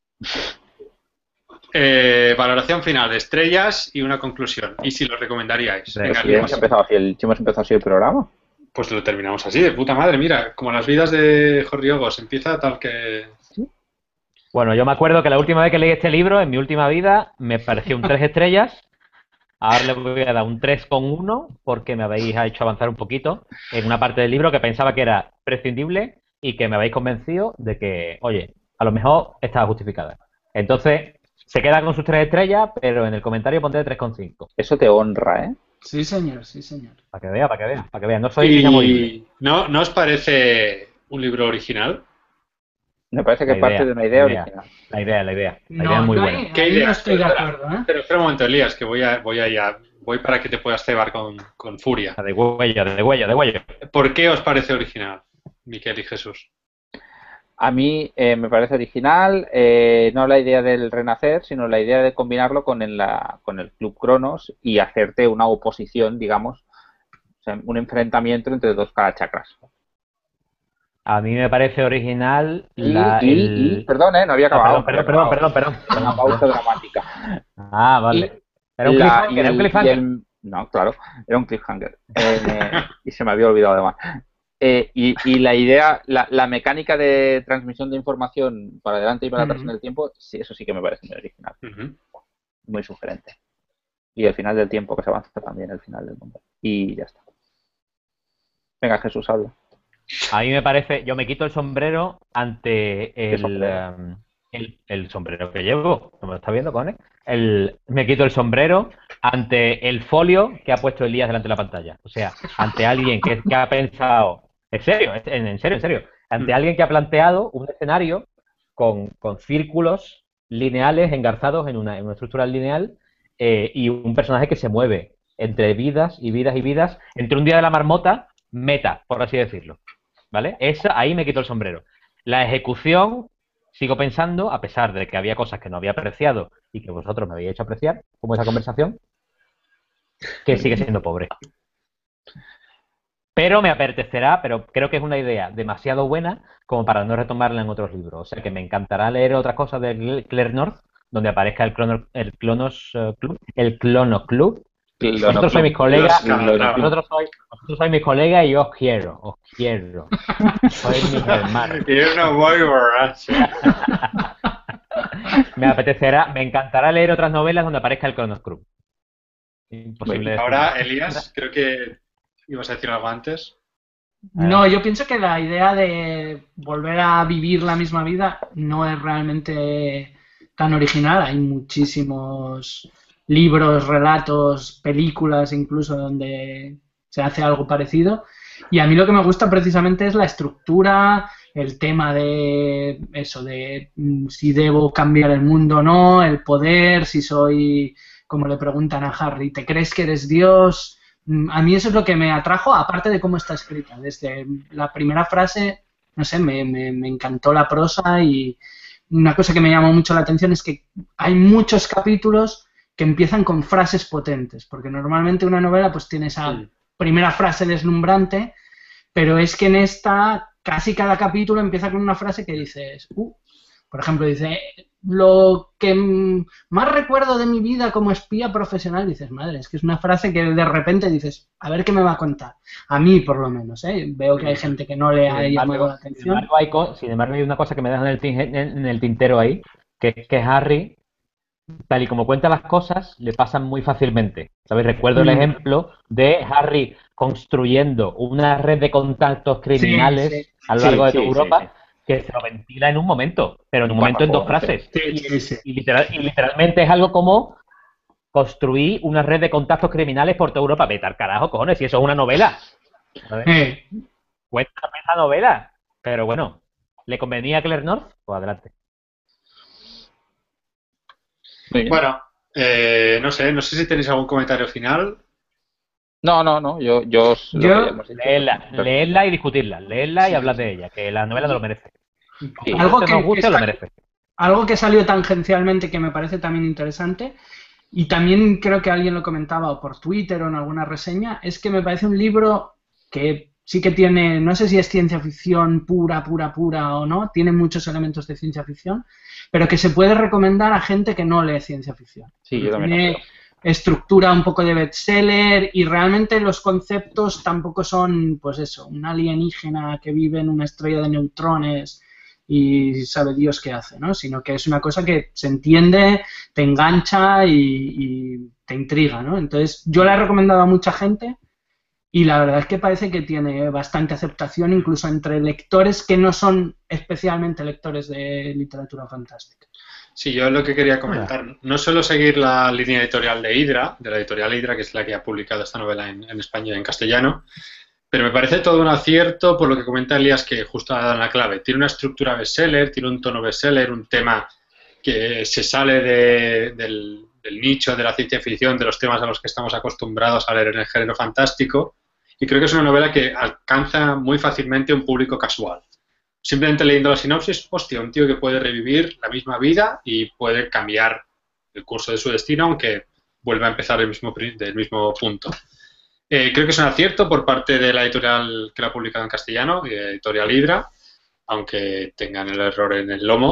eh, valoración final, estrellas y una conclusión. Y si lo recomendaríais. Venga, Venga, Si hemos Elías. empezado así el, si hemos empezado así el programa. Pues lo terminamos así, de puta madre. Mira, como las vidas de Jorriogos, empieza tal que... Bueno, yo me acuerdo que la última vez que leí este libro, en mi última vida, me pareció un tres estrellas. Ahora le voy a dar un tres con uno porque me habéis hecho avanzar un poquito en una parte del libro que pensaba que era prescindible y que me habéis convencido de que, oye, a lo mejor estaba justificada. Entonces, se queda con sus tres estrellas, pero en el comentario pondré tres con cinco. Eso te honra, ¿eh? Sí, señor, sí, señor. Para que vea, para que vea, para que vea. No soy inamovible. Y ¿no, ¿no os parece un libro original? Me parece que La parte idea, de una idea la idea. original. La idea, la idea. La No, idea es muy no buena. hay- ¿Qué ahí idea? no estoy de Espera, acuerdo, ¿eh? Pero espera un momento, Elías, que voy a, voy a, ya- voy para que te puedas cebar con, con furia. De huello, de huello, de huello. ¿Por qué os parece original, Miquel y Jesús? A mí eh, me parece original, eh, no la idea del renacer, sino la idea de combinarlo con el, la- con el Club Cronos y hacerte una oposición, digamos, o sea, un enfrentamiento entre dos calachacras. A mí me parece original Y, la, y- el... y- perdón, eh, no había Ah, acabado. perdón, no había perdón, perdón, perdón, acabado. perdón, Una pausa dramática. Ah, vale. Era un La- cliffhanger, y era un el- cliffhanger. y el- no, claro, era un cliffhanger. Eh, y se me había olvidado además. Eh, y, y la idea, la, la mecánica de transmisión de información para adelante y para atrás Ujú. en el tiempo, sí, eso sí que me parece muy original, Ujú. muy sugerente. Y el final del tiempo, que se avanza también, el final del mundo. Y ya está. Venga, Jesús, habla. A mí me parece, yo me quito el sombrero ante el, sombrero? um, el, el sombrero que llevo. ¿No me lo estás viendo, Cone? El, me quito el sombrero ante el folio que ha puesto Elías delante de la pantalla. O sea, ante alguien que, que ha pensado, en serio, en, en serio, en serio, ante alguien que ha planteado un escenario con, con círculos lineales engarzados en una, en una estructura lineal eh, y un personaje que se mueve entre vidas y vidas y vidas, entre un día de la marmota, meta, por así decirlo. ¿Vale? Esa, ahí me quito el sombrero. La ejecución, sigo pensando, a pesar de que había cosas que no había apreciado y que vosotros me habéis hecho apreciar, como esa conversación, que sigue siendo pobre. Pero me apetecerá, pero creo que es una idea demasiado buena como para no retomarla en otros libros. O sea que me encantará leer otras cosas de Claire North, donde aparezca el, Clono, el Clonos uh, Club, el Clono Club. Vosotros sois mis colegas, vosotros sois, vosotros sois mis colegas y yo os quiero, os quiero. Sois mis hermanos. Yo no voy borracho. Me apetecerá, me encantará leer otras novelas donde aparezca el Clonos Club. Imposible. decir. Ahora, Elías, creo que ibas a decir algo antes. No, yo pienso que la idea de volver a vivir la misma vida no es realmente tan original. Hay muchísimos libros, relatos, películas incluso donde se hace algo parecido. Y a mí lo que me gusta precisamente es la estructura, el tema de eso, de mm, si debo cambiar el mundo o no, el poder, si soy, como le preguntan a Harry, ¿te crees que eres Dios? Mm, A mí eso es lo que me atrajo, aparte de cómo está escrita. Desde la primera frase, no sé, me, me, me encantó la prosa y, una cosa que me llamó mucho la atención es que hay muchos capítulos que empiezan con frases potentes, porque normalmente una novela pues tiene esa Sí. primera frase deslumbrante, pero es que en esta casi cada capítulo empieza con una frase que dices, uh, por ejemplo, dice, lo que mm, más recuerdo de mi vida como espía profesional, dices, madre, es que es una frase que de repente dices, a ver qué me va a contar. A mí, por lo menos, ¿eh? Veo que hay gente que no le ha Sin llamado embargo, la sin atención. embargo, hay, co- sin embargo, hay una cosa que me deja en el, tin- en en el tintero ahí, que es que Harry, tal y como cuenta las cosas, le pasan muy fácilmente. ¿Sabes? Recuerdo el Mm. ejemplo de Harry construyendo una red de contactos criminales Sí, sí. a lo Sí, largo de sí, toda sí, Europa, sí. que se lo ventila en un momento, pero en un momento en dos Párrafo, sí. frases. Sí, sí, sí. Y, literal- y literalmente es algo como construir una red de contactos criminales por toda Europa. Vete al carajo, cojones, si eso es una novela. ¿Sabes? Eh, Cuéntame esa novela. Pero bueno, ¿le convenía a Claire North? Pues adelante. Muy bien. Bueno, eh, no sé, no sé si tenéis algún comentario final. No, no, no, yo, yo os- lo Yo- que ya hemos dicho. Leedla, pues, leedla y discutirla. Leedla y Sí. hablar de ella, que la novela no lo merece. Sí. algo Que que, nos que guste, lo está- merece. algo que salió tangencialmente que me parece también interesante, y también creo que alguien lo comentaba o por Twitter o en alguna reseña, es que me parece un libro que sí que tiene, no sé si es ciencia ficción pura, pura, pura o no, tiene muchos elementos de ciencia ficción, pero que se puede recomendar a gente que no lee ciencia ficción. Sí, yo también lo Tiene creo. estructura un poco de bestseller y realmente los conceptos tampoco son, pues eso, un alienígena que vive en una estrella de neutrones y sabe Dios qué hace, ¿no? Sino que es una cosa que se entiende, te engancha y, y te intriga, ¿no? Entonces, yo la he recomendado a mucha gente y la verdad es que parece que tiene bastante aceptación incluso entre lectores que no son especialmente lectores de literatura fantástica. Sí, yo lo que quería comentar, no suelo seguir la línea editorial de Hydra, de la editorial Hydra, que es la que ha publicado esta novela en, en España y en castellano, pero me parece todo un acierto por lo que comenta Elías, que justo ha dado en la clave. Tiene una estructura bestseller, tiene un tono bestseller, un tema que se sale de- del, del nicho de la ciencia ficción, de los temas a los que estamos acostumbrados a leer en el género fantástico, y creo que es una novela que alcanza muy fácilmente un público casual. Simplemente leyendo la sinopsis, hostia, un tío que puede revivir la misma vida y puede cambiar el curso de su destino, aunque vuelva a empezar del mismo, pri- del mismo punto. Eh, creo que es un acierto por parte de la editorial que lo ha publicado en castellano, eh, Editorial Hydra, aunque tengan el error en el lomo.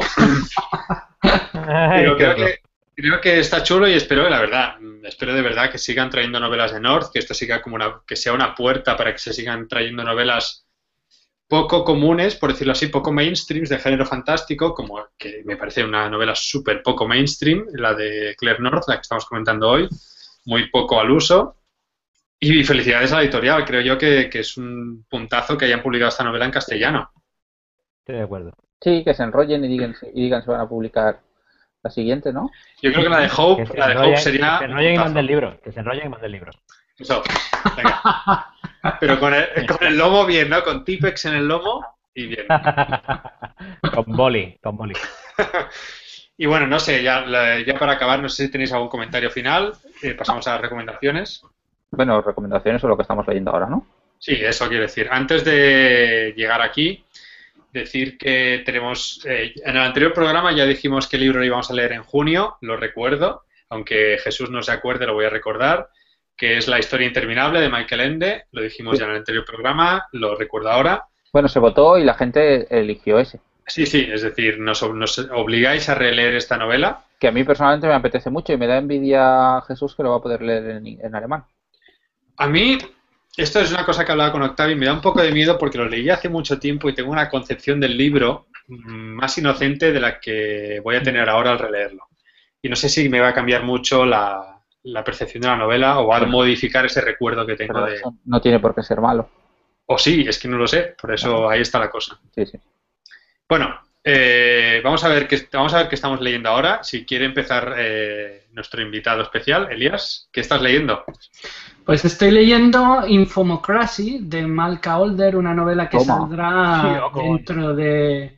Pero creo que, creo que está chulo y espero, la verdad, mm, espero de verdad que sigan trayendo novelas de North, que esto siga como una, que sea una puerta para que se sigan trayendo novelas poco comunes, por decirlo así, poco mainstreams de género fantástico, como que me parece una novela súper poco mainstream, la de Claire North, la que estamos comentando hoy, muy poco al uso. Y felicidades a la editorial, creo yo que, que es un puntazo que hayan publicado esta novela en castellano. Estoy de acuerdo. Sí, que se enrollen y digan, y digan si van a publicar la siguiente, ¿no? Yo creo que la de Que Hope, se la de enrollen, Hope sería que se un enrollen y puntazo. manden el libro. Que se enrollen y manden el libro. Eso, venga. Pero con el, con el lomo bien, ¿no? Con Tipex en el lomo y bien. Con boli, con boli. Y bueno, no sé, ya, la- ya para acabar, no sé si tenéis algún comentario final. Eh, pasamos a las recomendaciones. Bueno, recomendaciones o lo que estamos leyendo ahora, ¿no? Sí, eso quiero decir. Antes de llegar aquí, decir que tenemos... eh, en el anterior programa ya dijimos qué libro íbamos a leer en junio, lo recuerdo, aunque Jesús no se acuerde, lo voy a recordar, que es La historia interminable de Michael Ende, lo dijimos Sí. ya en el anterior programa, lo recuerdo ahora. Bueno, se votó y la gente eligió ese. Sí, sí, es decir, nos, nos obligáis a releer esta novela. Que a mí personalmente me apetece mucho y me da envidia Jesús que lo va a poder leer en, en alemán. A mí, esto es una cosa que hablaba con Octavio y me da un poco de miedo porque lo leí hace mucho tiempo y tengo una concepción del libro mm, más inocente de la que voy a tener ahora al releerlo. Y no sé si me va a cambiar mucho la, la percepción de la novela o va a Bueno. modificar ese recuerdo que tengo Pero de... eso no tiene por qué ser malo. O sí, es que no lo sé, por eso ahí está la cosa. Sí, sí. Bueno, eh, vamos a ver qué vamos a ver qué estamos leyendo ahora. Si quiere empezar eh, nuestro invitado especial, Elías, ¿qué estás leyendo? Pues estoy leyendo Infomocracy de Malka Older, una novela que Toma. saldrá Tío, coño. dentro de...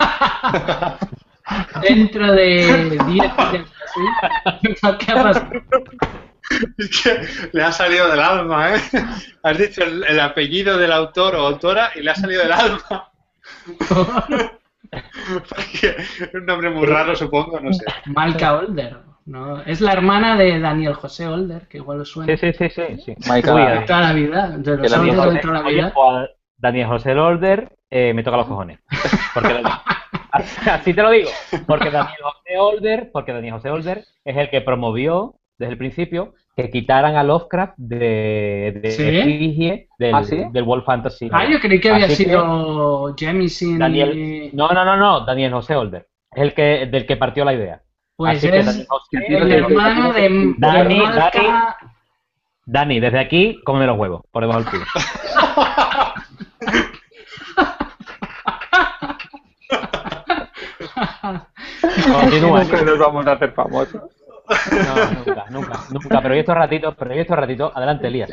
dentro de diez días así. ¿Qué ha pasado? Es que le ha salido del alma, ¿eh? Has dicho el, el apellido del autor o autora y le ha salido del alma. Un nombre muy raro, supongo, no sé. Malka Older, ¿no? Es la hermana de Daniel José Older, que igual os suena. Sí, sí, sí, sí. sí. Maika- Uy, De toda la vida, de los Daniel Older de José- toda la oye, vida. pues a Daniel José Older eh, me toca los cojones. Porque Daniel- así, así te lo digo. Porque Daniel José Older, porque Daniel José Older es el que promovió desde el principio que quitaran a Lovecraft de, de ¿Sí? efigie del, ¿Ah, sí? del World Fantasy. Ah, yo creí que había Así que sido Jemisin Daniel, y... no, no, no, no, Daniel José Older es el que del que partió la idea. Pues Así que es Daniel José, el hermano de, de Dani, Malka... Dani, desde aquí, cómeme los huevos, por debajo del culo. Continúa. Nunca nos vamos a hacer famosos. No, nunca, nunca, nunca. Pero yo estos ratitos, pero yo estos ratitos, adelante, Elías.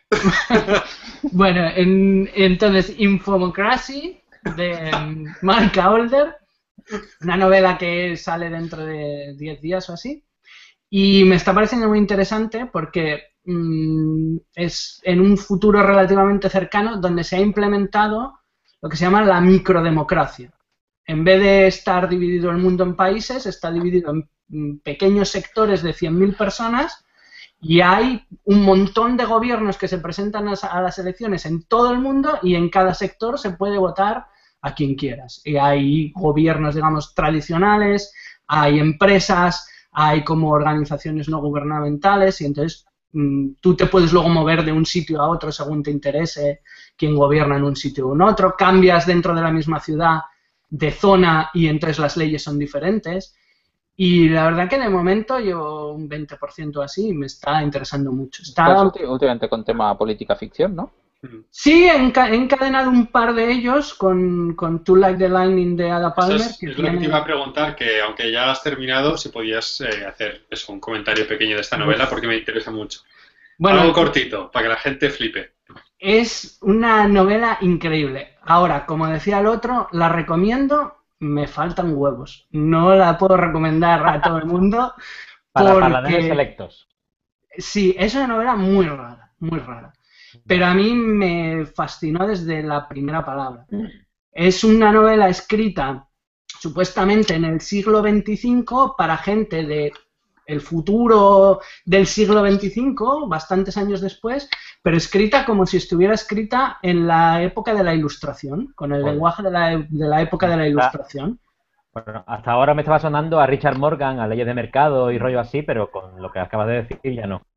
Bueno, en, entonces, Infomocracy, de um, Malka Older, una novela que sale dentro de diez días o así, y me está pareciendo muy interesante porque mm, es en un futuro relativamente cercano donde se ha implementado lo que se llama la microdemocracia. En vez de estar dividido el mundo en países, está dividido en mm, pequeños sectores de cien mil personas y hay un montón de gobiernos que se presentan a, a las elecciones en todo el mundo y en cada sector se puede votar a quien quieras. Y hay gobiernos, digamos, tradicionales, hay empresas, hay como organizaciones no gubernamentales y entonces mmm, tú te puedes luego mover de un sitio a otro según te interese quién gobierna en un sitio o en otro, cambias dentro de la misma ciudad de zona y entonces las leyes son diferentes. Y la verdad que de momento llevo un veinte por ciento así y me está interesando mucho. Está... Estás últimamente con tema política ficción, ¿no? Sí, he, enca he encadenado un par de ellos con, con To Like the Lightning de Ada Palmer. Eso es, que es tiene... lo que te iba a preguntar, que aunque ya has terminado, si podías eh, hacer eso, un comentario pequeño de esta novela, porque me interesa mucho. Bueno, algo cortito, para que la gente flipe. Es una novela increíble. Ahora, como decía el otro, la recomiendo, me faltan huevos. No la puedo recomendar a todo el mundo. Para porque... paladines selectos. Sí, es una novela muy rara, muy rara. Pero a mí me fascinó desde la primera palabra. Es una novela escrita supuestamente en el siglo veinticinco para gente de el futuro del siglo veinticinco, bastantes años después, pero escrita como si estuviera escrita en la época de la Ilustración, con el Joder. lenguaje de la, de la época de la Ilustración. Bueno, hasta ahora me estaba sonando a Richard Morgan, a Leyes de Mercado y rollo así, pero con lo que acabas de decir ya no.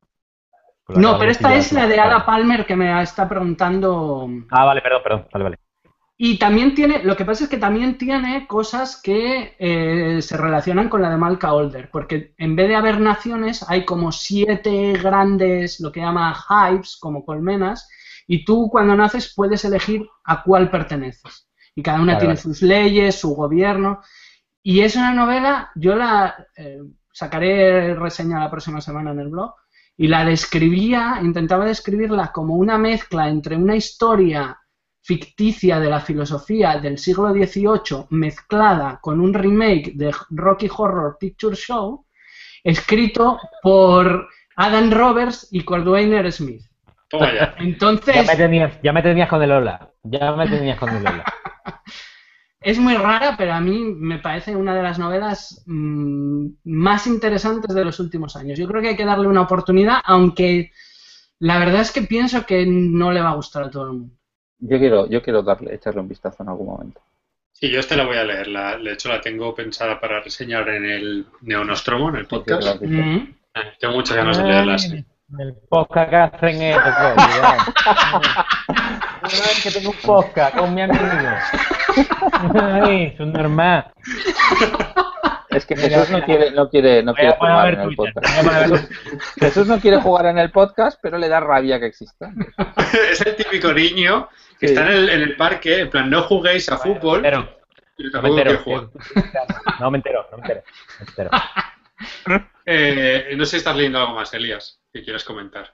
No, pero esta es la de Ada Palmer que me está preguntando. Ah, vale, perdón, perdón, vale, vale. Y también tiene, lo que pasa es que también tiene cosas que eh, se relacionan con la de Malka Older, porque en vez de haber naciones hay como siete grandes, lo que llama hives, como colmenas, y tú cuando naces puedes elegir a cuál perteneces. Y cada una Vale, tiene vale. sus leyes, su gobierno. Y es una novela, yo la eh, sacaré reseña la próxima semana en el blog, y la describía, intentaba describirla como una mezcla entre una historia ficticia de la filosofía del siglo dieciocho mezclada con un remake de Rocky Horror Picture Show escrito por Adam Roberts y Cordwainer Smith. Toma ya. Entonces, Ya me tenías, ya me tenías con el Ola. Ya me tenías con el Ola. es muy rara, pero a mí me parece una de las novelas mmm, más interesantes de los últimos años. Yo creo que hay que darle una oportunidad, aunque la verdad es que pienso que no le va a gustar a todo el mundo. Yo quiero, yo quiero darle, echarle un vistazo en algún momento. Sí, yo esta la voy a leer. La, de hecho, la tengo pensada para reseñar en el Neonostromo, en el podcast. Sí, sí, lo has dicho. Mm. Eh, Tengo muchas ganas de leerla, sí. El podcast que hacen es... Cuidado. Ay, que tengo un podcast con mi amigo. Ay, es un normal. Es que Jesús no quiere, no quiere, no Voy quiere a poner a jugar ver en el Twitter. podcast. Voy a poner a ver- Jesús no quiere jugar en el podcast, pero le da rabia que exista. Es el típico niño que Sí. está en el, en el parque, en plan, no juguéis a fútbol, Pero, pero no me tampoco quiere entero. jugar. No me entero, no me entero. No me entero. Eh, no sé si estás leyendo algo más, Elías, que quieras comentar.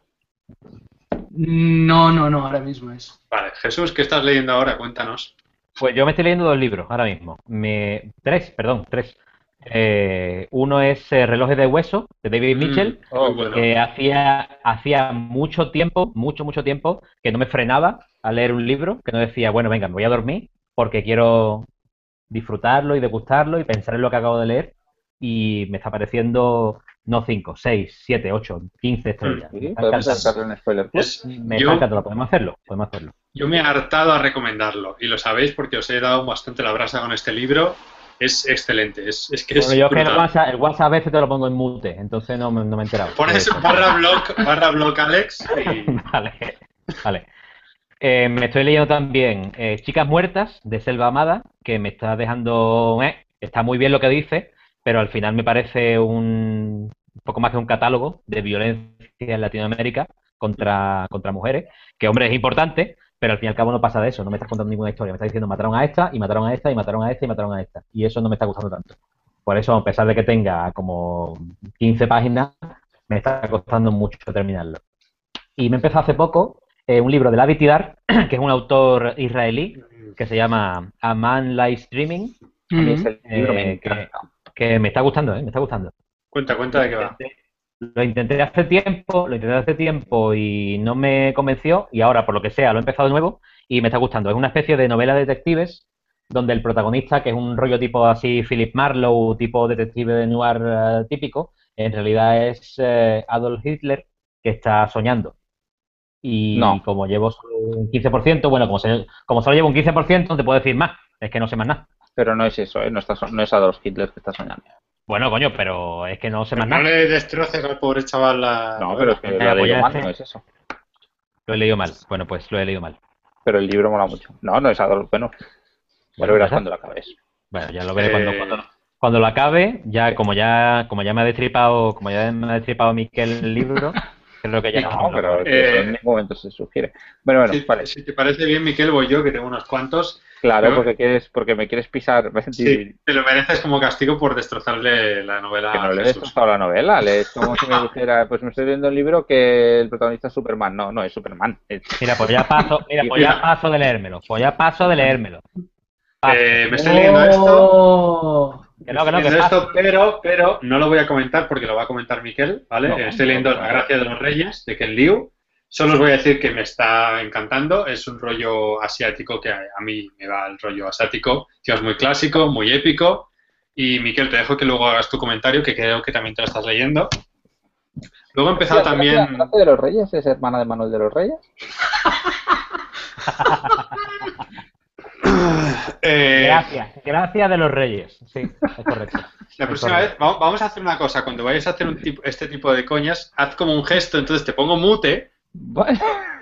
No, no, no, ahora mismo es. Vale, Jesús, ¿qué estás leyendo ahora? Cuéntanos. Pues yo me estoy leyendo dos libros ahora mismo. Me... Tres, perdón, tres. Eh, uno es eh, Relojes de Hueso, de David Mitchell, Mm, muy bueno. que hacía, hacía mucho tiempo, mucho, mucho tiempo, que no me frenaba a leer un libro, que no decía, bueno, venga, me voy a dormir porque quiero disfrutarlo y degustarlo y pensar en lo que acabo de leer y me está pareciendo no cinco, seis, siete, ocho, quince estrellas. Sí, Me está podemos encantando. hacerlo en Spoiler Club. Es- Me yo, está encantando, podemos hacerlo, podemos hacerlo. yo me he hartado a recomendarlo y lo sabéis porque os he dado bastante la brasa con este libro. Es excelente, es, es que es Bueno, yo es que el brutal. WhatsApp, el WhatsApp a veces te lo pongo en mute, entonces no, me- no me he enterado. Pones Eh, barra blog, barra blog Alex y Vale, vale. Eh, me estoy leyendo también eh, Chicas Muertas de Selva Amada, que me está dejando... eh, está muy bien lo que dice, pero al final me parece un, un poco más que un catálogo de violencia en Latinoamérica contra, contra mujeres, que hombre es importante, pero al fin y al cabo no pasa de eso, no me estás contando ninguna historia, me estás diciendo mataron a esta, y mataron a esta, y mataron a esta, y mataron a esta, y eso no me está gustando tanto. Por eso, a pesar de que tenga como quince páginas, me está costando mucho terminarlo. Y me empezó hace poco eh, un libro de Lavi Tidar, que es un autor israelí, que se llama A Man Lies Dreaming, A mí Ujú. ese libro me eh, que, encanta. que me está gustando, ¿eh? Me está gustando. cuenta, cuenta de qué va. Lo intenté hace tiempo, lo intenté hace tiempo y no me convenció y ahora, por lo que sea, lo he empezado de nuevo y me está gustando. Es una especie de novela de detectives donde el protagonista, que es un rollo tipo así Philip Marlowe, tipo detective de noir eh, típico, en realidad es eh, Adolf Hitler que está soñando. Y No. como llevo solo un quince por ciento, bueno, como, se- como solo llevo un quince por ciento, no te puedo decir más. Es que no sé más nada. Pero no es eso, ¿eh? No, está so- no es Adolf Hitler que está soñando. Bueno, coño, pero es que no sé más No nada. le destroces al pobre chaval la No, pero es que Eh, lo pues he leído ya mal, sé. no es eso. Lo he leído mal. Bueno, pues lo he leído mal. Pero el libro mola mucho. No, no es Adolf, bueno. Ya Bueno, lo verás ¿verdad? cuando lo acabes. Bueno, ya lo veré cuando, Eh, cuando, cuando lo acabe, ya como ya como ya me ha destripado, como ya me ha destripado Miquel el libro, creo que ya No, no, No, pero Eh, que eso en ningún momento se sugiere. Bueno, bueno, si, vale. si te parece bien, Miquel, voy yo, que tengo unos cuantos. Claro, Pero- porque quieres, porque me quieres pisar. Sí, te lo mereces como castigo por destrozarle la novela Que no a le he Jesús. destrozado la novela, le es como si me dijera, pues me estoy leyendo un libro que el protagonista es Superman. No, no es Superman. Es- Mira, pues ya paso, mira, pues ya paso de leérmelo, pues ya paso de leérmelo. Paso. Eh, me estoy leyendo esto, Oh. Que no, que no, que leyendo paso. esto, pero, pero no lo voy a comentar porque lo va a comentar Miquel, ¿vale? No, Eh, estoy no, leyendo no. La Gracia de los Reyes, de Ken Liu. Solo os voy a decir que me está encantando. Es un rollo asiático que a, a mí me va el rollo asiático. Es muy clásico, muy épico. Y Miquel, te dejo que luego hagas tu comentario, que creo que también te lo estás leyendo. Luego he empezado Hostia, también... ¿Gracia- Gracia de los Reyes es hermana de Manuel de los Reyes? eh, Gracias, gracias de los Reyes. Sí, es correcto. La Es próxima correcto. vez, vamos, vamos a hacer una cosa. Cuando vayas a hacer un tipo, este tipo de coñas, haz como un gesto, entonces te pongo mute Bueno,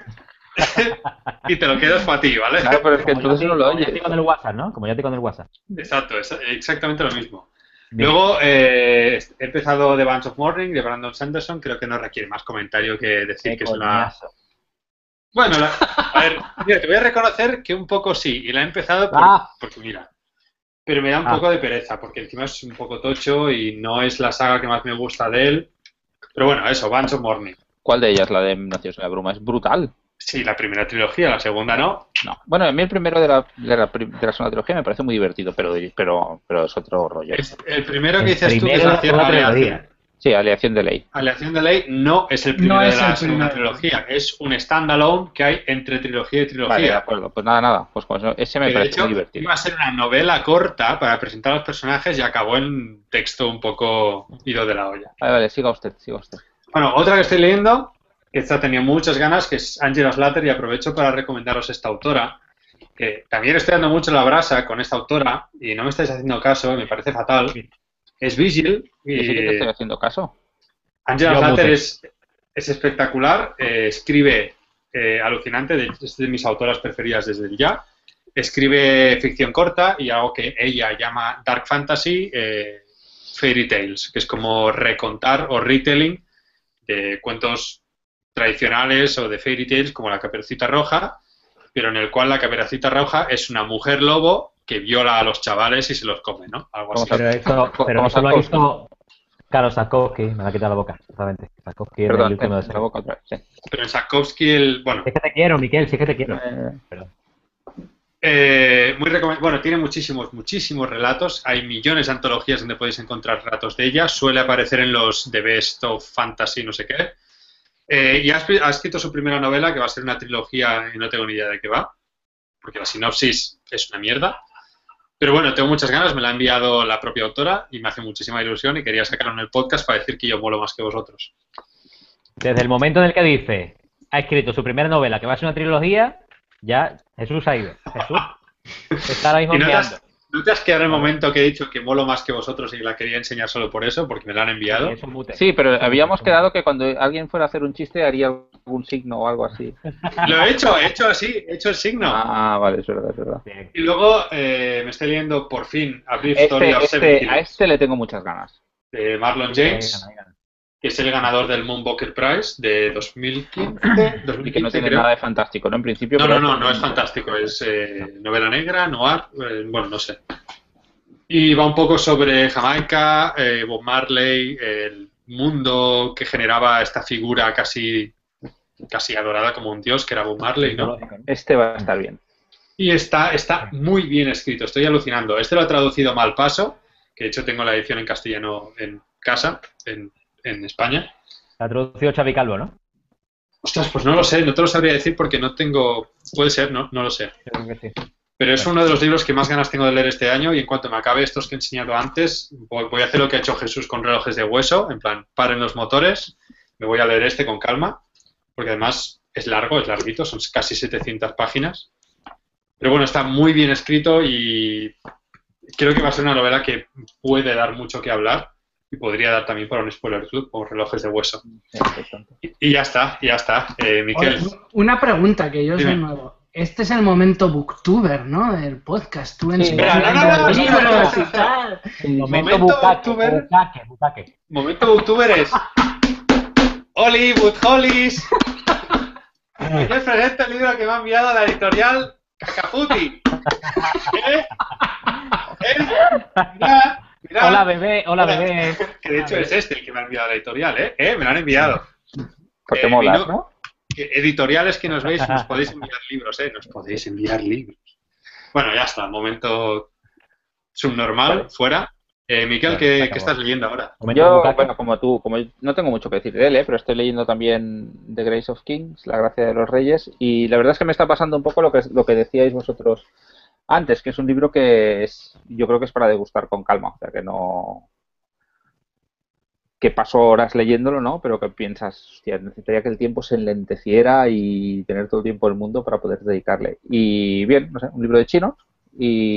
y te lo quedas para ti, ¿vale? claro, pero es que Como entonces yo no te- lo como yo te oyes. digo en el WhatsApp, ¿no? Como ya te digo en el WhatsApp. Exacto, es exactamente lo mismo. Bien. Luego eh, he empezado The Bands of Morning de Brandon Sanderson. Creo que no requiere más comentario que decir Qué que es una... coñazo. Bueno, la- a ver, mira, te voy a reconocer que un poco sí, y la he empezado por- Ah. porque, mira, pero me da un Ah. poco de pereza, porque encima es un poco tocho y no es la saga que más me gusta de él. Pero bueno, eso, Bands of Morning. ¿Cuál de ellas? La de Nacidos en la Bruma. Es brutal. Sí, la primera trilogía, la segunda no. No. Bueno, a mí el primero de la, de la, prim- de la segunda trilogía me parece muy divertido, pero, pero, pero es otro rollo. Es el primero que El dices tú, que es primero la de la segunda aleación, trilogía. Sí, Aleación de Ley. aleación de ley, no es el primero No es de la el segunda primero. trilogía, es un standalone que hay entre trilogía y Vale, de trilogía. acuerdo. Pues nada, nada. Pues, pues ese me Que de parece hecho muy divertido. iba a ser una novela corta para presentar a los personajes y acabó en un texto un poco ido de la olla. Vale, vale, siga usted, siga usted. Bueno, otra que estoy leyendo, que esta tenía muchas ganas, que es Angela Slatter, y aprovecho para recomendaros esta autora, que también estoy dando mucho la brasa con esta autora y no me estáis haciendo caso, me parece fatal. Es Vigil Yo sí que te estoy y haciendo caso. Angela Yo Slatter mute. es, es espectacular, eh, escribe eh, alucinante, de, es de mis autoras preferidas desde el ya. Escribe ficción corta y algo que ella llama dark fantasy, eh, fairy tales, que es como recontar o retelling de cuentos tradicionales o de fairy tales como la Caperucita Roja, pero en el cual la Caperucita Roja es una mujer lobo que viola a los chavales y se los come, ¿no? Algo así. Vamos Pero eso, Co- pero como eso lo Sapkowski. hizo Carlos Sapkowski, me la ha quitado la boca, exactamente. Sapkowski en el Perdón, último de en la boca otra vez. Sí. Pero en Sapkowski, el, bueno, Si es que te quiero, Miquel, si es que te quiero. Eh, Perdón. Eh, muy recome- bueno, tiene muchísimos, muchísimos relatos. Hay millones de antologías donde podéis encontrar relatos de ella. Suele aparecer en los The Best of Fantasy, no sé qué. Eh, y ha, escri- ha escrito su primera novela, que va a ser una trilogía y no tengo ni idea de qué va, porque la sinopsis es una mierda. Pero bueno, tengo muchas ganas, me la ha enviado la propia autora y me hace muchísima ilusión y quería sacarlo en el podcast para decir que yo molo más que vosotros. Desde el momento en el que dice, ha escrito su primera novela, que va a ser una trilogía, ya Jesús ha ido. Jesús está ahora mismo ¿Y no te, enviando. has, no te has quedado en el momento que he dicho que molo más que vosotros y la quería enseñar solo por eso, porque me la han enviado? Eso es mute. Sí, pero Eso es habíamos mute. quedado que cuando alguien fuera a hacer un chiste haría algún signo o algo así. Lo he hecho, he hecho así, he hecho el signo. Ah, vale, es verdad, es verdad. Bien. Y luego eh, me estoy leyendo por fin A Brief Este, Story of Seven este, a Killers, este le tengo muchas ganas. de Marlon James, que es el ganador del Moonwalker Prize de dos mil quince, dos mil Y que no quince tiene creo. nada de fantástico, ¿no? En principio. No, pero no, no, no es fantástico, es eh, novela negra, noir, eh, bueno, no sé. Y va un poco sobre Jamaica, eh, Bob Marley, el mundo que generaba esta figura casi, casi adorada como un dios, que era Bob Marley, ¿no? Este va a estar bien. Y está, está muy bien escrito, estoy alucinando. Este lo ha traducido Malpaso, que de hecho tengo la edición en castellano en casa, en, en España. La ha traducido Xavi Calvo, ¿no? Ostras, pues no lo sé, no te lo sabría decir porque no tengo... Puede ser, no, no lo sé. Yo creo que sí. Pero es uno de los libros que más ganas tengo de leer este año y en cuanto me acabe estos que he enseñado antes, voy, voy a hacer lo que ha hecho Jesús con Relojes de Hueso, en plan, paren los motores, me voy a leer este con calma, porque además es largo, es larguito, son casi setecientas páginas. Pero bueno, está muy bien escrito y creo que va a ser una novela que puede dar mucho que hablar y podría dar también para un spoiler club como Relojes de Hueso. Y, y ya está, ya está. Eh, Miquel. Oye, una pregunta que yo soy Dime. nuevo. Este es el momento booktuber, ¿no? Del podcast. Tú Sí, enseñando pero no, no, no, libros no, no, no. y tal. El momento Momento bucaque, booktuber. bucaque, bucaque. Momento booktuber es Hollywood Hollies. Miquel presenta el libro que me ha enviado la editorial Cacafuti. ¿Eh? ¿Eh? Mirad, mirad. Hola, bebé, hola, bebé. Que de hecho es este el que me ha enviado la editorial, ¿eh? ¿Eh? Me lo han enviado. Porque Eh, mola, vino- ¿no? que editoriales que nos veis, nos podéis enviar libros, ¿eh? Nos podéis enviar libros. Bueno, ya está, momento subnormal, Vale. fuera. Eh, Miquel, Bueno, se ¿qué, acabó. ¿qué estás leyendo ahora? Momento Yo, bucaque. bueno, como tú, como yo- no tengo mucho que decir de él, ¿eh? Pero estoy leyendo también The Grace of Kings, La Gracia de los Reyes, y la verdad es que me está pasando un poco lo que, lo que decíais vosotros antes, que es un libro que es, yo creo que es para degustar con calma, o sea, que no... que paso horas leyéndolo, ¿no? Pero que piensas, hostia, necesitaría que el tiempo se enlenteciera y tener todo el tiempo del mundo para poder dedicarle. Y bien, no sé, un libro de chinos y...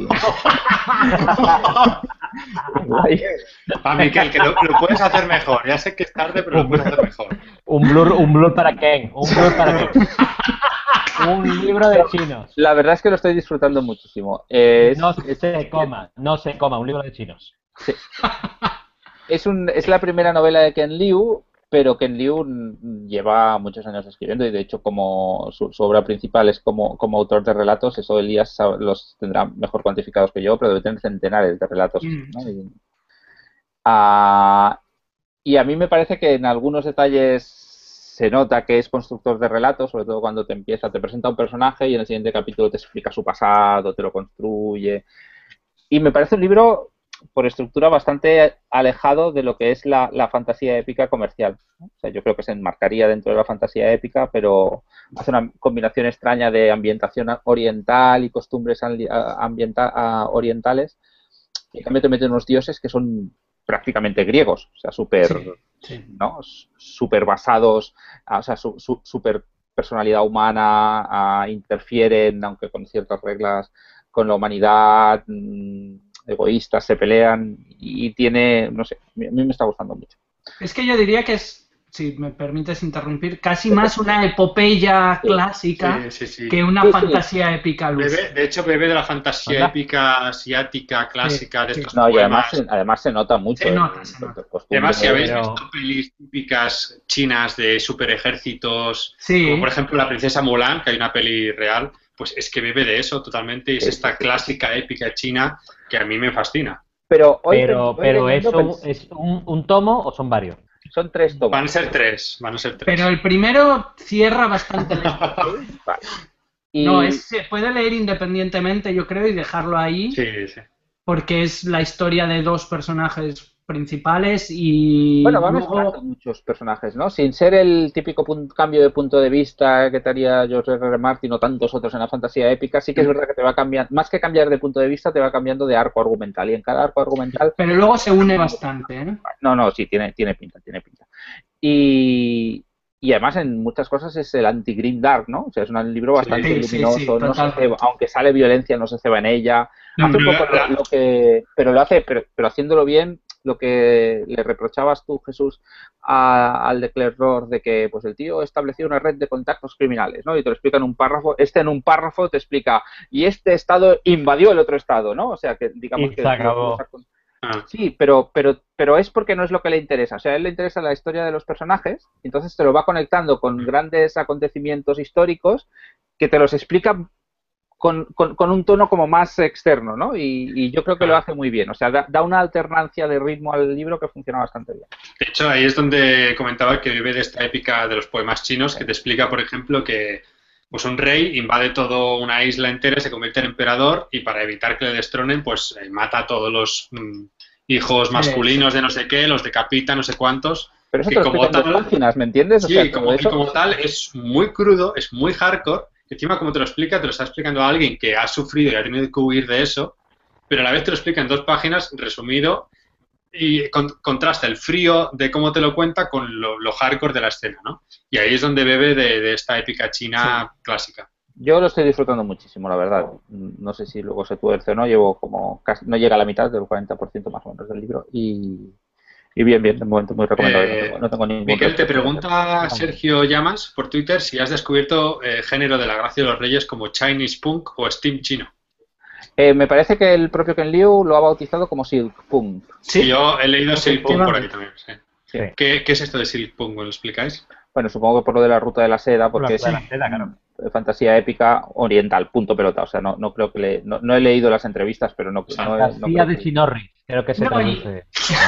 Guay. Ah, Miquel, que lo, lo puedes hacer mejor. Ya sé que es tarde, pero lo puedes hacer mejor. Un blur, un blur para Ken, un blur para Ken. Un libro de chinos. La verdad es que lo estoy disfrutando muchísimo. Es, No se coma, no se coma, un libro de chinos. es, un, es la primera novela de Ken Liu, pero Ken Liu mm, lleva muchos años escribiendo y de hecho como su, su obra principal es como, como autor de relatos, eso Elías sabe- los tendrá mejor cuantificados que yo, pero debe tener centenares de relatos, Mm. ¿no? Y, ah, y a mí me parece que en algunos detalles se nota que es constructor de relatos, sobre todo cuando te empieza, te presenta un personaje y en el siguiente capítulo te explica su pasado, te lo construye. Y me parece un libro, por estructura, bastante alejado de lo que es la, la fantasía épica comercial, ¿no? O sea, yo creo que se enmarcaría dentro de la fantasía épica, pero hace una combinación extraña de ambientación oriental y costumbres ali- a- ambienta- a- orientales. Y en cambio te meten unos dioses que son prácticamente griegos, o sea, súper... Sí, sí. ¿no? Súper basados, ah, o sea, su, su- súper personalidad humana, ah, interfieren, aunque con ciertas reglas, con la humanidad, mm, egoístas, se pelean y tiene, no sé, a mí a mí me está gustando mucho. Es que yo diría que es, si me permites interrumpir, casi más una epopeya clásica Sí, sí, sí. que una Sí, sí. fantasía épica Bebe- luz. de hecho, bebe de la fantasía Anda. épica asiática, clásica, de sí. estos No, y poemas. además, se- además se nota mucho. Se en- nota, se en nota. costumbres. Además, si habéis Pero- visto pelis típicas chinas de super ejércitos, Sí. como por ejemplo La princesa Mulan, que hay una peli real, pues es que bebe de eso totalmente y es Sí, esta sí, sí. clásica épica china que a mí me fascina. Pero hoy, Pero, hoy pero leyendo ¿eso pens- es un, un tomo o son varios? son tres tomos. Van a ser tres, van a ser tres. Pero el primero cierra bastante lento. Vale. Y- No, es, se puede leer independientemente, yo creo, y dejarlo ahí, Sí, sí. porque es la historia de dos personajes principales y Bueno, va luego... mezclando muchos personajes, ¿no? Sin ser el típico pun- cambio de punto de vista que te haría George R. R. Martin o tantos otros en la fantasía épica, sí que es verdad que te va cambiando, más que cambiar de punto de vista, te va cambiando de arco argumental. Y en cada arco argumental, Pero luego se une bastante, ¿eh? no, no, sí, tiene, tiene pinta, tiene pinta. Y, y además en muchas cosas es el anti-Grim Dark, ¿no? O sea, es un libro bastante Sí, sí, luminoso, sí, no se totalmente. ceba, aunque sale violencia, no se ceba en ella. Mm. Hace un poco lo, lo que, pero lo hace, pero, pero haciéndolo bien, lo que le reprochabas tú, Jesús, a- al de Claire Rohr, de que pues el tío estableció una red de contactos criminales, ¿no? Y te lo explica en un párrafo. Este en un párrafo te explica, y este estado invadió el otro estado, ¿no? O sea, que digamos Y que se lo- acabó. lo- Ah, Sí, pero, pero, pero es porque no es lo que le interesa. O sea, a él le interesa la historia de los personajes, entonces te lo va conectando con grandes acontecimientos históricos que te los explica con, con, con un tono como más externo, ¿no? Y, y yo creo que lo Ah. hace muy bien. O sea, da, da una alternancia de ritmo al libro que funciona bastante bien. De hecho, ahí es donde comentaba que vive de esta épica de los poemas chinos, que te explica, por ejemplo, que pues un rey invade toda una isla entera y se convierte en emperador, y para evitar que le destronen, pues eh, mata a todos los mm, hijos masculinos de no sé qué, los decapita, no sé cuántos. Pero eso Que te lo como explica en dos tal- páginas, ¿me entiendes? O Sí, sea, todo como, y eso... como tal es muy crudo, es muy hardcore. Encima, como te lo explica, te lo está explicando a alguien que ha sufrido y ha tenido que huir de eso, pero a la vez te lo explica en dos páginas, resumido, y con- contrasta el frío de cómo te lo cuenta con lo, lo hardcore de la escena, ¿no? Y ahí es donde bebe de, de esta épica china clásica. Yo lo estoy disfrutando muchísimo, la verdad. No sé si luego se tuerce o no, llevo como casi, no llega a la mitad del cuarenta por ciento más o menos del libro y, y bien, bien, de momento muy recomendable. Eh, no, tengo, no tengo ningún Miquel, te respecto. pregunta Sergio Llamas por Twitter si has descubierto el género de la Gracia de los Reyes como Chinese Punk o Steam chino. Eh, me parece que el propio Ken Liu lo ha bautizado como Silk Punk. Sí, yo he leído Silk Punk por ahí también. Sí. Sí. ¿Qué, ¿Qué es esto de Silk Punk? ¿Me lo explicáis? Bueno, supongo que por lo de la ruta de la seda, porque La es ruta de la seda, claro. mm, fantasía épica oriental, punto pelota. O sea, no, no creo que le, no, no he leído las entrevistas, pero no, sea, no, no Fantasía creo de que- Sinorri, creo que se No, y- traduce.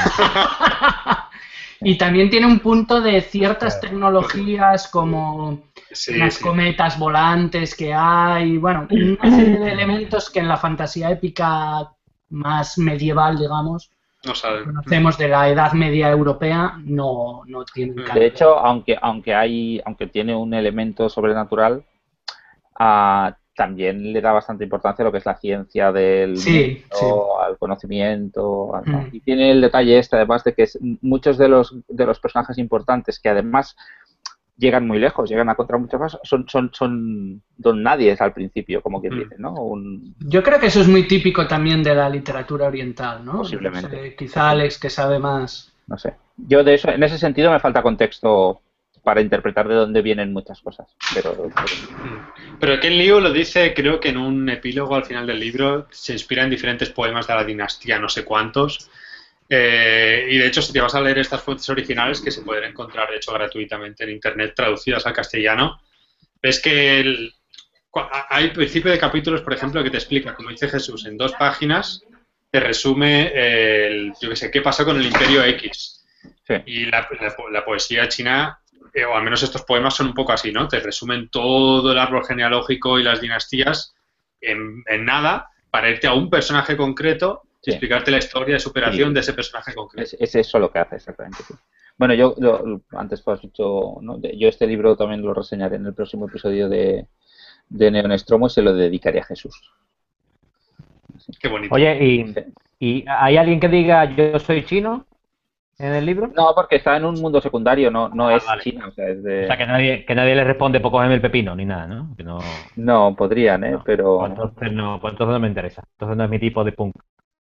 Y también tiene un punto de ciertas Claro. tecnologías como Sí, las sí. cometas volantes que hay, bueno, una serie de elementos que en la fantasía épica más medieval, digamos, No saben. conocemos de la Edad Media europea, no, no tienen De cabida. De hecho, aunque, aunque hay, aunque tiene un elemento sobrenatural, ah, también le da bastante importancia a lo que es la ciencia del Sí, mundo, al conocimiento, al- ¿no? Mm. Y tiene el detalle este, además, de que es- muchos de los, de los personajes importantes que además llegan muy lejos, llegan a contra muchas cosas, son, son, son don nadies al principio, como quien Mm. dice, ¿no? Un, Yo creo que eso es muy típico también de la literatura oriental, ¿no? Posiblemente. No sé, quizá Alex, que sabe más. no sé. Yo de eso, en ese sentido me falta contexto para interpretar de dónde vienen muchas cosas, pero, pero- Pero Ken Liu lo dice, creo que en un epílogo al final del libro, se inspira en diferentes poemas de la dinastía, no sé cuántos. Eh, y de hecho, si te vas a leer estas fuentes originales, que se pueden encontrar, de hecho, gratuitamente en internet, traducidas al castellano, ves que el- cua- hay principio de capítulos, por ejemplo, que te explica, como dice Jesús, en dos páginas, te resume el, yo qué sé, qué pasó con el Imperio X. sí. Y la, la po- la poesía china, eh, o al menos estos poemas son un poco así, ¿no? Te resumen todo el árbol genealógico y las dinastías en, en nada, para irte a un personaje concreto y Sí. explicarte la historia de superación Sí. de ese personaje concreto. Es, es eso lo que hace exactamente. Sí. Bueno, yo lo- antes tú has dicho, ¿no? De- yo este libro también lo reseñaré en el próximo episodio de, de Neonestromo y se lo dedicaré a Jesús. Qué bonito. Oye, ¿y, Sí. ¿y hay alguien que diga yo soy chino en el libro? No, porque está en un mundo secundario, no, no Ah, es vale. China, o sea, es O de... sea, que nadie, que nadie le responde, pues cógeme el pepino, ni nada, ¿no? Que no, No, podrían, ¿eh? no. Pero... Pues entonces no, pues entonces no me interesa. Entonces no es mi tipo de punk.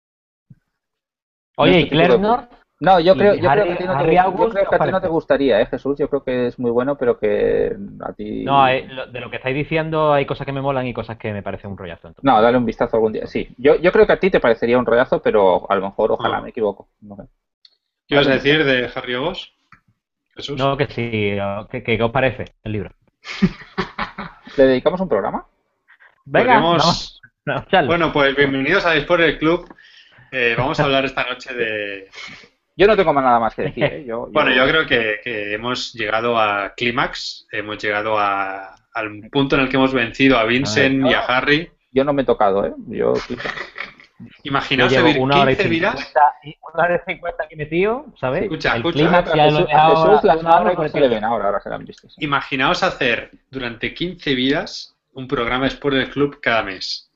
No Oye, es tu ¿y tipo Claire de- North? No, yo ¿Y creo, yo creo Harry- que a ti no te, Harry gust- yo August, creo qué que os a ti no te parece? gustaría, ¿eh, Jesús? Yo creo que es muy bueno, pero que a ti... No, eh, lo- de lo que estáis diciendo hay cosas que me molan y cosas que me parecen un rollazo. Entonces. No, dale un vistazo algún día. Sí, yo, yo creo que a ti te parecería un rollazo, pero a lo mejor, ojalá Ah. me equivoco. No sé. ¿Qué ibas a decir de Harry Ogos? Jesús. No, que sí, ¿qué, qué os parece el libro? ¿Le dedicamos un programa? Venga, Podríamos- vamos, vamos a echarle. Bueno, pues bienvenidos a Spoiler Club. Eh, vamos a hablar esta noche de... Yo no tengo más nada más que decir, ¿eh? Yo, yo- Bueno, yo creo que, que hemos llegado a clímax, hemos llegado a- al punto en el que hemos vencido a Vincent A ver, y a no. Harry. yo no me he tocado, ¿eh? Yo... Imaginaos Yo llevo vivir una hora y quince vidas. cincuenta, y una hora y cincuenta aquí metido, ¿sabes? Escucha, el escucha. clímax A ya lo he Jesús, a dejado Jesús las avanzado una hora y con no el se le tiempo. ven ahora, ahora se la han visto. Sí. Imaginaos hacer durante quince vidas un programa de Sport del Club cada mes.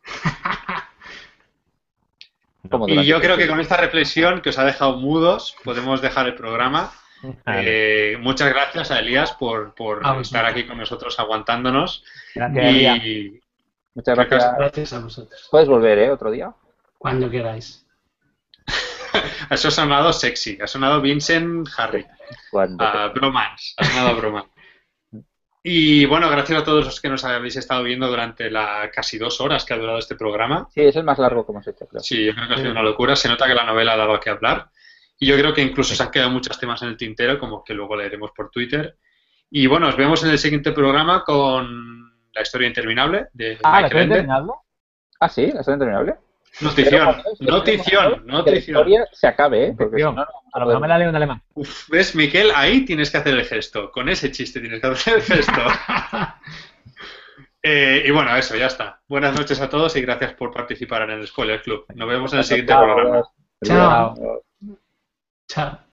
Como Y durante yo creo quince que con esta reflexión que os ha dejado mudos, podemos dejar el programa. Vale. Eh, muchas gracias a Elías por, por A vosotros. estar aquí con nosotros aguantándonos. Gracias, Elías. Y Muchas creo que gracias. Gracias a vosotros. Puedes volver, ¿eh? Otro día. Cuando queráis. eso ha sonado sexy, ha sonado Vincent Harry. Cuando A bromance, ha sonado a broma. Y bueno, gracias a todos los que nos habéis estado viendo durante las casi dos horas que ha durado este programa. Sí, es el más largo que hemos hecho, creo. Sí, yo creo que ha sido una locura. Se nota que la novela ha dado a qué hablar. Y yo creo que incluso se han quedado muchos temas en el tintero, como que luego leeremos por Twitter. Y bueno, nos vemos en el siguiente programa con La historia interminable de Ah, ¿la Michael estoy Ende. terminando? Ah, sí, la historia interminable. Notición, Pero, notición, Que la notición. historia se acabe, ¿eh? Porque si no, Notición. no vamos A lo mejor me la leo en alemán. Uf, ¿ves, Miquel? Ahí tienes que hacer el gesto. Con ese chiste tienes que hacer el gesto. Eh, y bueno, eso, ya está. Buenas noches a todos y gracias por participar en el Spoiler Club. Nos vemos en el siguiente Chao. programa. Chao. Chao. Chao.